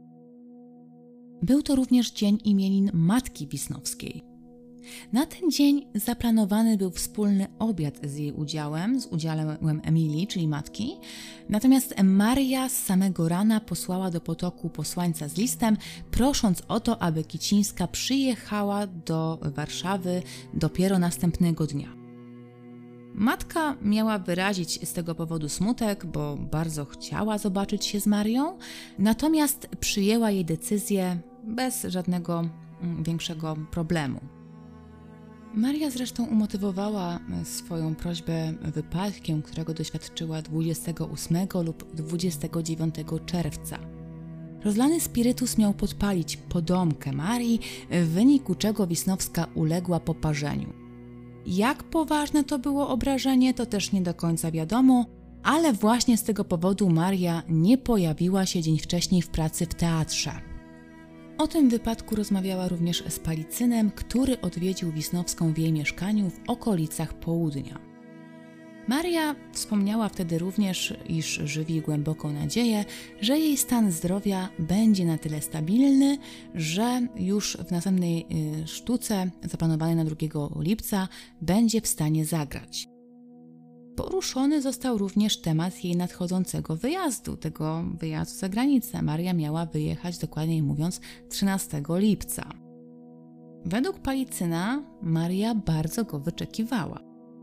Był to również dzień imienin matki Wisnowskiej. Na ten dzień zaplanowany był wspólny obiad z jej udziałem, z udziałem Emilii, czyli matki, natomiast Maria z samego rana posłała do Potoku posłańca z listem, prosząc o to, aby Kicińska przyjechała do Warszawy dopiero następnego dnia. Matka miała wyrazić z tego powodu smutek, bo bardzo chciała zobaczyć się z Marią, natomiast przyjęła jej decyzję bez żadnego większego problemu. Maria zresztą umotywowała swoją prośbę wypadkiem, którego doświadczyła 28 lub 29 czerwca. Rozlany spirytus miał podpalić podomkę Marii, w wyniku czego Wisnowska uległa poparzeniu. Jak poważne to było obrażenie, to też nie do końca wiadomo, ale właśnie z tego powodu Maria nie pojawiła się dzień wcześniej w pracy w teatrze. O tym wypadku rozmawiała również z Palicynem, który odwiedził Wisnowską w jej mieszkaniu w okolicach południa. Maria wspomniała wtedy również, iż żywi głęboką nadzieję, że jej stan zdrowia będzie na tyle stabilny, że już w następnej sztuce zaplanowanej na 2 lipca będzie w stanie zagrać. Poruszony został również temat jej nadchodzącego wyjazdu, tego wyjazdu za granicę. Maria miała wyjechać, dokładniej mówiąc, 13 lipca. Według Palicyna Maria bardzo go wyczekiwała.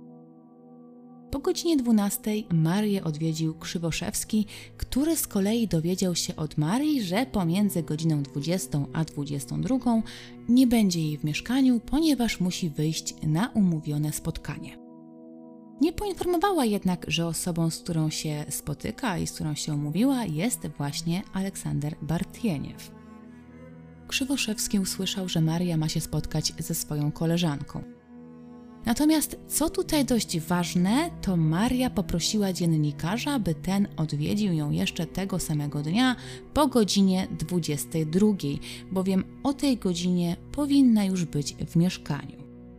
Po godzinie 12 Marię odwiedził Krzywoszewski, który z kolei dowiedział się od Marii, że pomiędzy godziną 20 a 22 nie będzie jej w mieszkaniu, ponieważ musi wyjść na umówione spotkanie. Nie poinformowała jednak, że osobą, z którą się spotyka i z którą się umówiła, jest właśnie Aleksander Bartieniew. Krzywoszewski usłyszał, że Maria ma się spotkać ze swoją koleżanką. Natomiast, co tutaj dość ważne, to Maria poprosiła dziennikarza, by ten odwiedził ją jeszcze tego samego dnia po godzinie 22, bowiem o tej godzinie powinna już być w mieszkaniu.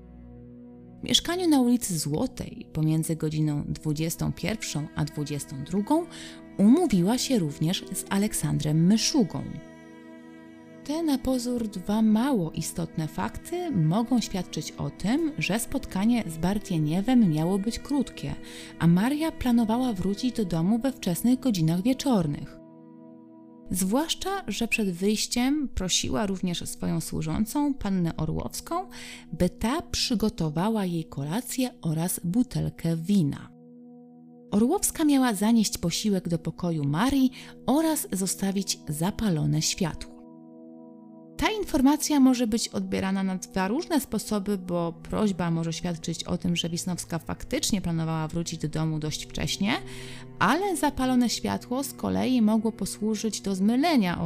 W mieszkaniu na ulicy Złotej pomiędzy godziną 21 a 22 umówiła się również z Aleksandrem Myszugą. Te na pozór dwa mało istotne fakty mogą świadczyć o tym, że spotkanie z Bartieniewem miało być krótkie, a Maria planowała wrócić do domu we wczesnych godzinach wieczornych. Zwłaszcza, że przed wyjściem prosiła również swoją służącą, pannę Orłowską, by ta przygotowała jej kolację oraz butelkę wina. Orłowska miała zanieść posiłek do pokoju Marii oraz zostawić zapalone światło. Ta informacja może być odbierana na dwa różne sposoby, bo prośba może świadczyć o tym, że Wisnowska faktycznie planowała wrócić do domu dość wcześnie, ale zapalone światło z kolei mogło posłużyć do zmylenia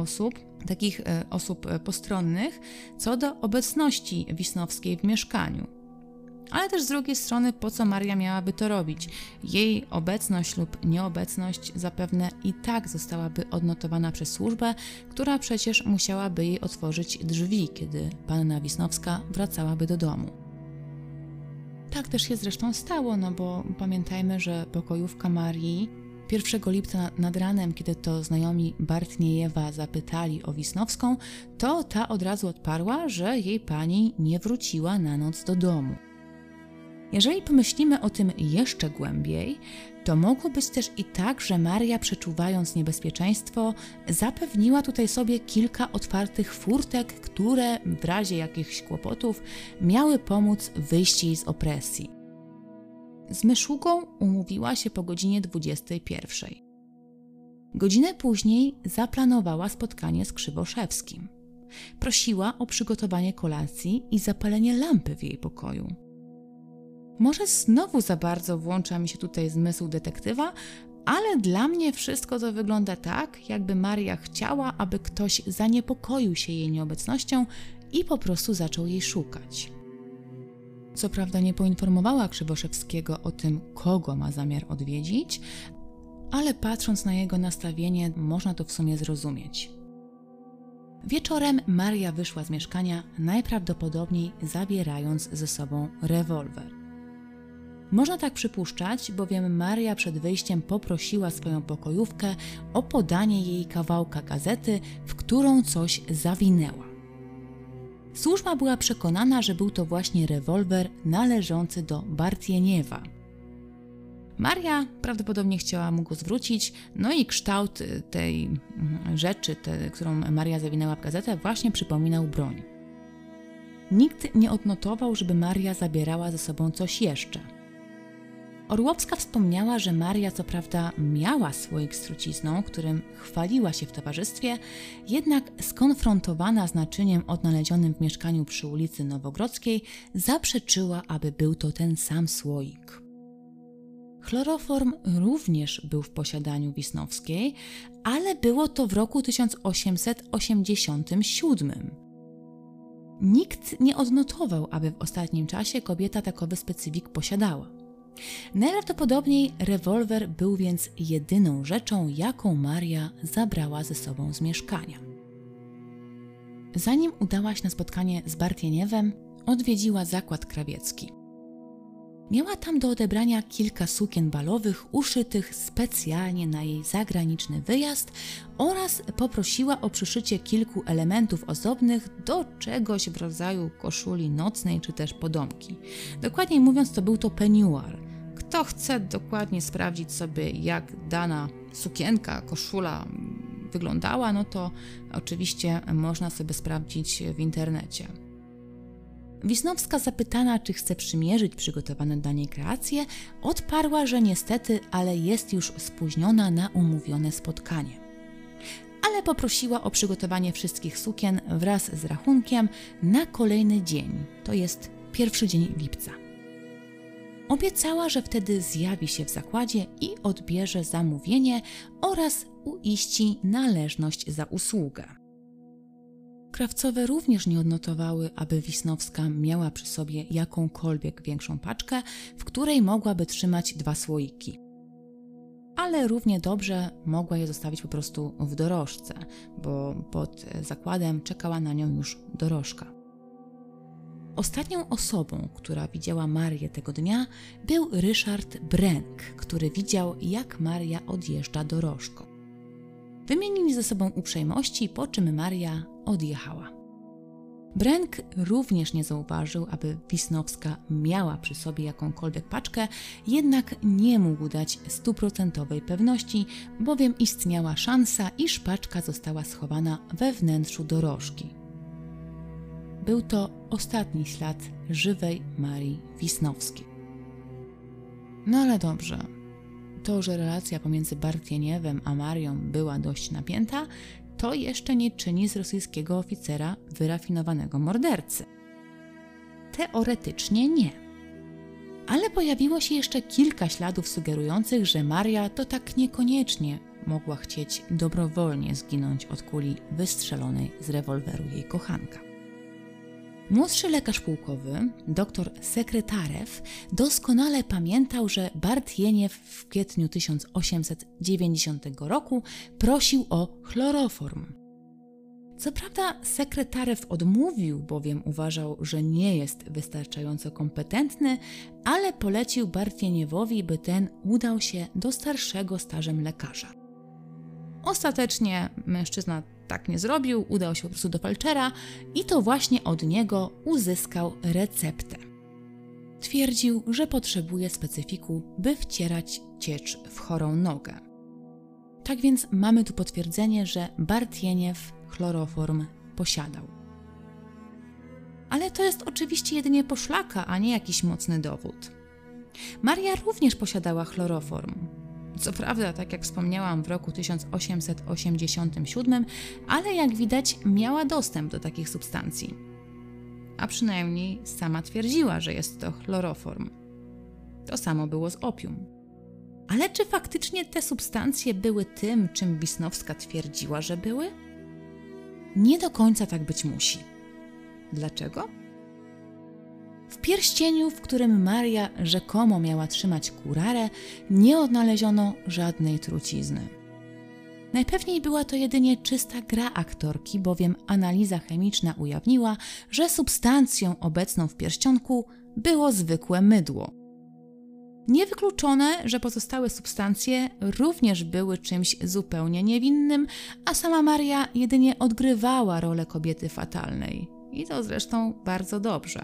osób postronnych co do obecności Wisnowskiej w mieszkaniu. Ale też z drugiej strony, po co Maria miałaby to robić? Jej obecność lub nieobecność zapewne i tak zostałaby odnotowana przez służbę, która przecież musiałaby jej otworzyć drzwi, kiedy panna Wisnowska wracałaby do domu. Tak też się zresztą stało, bo pamiętajmy, że pokojówka Marii 1 lipca nad ranem, kiedy to znajomi Bartniejewa zapytali o Wisnowską, to ta od razu odparła, że jej pani nie wróciła na noc do domu. Jeżeli pomyślimy o tym jeszcze głębiej, to mogło być też i tak, że Maria, przeczuwając niebezpieczeństwo, zapewniła tutaj sobie kilka otwartych furtek, które w razie jakichś kłopotów miały pomóc wyjść jej z opresji. Z Myszugą umówiła się po godzinie 21. Godzinę później zaplanowała spotkanie z Krzywoszewskim. Prosiła o przygotowanie kolacji i zapalenie lampy w jej pokoju. Może znowu za bardzo włącza mi się tutaj zmysł detektywa, ale dla mnie wszystko to wygląda tak, jakby Maria chciała, aby ktoś zaniepokoił się jej nieobecnością i po prostu zaczął jej szukać. Co prawda nie poinformowała Krzywoszewskiego o tym, kogo ma zamiar odwiedzić, ale patrząc na jego nastawienie, można to w sumie zrozumieć. Wieczorem Maria wyszła z mieszkania, najprawdopodobniej zabierając ze sobą rewolwer. Można tak przypuszczać, bowiem Maria przed wyjściem poprosiła swoją pokojówkę o podanie jej kawałka gazety, w którą coś zawinęła. Służba była przekonana, że był to właśnie rewolwer należący do Bartieniewa. Maria prawdopodobnie chciała mu go zwrócić, no i kształt tej rzeczy, którą Maria zawinęła w gazetę, właśnie przypominał broń. Nikt nie odnotował, żeby Maria zabierała ze sobą coś jeszcze. Orłowska wspomniała, że Maria co prawda miała słoik z trucizną, którym chwaliła się w towarzystwie, jednak skonfrontowana z naczyniem odnalezionym w mieszkaniu przy ulicy Nowogrodzkiej zaprzeczyła, aby był to ten sam słoik. Chloroform również był w posiadaniu Wisnowskiej, ale było to w roku 1887. Nikt nie odnotował, aby w ostatnim czasie kobieta takowy specyfik posiadała. Najprawdopodobniej rewolwer był więc jedyną rzeczą, jaką Maria zabrała ze sobą z mieszkania. Zanim udała się na spotkanie z Bartieniewem, odwiedziła zakład krawiecki. Miała tam do odebrania kilka sukien balowych uszytych specjalnie na jej zagraniczny wyjazd oraz poprosiła o przyszycie kilku elementów ozdobnych do czegoś w rodzaju koszuli nocnej czy też podomki. Dokładniej mówiąc, to był to peignoir. Kto chce dokładnie sprawdzić sobie, jak dana sukienka, koszula wyglądała, no to oczywiście można sobie sprawdzić w internecie. Wisnowska, zapytana, czy chce przymierzyć przygotowane dla niej kreacje, odparła, że niestety, ale jest już spóźniona na umówione spotkanie. Ale poprosiła o przygotowanie wszystkich sukien wraz z rachunkiem na kolejny dzień, to jest 1 dzień lipca. Obiecała, że wtedy zjawi się w zakładzie i odbierze zamówienie oraz uiści należność za usługę. Krawcowe również nie odnotowały, aby Wisnowska miała przy sobie jakąkolwiek większą paczkę, w której mogłaby trzymać 2 słoiki. Ale równie dobrze mogła je zostawić po prostu w dorożce, bo pod zakładem czekała na nią już dorożka. Ostatnią osobą, która widziała Marię tego dnia, był Ryszard Brenk, który widział, jak Maria odjeżdża dorożką. Wymienili ze sobą uprzejmości, po czym Maria odjechała. Brenk również nie zauważył, aby Wisnowska miała przy sobie jakąkolwiek paczkę, jednak nie mógł dać 100% pewności, bowiem istniała szansa, iż paczka została schowana we wnętrzu dorożki. Był to ostatni ślad żywej Marii Wisnowskiej. No ale dobrze. To, że relacja pomiędzy Bartnieniewem a Marią była dość napięta, to jeszcze nie czyni z rosyjskiego oficera wyrafinowanego mordercy. Teoretycznie nie. Ale pojawiło się jeszcze kilka śladów sugerujących, że Maria to tak niekoniecznie mogła chcieć dobrowolnie zginąć od kuli wystrzelonej z rewolweru jej kochanka. Młodszy lekarz pułkowy, dr Sekretarew, doskonale pamiętał, że Bartnieniew w kwietniu 1890 roku prosił o chloroform. Co prawda Sekretarew odmówił, bowiem uważał, że nie jest wystarczająco kompetentny, ale polecił Bartnieniewowi, by ten udał się do starszego stażem lekarza. Ostatecznie mężczyzna tak nie zrobił, udał się po prostu do felczera i to właśnie od niego uzyskał receptę. Twierdził, że potrzebuje specyfiku, by wcierać ciecz w chorą nogę. Tak więc mamy tu potwierdzenie, że Bartnieniew chloroform posiadał. Ale to jest oczywiście jedynie poszlaka, a nie jakiś mocny dowód. Maria również posiadała chloroform. Co prawda, tak jak wspomniałam, w roku 1887, ale jak widać miała dostęp do takich substancji. A przynajmniej sama twierdziła, że jest to chloroform. To samo było z opium. Ale czy faktycznie te substancje były tym, czym Wisnowska twierdziła, że były? Nie do końca tak być musi. Dlaczego? W pierścieniu, w którym Maria rzekomo miała trzymać kurarę, nie odnaleziono żadnej trucizny. Najpewniej była to jedynie czysta gra aktorki, bowiem analiza chemiczna ujawniła, że substancją obecną w pierścionku było zwykłe mydło. Niewykluczone, że pozostałe substancje również były czymś zupełnie niewinnym, a sama Maria jedynie odgrywała rolę kobiety fatalnej. I to zresztą bardzo dobrze.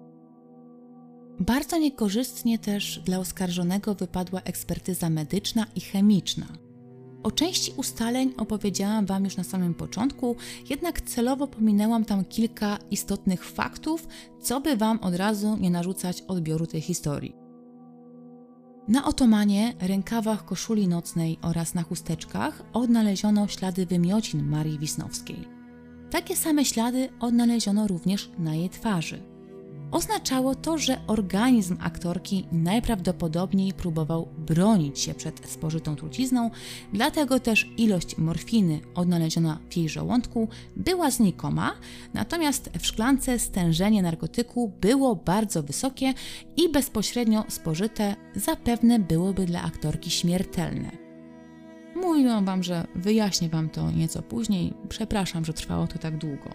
Bardzo niekorzystnie też dla oskarżonego wypadła ekspertyza medyczna i chemiczna. O części ustaleń opowiedziałam Wam już na samym początku, jednak celowo pominęłam tam kilka istotnych faktów, co by Wam od razu nie narzucać odbioru tej historii. Na otomanie, rękawach koszuli nocnej oraz na chusteczkach odnaleziono ślady wymiocin Marii Wisnowskiej. Takie same ślady odnaleziono również na jej twarzy. Oznaczało to, że organizm aktorki najprawdopodobniej próbował bronić się przed spożytą trucizną, dlatego też ilość morfiny odnaleziona w jej żołądku była znikoma, natomiast w szklance stężenie narkotyku było bardzo wysokie i bezpośrednio spożyte zapewne byłoby dla aktorki śmiertelne. Mówiłam Wam, że wyjaśnię Wam to nieco później, przepraszam, że trwało to tak długo.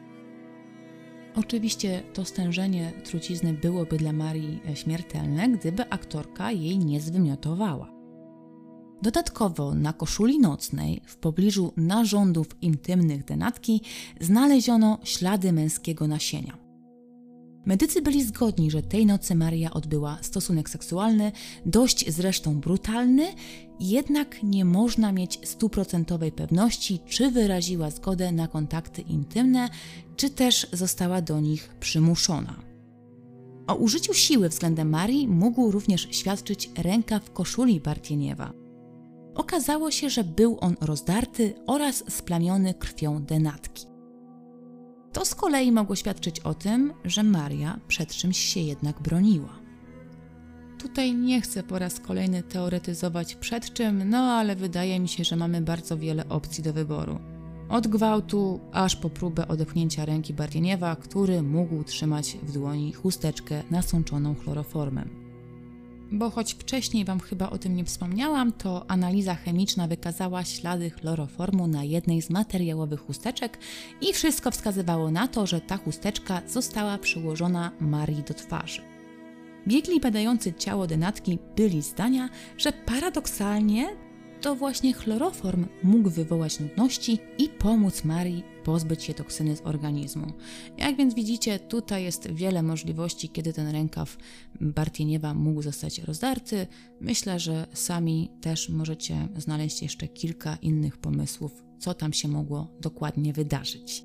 Oczywiście to stężenie trucizny byłoby dla Marii śmiertelne, gdyby aktorka jej nie zwymiotowała. Dodatkowo na koszuli nocnej, w pobliżu narządów intymnych denatki, znaleziono ślady męskiego nasienia. Medycy byli zgodni, że tej nocy Maria odbyła stosunek seksualny, dość zresztą brutalny, jednak nie można mieć 100% pewności, czy wyraziła zgodę na kontakty intymne, czy też została do nich przymuszona. O użyciu siły względem Marii mógł również świadczyć rękaw koszuli Bartieniewa. Okazało się, że był on rozdarty oraz splamiony krwią denatki. To z kolei mogło świadczyć o tym, że Maria przed czymś się jednak broniła. Tutaj nie chcę po raz kolejny teoretyzować przed czym, ale wydaje mi się, że mamy bardzo wiele opcji do wyboru. Od gwałtu aż po próbę odepchnięcia ręki Bartieniewa, który mógł trzymać w dłoni chusteczkę nasączoną chloroformem. Bo choć wcześniej Wam chyba o tym nie wspomniałam, to analiza chemiczna wykazała ślady chloroformu na jednej z materiałowych chusteczek i wszystko wskazywało na to, że ta chusteczka została przyłożona Marii do twarzy. Biegli badający ciało denatki byli zdania, że paradoksalnie to właśnie chloroform mógł wywołać nudności i pomóc Marii pozbyć się toksyny z organizmu. Jak więc widzicie, tutaj jest wiele możliwości, kiedy ten rękaw Bartieniewa mógł zostać rozdarty. Myślę, że sami też możecie znaleźć jeszcze kilka innych pomysłów, co tam się mogło dokładnie wydarzyć.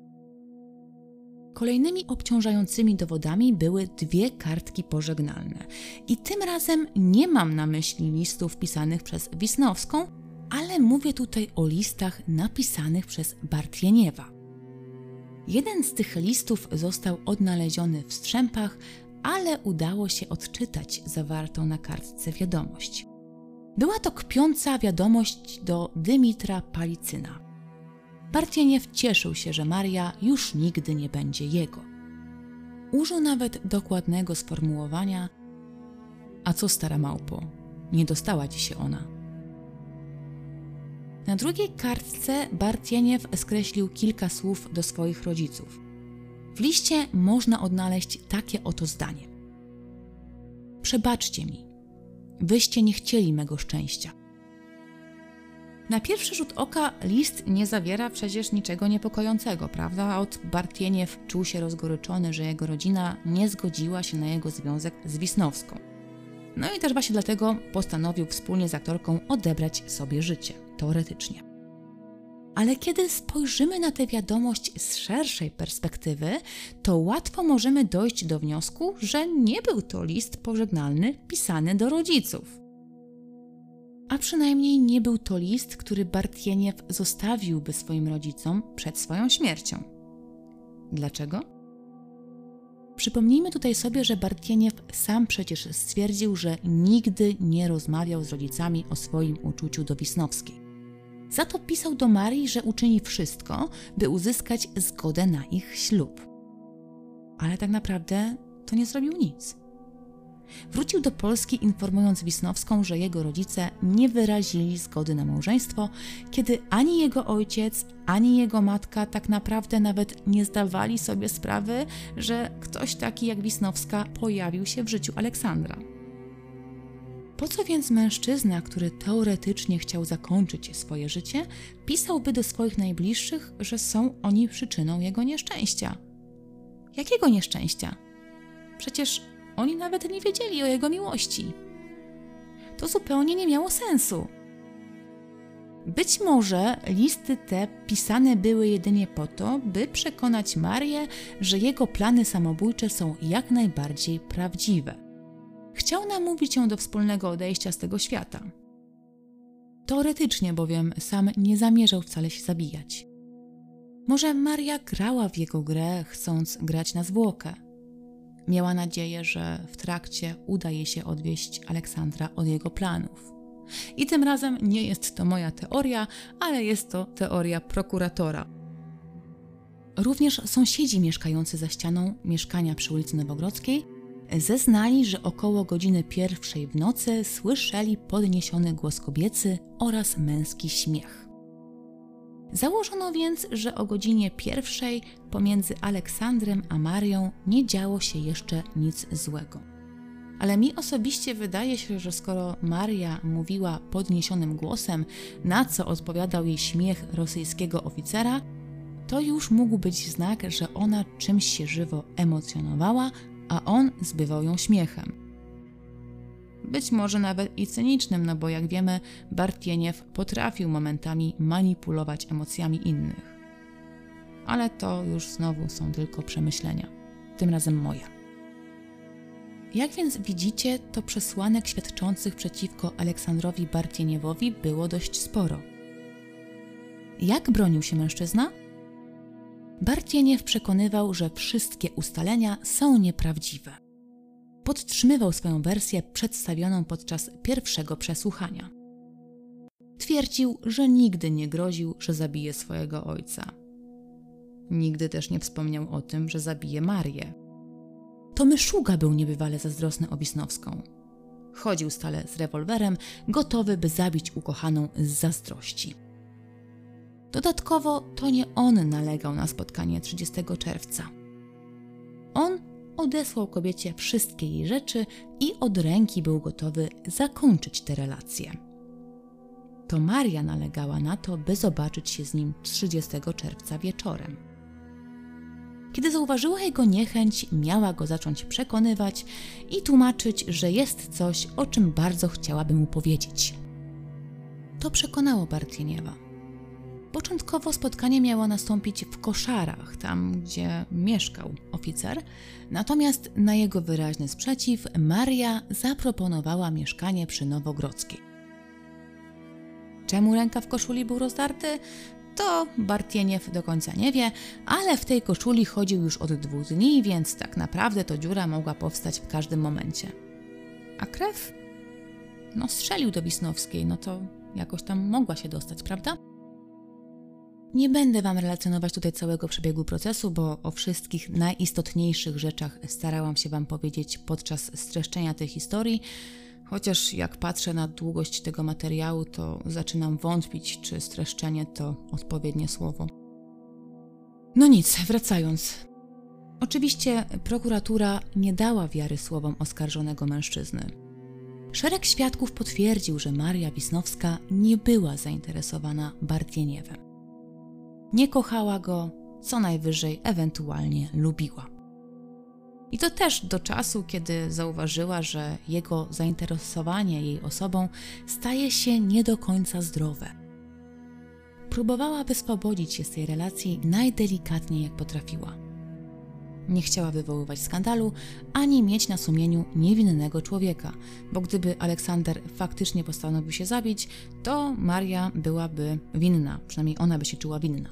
Kolejnymi obciążającymi dowodami były 2 kartki pożegnalne. I tym razem nie mam na myśli listów pisanych przez Wisnowską, ale mówię tutaj o listach napisanych przez Bartieniewa. Jeden z tych listów został odnaleziony w strzępach, ale udało się odczytać zawartą na kartce wiadomość. Była to kpiąca wiadomość do Dymitra Palicyna. Bartieniew cieszył się, że Maria już nigdy nie będzie jego. Użył nawet dokładnego sformułowania: a co, stara małpo, nie dostała ci się ona. Na drugiej kartce Bartieniew skreślił kilka słów do swoich rodziców. W liście można odnaleźć takie oto zdanie: przebaczcie mi, wyście nie chcieli mego szczęścia. Na pierwszy rzut oka list nie zawiera przecież niczego niepokojącego, prawda? Bartieniew czuł się rozgoryczony, że jego rodzina nie zgodziła się na jego związek z Wisnowską. No i też właśnie dlatego postanowił wspólnie z aktorką odebrać sobie życie, teoretycznie. Ale kiedy spojrzymy na tę wiadomość z szerszej perspektywy, to łatwo możemy dojść do wniosku, że nie był to list pożegnalny pisany do rodziców. A przynajmniej nie był to list, który Bartieniew zostawiłby swoim rodzicom przed swoją śmiercią. Dlaczego? Przypomnijmy tutaj sobie, że Bartieniew sam przecież stwierdził, że nigdy nie rozmawiał z rodzicami o swoim uczuciu do Wisnowskiej. Za to pisał do Marii, że uczyni wszystko, by uzyskać zgodę na ich ślub. Ale tak naprawdę to nie zrobił nic. Wrócił do Polski, informując Wisnowską, że jego rodzice nie wyrazili zgody na małżeństwo, kiedy ani jego ojciec, ani jego matka tak naprawdę nawet nie zdawali sobie sprawy, że ktoś taki jak Wisnowska pojawił się w życiu Aleksandra. Po co więc mężczyzna, który teoretycznie chciał zakończyć swoje życie, pisałby do swoich najbliższych, że są oni przyczyną jego nieszczęścia? Jakiego nieszczęścia? Przecież oni nawet nie wiedzieli o jego miłości. To zupełnie nie miało sensu. Być może listy te pisane były jedynie po to, by przekonać Marię, że jego plany samobójcze są jak najbardziej prawdziwe. Chciał namówić ją do wspólnego odejścia z tego świata. Teoretycznie bowiem sam nie zamierzał wcale się zabijać. Może Maria grała w jego grę, chcąc grać na zwłokę. Miała nadzieję, że w trakcie uda jej się odwieść Aleksandra od jego planów. I tym razem nie jest to moja teoria, ale jest to teoria prokuratora. Również sąsiedzi mieszkający za ścianą mieszkania przy ulicy Nowogrodzkiej zeznali, że około godziny 1:00 w nocy słyszeli podniesiony głos kobiecy oraz męski śmiech. Założono więc, że o godzinie 1:00 pomiędzy Aleksandrem a Marią nie działo się jeszcze nic złego. Ale mi osobiście wydaje się, że skoro Maria mówiła podniesionym głosem, na co odpowiadał jej śmiech rosyjskiego oficera, to już mógł być znak, że ona czymś się żywo emocjonowała a on zbywał ją śmiechem. Być może nawet i cynicznym, no bo jak wiemy, Bartieniew potrafił momentami manipulować emocjami innych. Ale to już znowu są tylko przemyślenia, tym razem moje. Jak więc widzicie, to przesłanek świadczących przeciwko Aleksandrowi Bartieniewowi było dość sporo. Jak bronił się mężczyzna? Bartieniew przekonywał, że wszystkie ustalenia są nieprawdziwe. Podtrzymywał swoją wersję przedstawioną podczas pierwszego przesłuchania. Twierdził, że nigdy nie groził, że zabije swojego ojca. Nigdy też nie wspomniał o tym, że zabije Marię. To Myszuga był niebywale zazdrosny o Wisnowską. Chodził stale z rewolwerem, gotowy, by zabić ukochaną z zazdrości. Dodatkowo to nie on nalegał na spotkanie 30 czerwca. On odesłał kobiecie wszystkie jej rzeczy i od ręki był gotowy zakończyć tę relację. To Maria nalegała na to, by zobaczyć się z nim 30 czerwca wieczorem. Kiedy zauważyła jego niechęć, miała go zacząć przekonywać i tłumaczyć, że jest coś, o czym bardzo chciałaby mu powiedzieć. To przekonało Bartieniewa. Początkowo spotkanie miało nastąpić w Koszarach, tam gdzie mieszkał oficer, natomiast na jego wyraźny sprzeciw Maria zaproponowała mieszkanie przy Nowogrodzkiej. Czemu rękaw koszuli był rozdarty? To Bartieniew do końca nie wie, ale w tej koszuli chodził już od 2 dni, więc tak naprawdę to dziura mogła powstać w każdym momencie. A krew? No strzelił do Wisnowskiej, no to jakoś tam mogła się dostać, prawda? Nie będę Wam relacjonować tutaj całego przebiegu procesu, bo o wszystkich najistotniejszych rzeczach starałam się Wam powiedzieć podczas streszczenia tej historii, chociaż jak patrzę na długość tego materiału, to zaczynam wątpić, czy streszczenie to odpowiednie słowo. No nic, wracając. Oczywiście prokuratura nie dała wiary słowom oskarżonego mężczyzny. Szereg świadków potwierdził, że Maria Wisnowska nie była zainteresowana Bartieniewem. Nie kochała go, co najwyżej ewentualnie lubiła. I to też do czasu, kiedy zauważyła, że jego zainteresowanie jej osobą staje się nie do końca zdrowe. Próbowała wyswobodzić się z tej relacji najdelikatniej jak potrafiła. Nie chciała wywoływać skandalu, ani mieć na sumieniu niewinnego człowieka, bo gdyby Aleksander faktycznie postanowił się zabić, to Maria byłaby winna, przynajmniej ona by się czuła winna.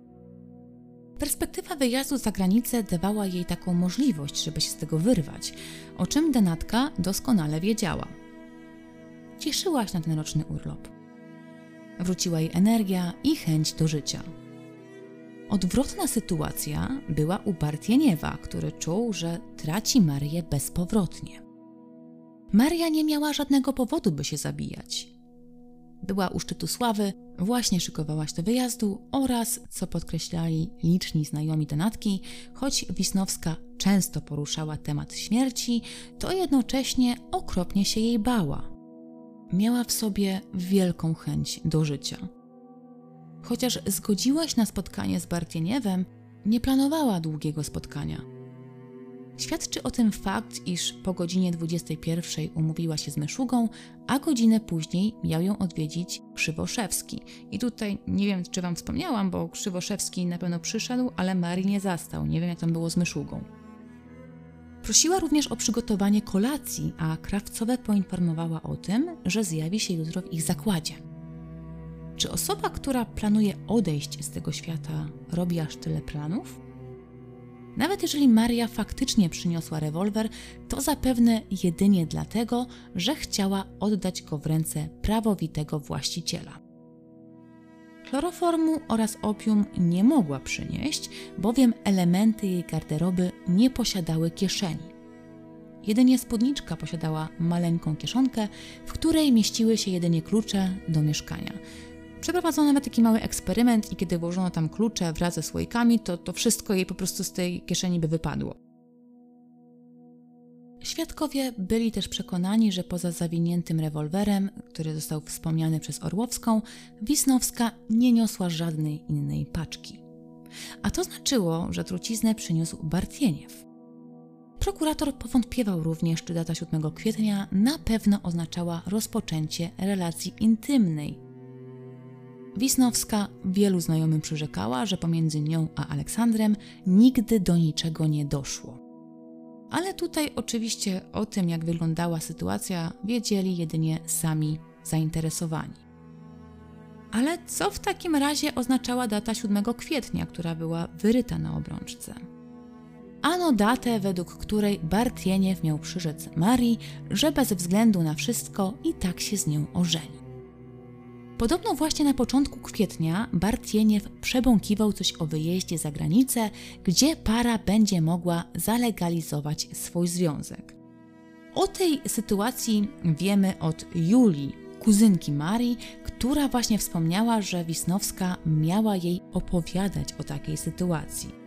Perspektywa wyjazdu za granicę dawała jej taką możliwość, żeby się z tego wyrwać, o czym Denatka doskonale wiedziała. Cieszyła się na ten roczny urlop. Wróciła jej energia i chęć do życia. Odwrotna sytuacja była u Bartieniewa, który czuł, że traci Marię bezpowrotnie. Maria nie miała żadnego powodu, by się zabijać. Była u szczytu sławy, właśnie szykowała się do wyjazdu oraz, co podkreślali liczni znajomi Denatki, choć Wisnowska często poruszała temat śmierci, to jednocześnie okropnie się jej bała. Miała w sobie wielką chęć do życia. Chociaż zgodziła się na spotkanie z Bartieniewem, nie planowała długiego spotkania. Świadczy o tym fakt, iż po godzinie 21 umówiła się z Myszugą, a godzinę później miał ją odwiedzić Krzywoszewski. I tutaj nie wiem, czy Wam wspomniałam, bo Krzywoszewski na pewno przyszedł, ale Marii nie zastał. Nie wiem, jak tam było z Myszugą. Prosiła również o przygotowanie kolacji, a Krawcowe poinformowała o tym, że zjawi się jutro w ich zakładzie. Czy osoba, która planuje odejść z tego świata, robi aż tyle planów? Nawet jeżeli Maria faktycznie przyniosła rewolwer, to zapewne jedynie dlatego, że chciała oddać go w ręce prawowitego właściciela. Chloroformu oraz opium nie mogła przynieść, bowiem elementy jej garderoby nie posiadały kieszeni. Jedynie spódniczka posiadała maleńką kieszonkę, w której mieściły się jedynie klucze do mieszkania. Przeprowadzono nawet taki mały eksperyment i kiedy włożono tam klucze wraz ze słoikami, to wszystko jej po prostu z tej kieszeni by wypadło. Świadkowie byli też przekonani, że poza zawiniętym rewolwerem, który został wspomniany przez Orłowską, Wisnowska nie niosła żadnej innej paczki. A to znaczyło, że truciznę przyniósł Bartieniew. Prokurator powątpiewał również, czy data 7 kwietnia na pewno oznaczała rozpoczęcie relacji intymnej. Wisnowska wielu znajomym przyrzekała, że pomiędzy nią a Aleksandrem nigdy do niczego nie doszło. Ale tutaj oczywiście o tym, jak wyglądała sytuacja, wiedzieli jedynie sami zainteresowani. Ale co w takim razie oznaczała data 7 kwietnia, która była wyryta na obrączce? Ano datę, według której Bartieniew miał przyrzec Marii, że bez względu na wszystko i tak się z nią ożeni. Podobno właśnie na początku kwietnia Bartieniew przebąkiwał coś o wyjeździe za granicę, gdzie para będzie mogła zalegalizować swój związek. O tej sytuacji wiemy od Julii, kuzynki Marii, która właśnie wspomniała, że Wisnowska miała jej opowiadać o takiej sytuacji.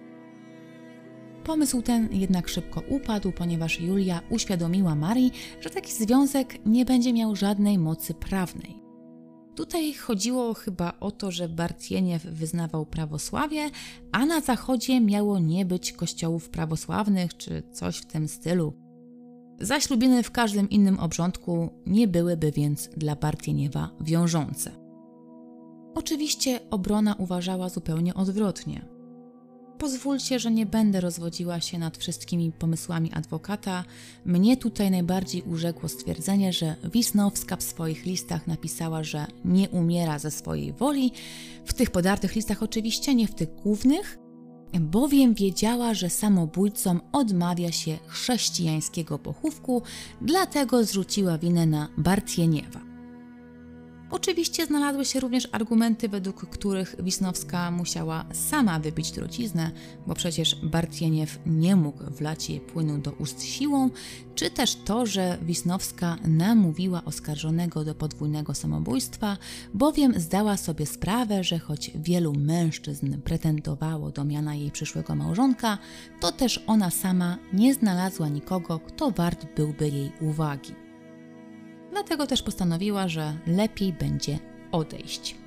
Pomysł ten jednak szybko upadł, ponieważ Julia uświadomiła Marii, że taki związek nie będzie miał żadnej mocy prawnej. Tutaj chodziło chyba o to, że Bartieniew wyznawał prawosławie, a na zachodzie miało nie być kościołów prawosławnych czy coś w tym stylu. Zaślubiny w każdym innym obrządku nie byłyby więc dla Bartieniewa wiążące. Oczywiście obrona uważała zupełnie odwrotnie. Pozwólcie, że nie będę rozwodziła się nad wszystkimi pomysłami adwokata. Mnie tutaj najbardziej urzekło stwierdzenie, że Wisnowska w swoich listach napisała, że nie umiera ze swojej woli. W tych podartych listach oczywiście, nie w tych głównych, bowiem wiedziała, że samobójcom odmawia się chrześcijańskiego pochówku, dlatego zrzuciła winę na Bartieniewa. Oczywiście znalazły się również argumenty, według których Wisnowska musiała sama wybić truciznę, bo przecież Bartieniew nie mógł wlać jej płynu do ust siłą, czy też to, że Wisnowska namówiła oskarżonego do podwójnego samobójstwa, bowiem zdała sobie sprawę, że choć wielu mężczyzn pretendowało do miana jej przyszłego małżonka, to też ona sama nie znalazła nikogo, kto wart byłby jej uwagi. Dlatego też postanowiła, że lepiej będzie odejść.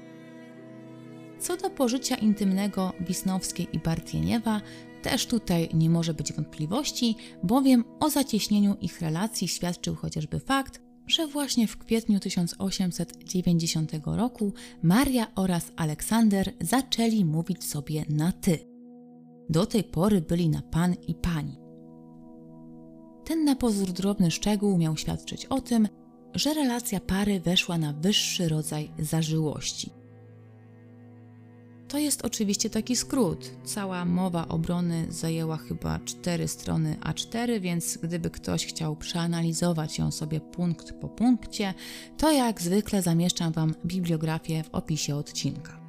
Co do pożycia intymnego Wisnowskiej i Bartieniewa, też tutaj nie może być wątpliwości, bowiem o zacieśnieniu ich relacji świadczył chociażby fakt, że właśnie w kwietniu 1890 roku Maria oraz Aleksander zaczęli mówić sobie na ty. Do tej pory byli na pan i pani. Ten na pozór drobny szczegół miał świadczyć o tym, że relacja pary weszła na wyższy rodzaj zażyłości. To jest oczywiście taki skrót. Cała mowa obrony zajęła chyba 4 strony A4, więc gdyby ktoś chciał przeanalizować ją sobie punkt po punkcie, to jak zwykle zamieszczam Wam bibliografię w opisie odcinka.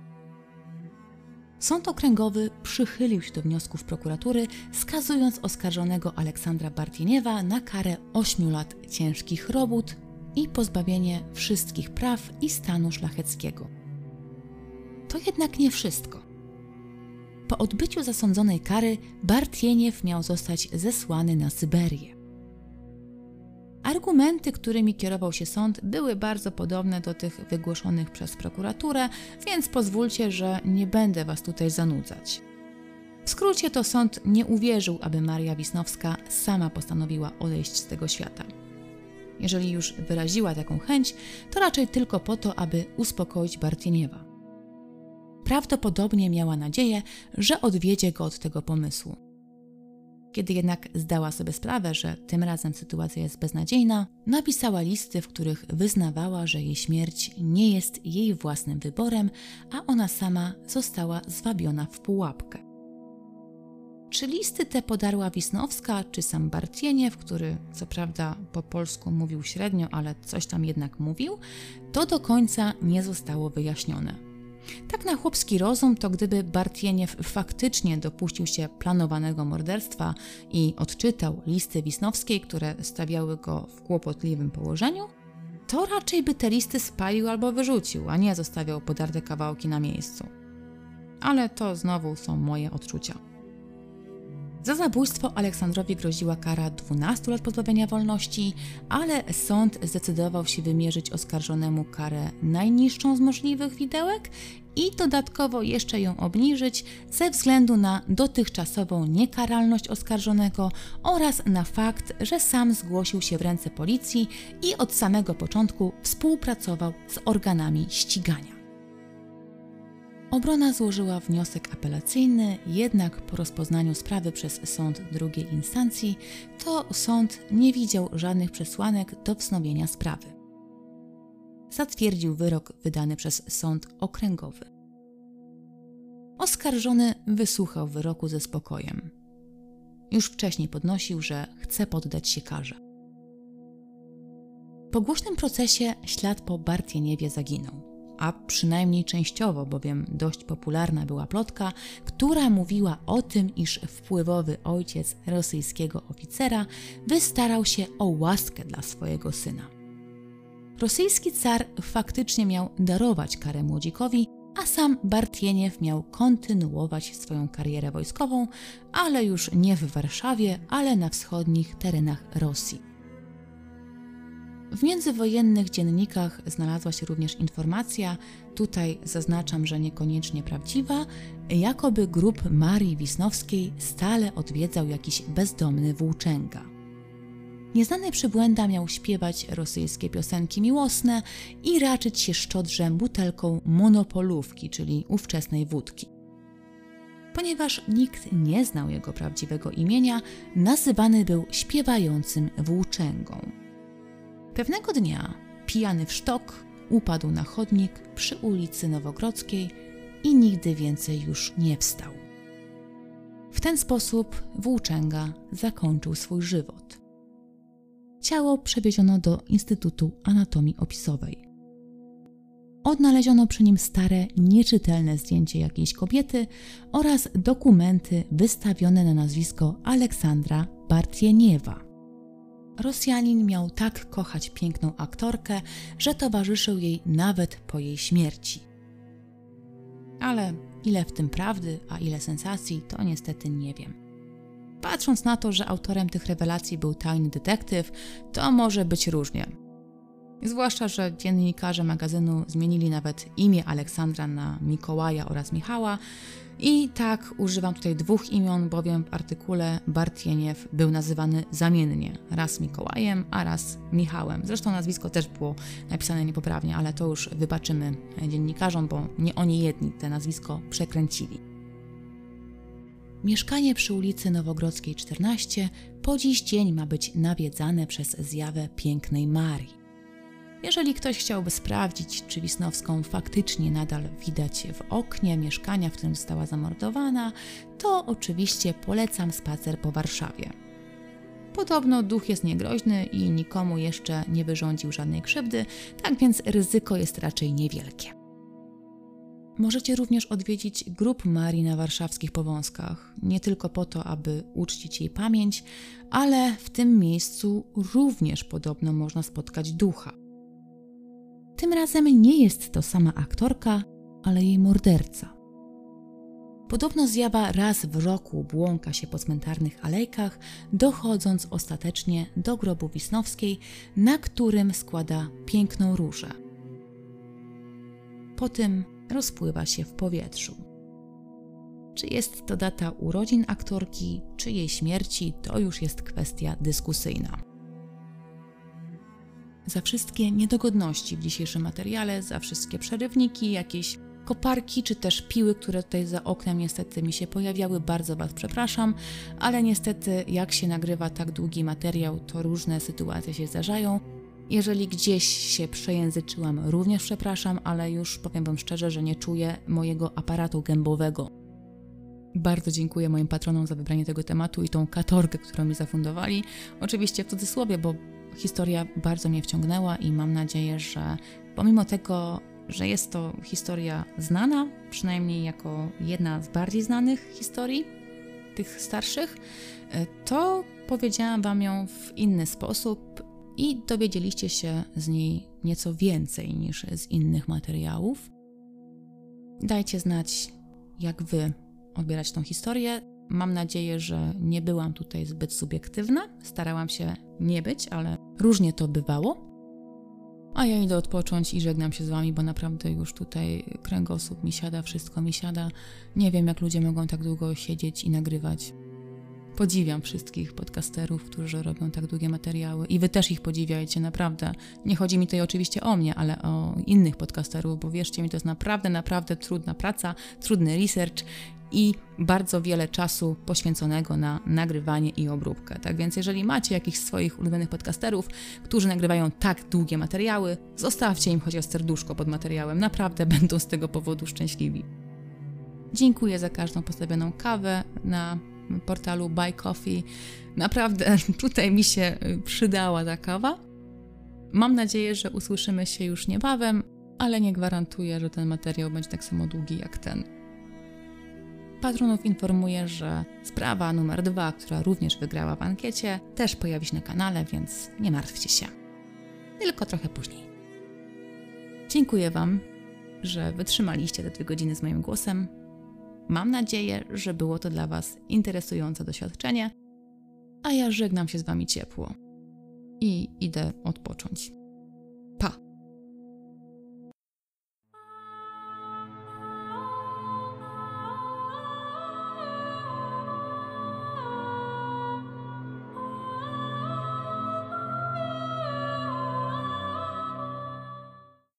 Sąd okręgowy przychylił się do wniosków prokuratury, skazując oskarżonego Aleksandra Bartieniewa na karę 8 lat ciężkich robót i pozbawienie wszystkich praw i stanu szlacheckiego. To jednak nie wszystko. Po odbyciu zasądzonej kary Bartieniew miał zostać zesłany na Syberię. Argumenty, którymi kierował się sąd, były bardzo podobne do tych wygłoszonych przez prokuraturę, więc pozwólcie, że nie będę Was tutaj zanudzać. W skrócie to sąd nie uwierzył, aby Maria Wisnowska sama postanowiła odejść z tego świata. Jeżeli już wyraziła taką chęć, to raczej tylko po to, aby uspokoić Bartieniewa. Prawdopodobnie miała nadzieję, że odwiedzie go od tego pomysłu. Kiedy jednak zdała sobie sprawę, że tym razem sytuacja jest beznadziejna, napisała listy, w których wyznawała, że jej śmierć nie jest jej własnym wyborem, a ona sama została zwabiona w pułapkę. Czy listy te podarła Wisnowska, czy sam Bartieniew, który co prawda po polsku mówił średnio, ale coś tam jednak mówił, to do końca nie zostało wyjaśnione. Tak na chłopski rozum, to gdyby Bartieniew faktycznie dopuścił się planowanego morderstwa i odczytał listy Wisnowskiej, które stawiały go w kłopotliwym położeniu, to raczej by te listy spalił albo wyrzucił, a nie zostawiał podarte kawałki na miejscu. Ale to znowu są moje odczucia. Za zabójstwo Aleksandrowi groziła kara 12 lat pozbawienia wolności, ale sąd zdecydował się wymierzyć oskarżonemu karę najniższą z możliwych widełek i dodatkowo jeszcze ją obniżyć ze względu na dotychczasową niekaralność oskarżonego oraz na fakt, że sam zgłosił się w ręce policji i od samego początku współpracował z organami ścigania. Obrona złożyła wniosek apelacyjny, jednak po rozpoznaniu sprawy przez sąd drugiej instancji, to sąd nie widział żadnych przesłanek do wznowienia sprawy. Zatwierdził wyrok wydany przez sąd okręgowy. Oskarżony wysłuchał wyroku ze spokojem. Już wcześniej podnosił, że chce poddać się karze. Po głośnym procesie ślad po Bartieniewie zaginął. A przynajmniej częściowo, bowiem dość popularna była plotka, która mówiła o tym, iż wpływowy ojciec rosyjskiego oficera wystarał się o łaskę dla swojego syna. Rosyjski car faktycznie miał darować karę młodzikowi, a sam Bartieniew miał kontynuować swoją karierę wojskową, ale już nie w Warszawie, ale na wschodnich terenach Rosji. W międzywojennych dziennikach znalazła się również informacja, tutaj zaznaczam, że niekoniecznie prawdziwa, jakoby grób Marii Wisnowskiej stale odwiedzał jakiś bezdomny włóczęga. Nieznany przybłęda miał śpiewać rosyjskie piosenki miłosne i raczyć się szczodrze butelką monopolówki, czyli ówczesnej wódki. Ponieważ nikt nie znał jego prawdziwego imienia, nazywany był śpiewającym włóczęgą. Pewnego dnia, pijany w sztok, upadł na chodnik przy ulicy Nowogrodzkiej i nigdy więcej już nie wstał. W ten sposób włóczęga zakończył swój żywot. Ciało przewieziono do Instytutu Anatomii Opisowej. Odnaleziono przy nim stare, nieczytelne zdjęcie jakiejś kobiety oraz dokumenty wystawione na nazwisko Aleksandra Bartieniewa. Rosjanin miał tak kochać piękną aktorkę, że towarzyszył jej nawet po jej śmierci. Ale ile w tym prawdy, a ile sensacji, to niestety nie wiem. Patrząc na to, że autorem tych rewelacji był tajny detektyw, to może być różnie. Zwłaszcza, że dziennikarze magazynu zmienili nawet imię Aleksandra na Mikołaja oraz Michała. I tak używam tutaj dwóch imion, bowiem w artykule Bartieniew był nazywany zamiennie, raz Mikołajem, a raz Michałem. Zresztą nazwisko też było napisane niepoprawnie, ale to już wybaczymy dziennikarzom, bo nie oni jedni te nazwisko przekręcili. Mieszkanie przy ulicy Nowogrodzkiej 14 po dziś dzień ma być nawiedzane przez zjawę pięknej Marii. Jeżeli ktoś chciałby sprawdzić, czy Wisnowską faktycznie nadal widać w oknie mieszkania, w którym została zamordowana, to oczywiście polecam spacer po Warszawie. Podobno duch jest niegroźny i nikomu jeszcze nie wyrządził żadnej krzywdy, tak więc ryzyko jest raczej niewielkie. Możecie również odwiedzić grób Marii na warszawskich Powązkach, nie tylko po to, aby uczcić jej pamięć, ale w tym miejscu również podobno można spotkać ducha. Tym razem nie jest to sama aktorka, ale jej morderca. Podobno zjawa raz w roku błąka się po cmentarnych alejkach, dochodząc ostatecznie do grobu Wisnowskiej, na którym składa piękną różę. Po tym rozpływa się w powietrzu. Czy jest to data urodzin aktorki, czy jej śmierci, to już jest kwestia dyskusyjna. Za wszystkie niedogodności w dzisiejszym materiale, za wszystkie przerywniki, jakieś koparki czy też piły, które tutaj za oknem niestety mi się pojawiały, bardzo Was przepraszam, ale niestety jak się nagrywa tak długi materiał, to różne sytuacje się zdarzają. Jeżeli gdzieś się przejęzyczyłam, również przepraszam, ale już powiem Wam szczerze, że nie czuję mojego aparatu gębowego. Bardzo dziękuję moim patronom za wybranie tego tematu i tą katorgę, którą mi zafundowali. Oczywiście w cudzysłowie, bo historia bardzo mnie wciągnęła i mam nadzieję, że pomimo tego, że jest to historia znana, przynajmniej jako jedna z bardziej znanych historii, tych starszych, to powiedziałam Wam ją w inny sposób i dowiedzieliście się z niej nieco więcej niż z innych materiałów. Dajcie znać, jak Wy odbierać tą historię. Mam nadzieję, że nie byłam tutaj zbyt subiektywna. Starałam się nie być, ale różnie to bywało. A ja idę odpocząć i żegnam się z Wami, bo naprawdę już tutaj kręgosłup mi siada, wszystko mi siada. Nie wiem, jak ludzie mogą tak długo siedzieć i nagrywać. Podziwiam wszystkich podcasterów, którzy robią tak długie materiały i Wy też ich podziwiajcie, naprawdę. Nie chodzi mi tutaj oczywiście o mnie, ale o innych podcasterów, bo wierzcie mi, to jest naprawdę trudna praca, trudny research i bardzo wiele czasu poświęconego na nagrywanie i obróbkę. Tak więc jeżeli macie jakichś swoich ulubionych podcasterów, którzy nagrywają tak długie materiały, zostawcie im chociaż serduszko pod materiałem. Naprawdę będą z tego powodu szczęśliwi. Dziękuję za każdą postawioną kawę na portalu Buy Coffee. Naprawdę tutaj mi się przydała ta kawa. Mam nadzieję, że usłyszymy się już niebawem, ale nie gwarantuję, że ten materiał będzie tak samo długi jak ten. Patronów informuję, że sprawa numer 2, która również wygrała w ankiecie, też pojawi się na kanale, więc nie martwcie się. Tylko trochę później. Dziękuję Wam, że wytrzymaliście te 2 godziny z moim głosem. Mam nadzieję, że było to dla Was interesujące doświadczenie, a ja żegnam się z Wami ciepło i idę odpocząć.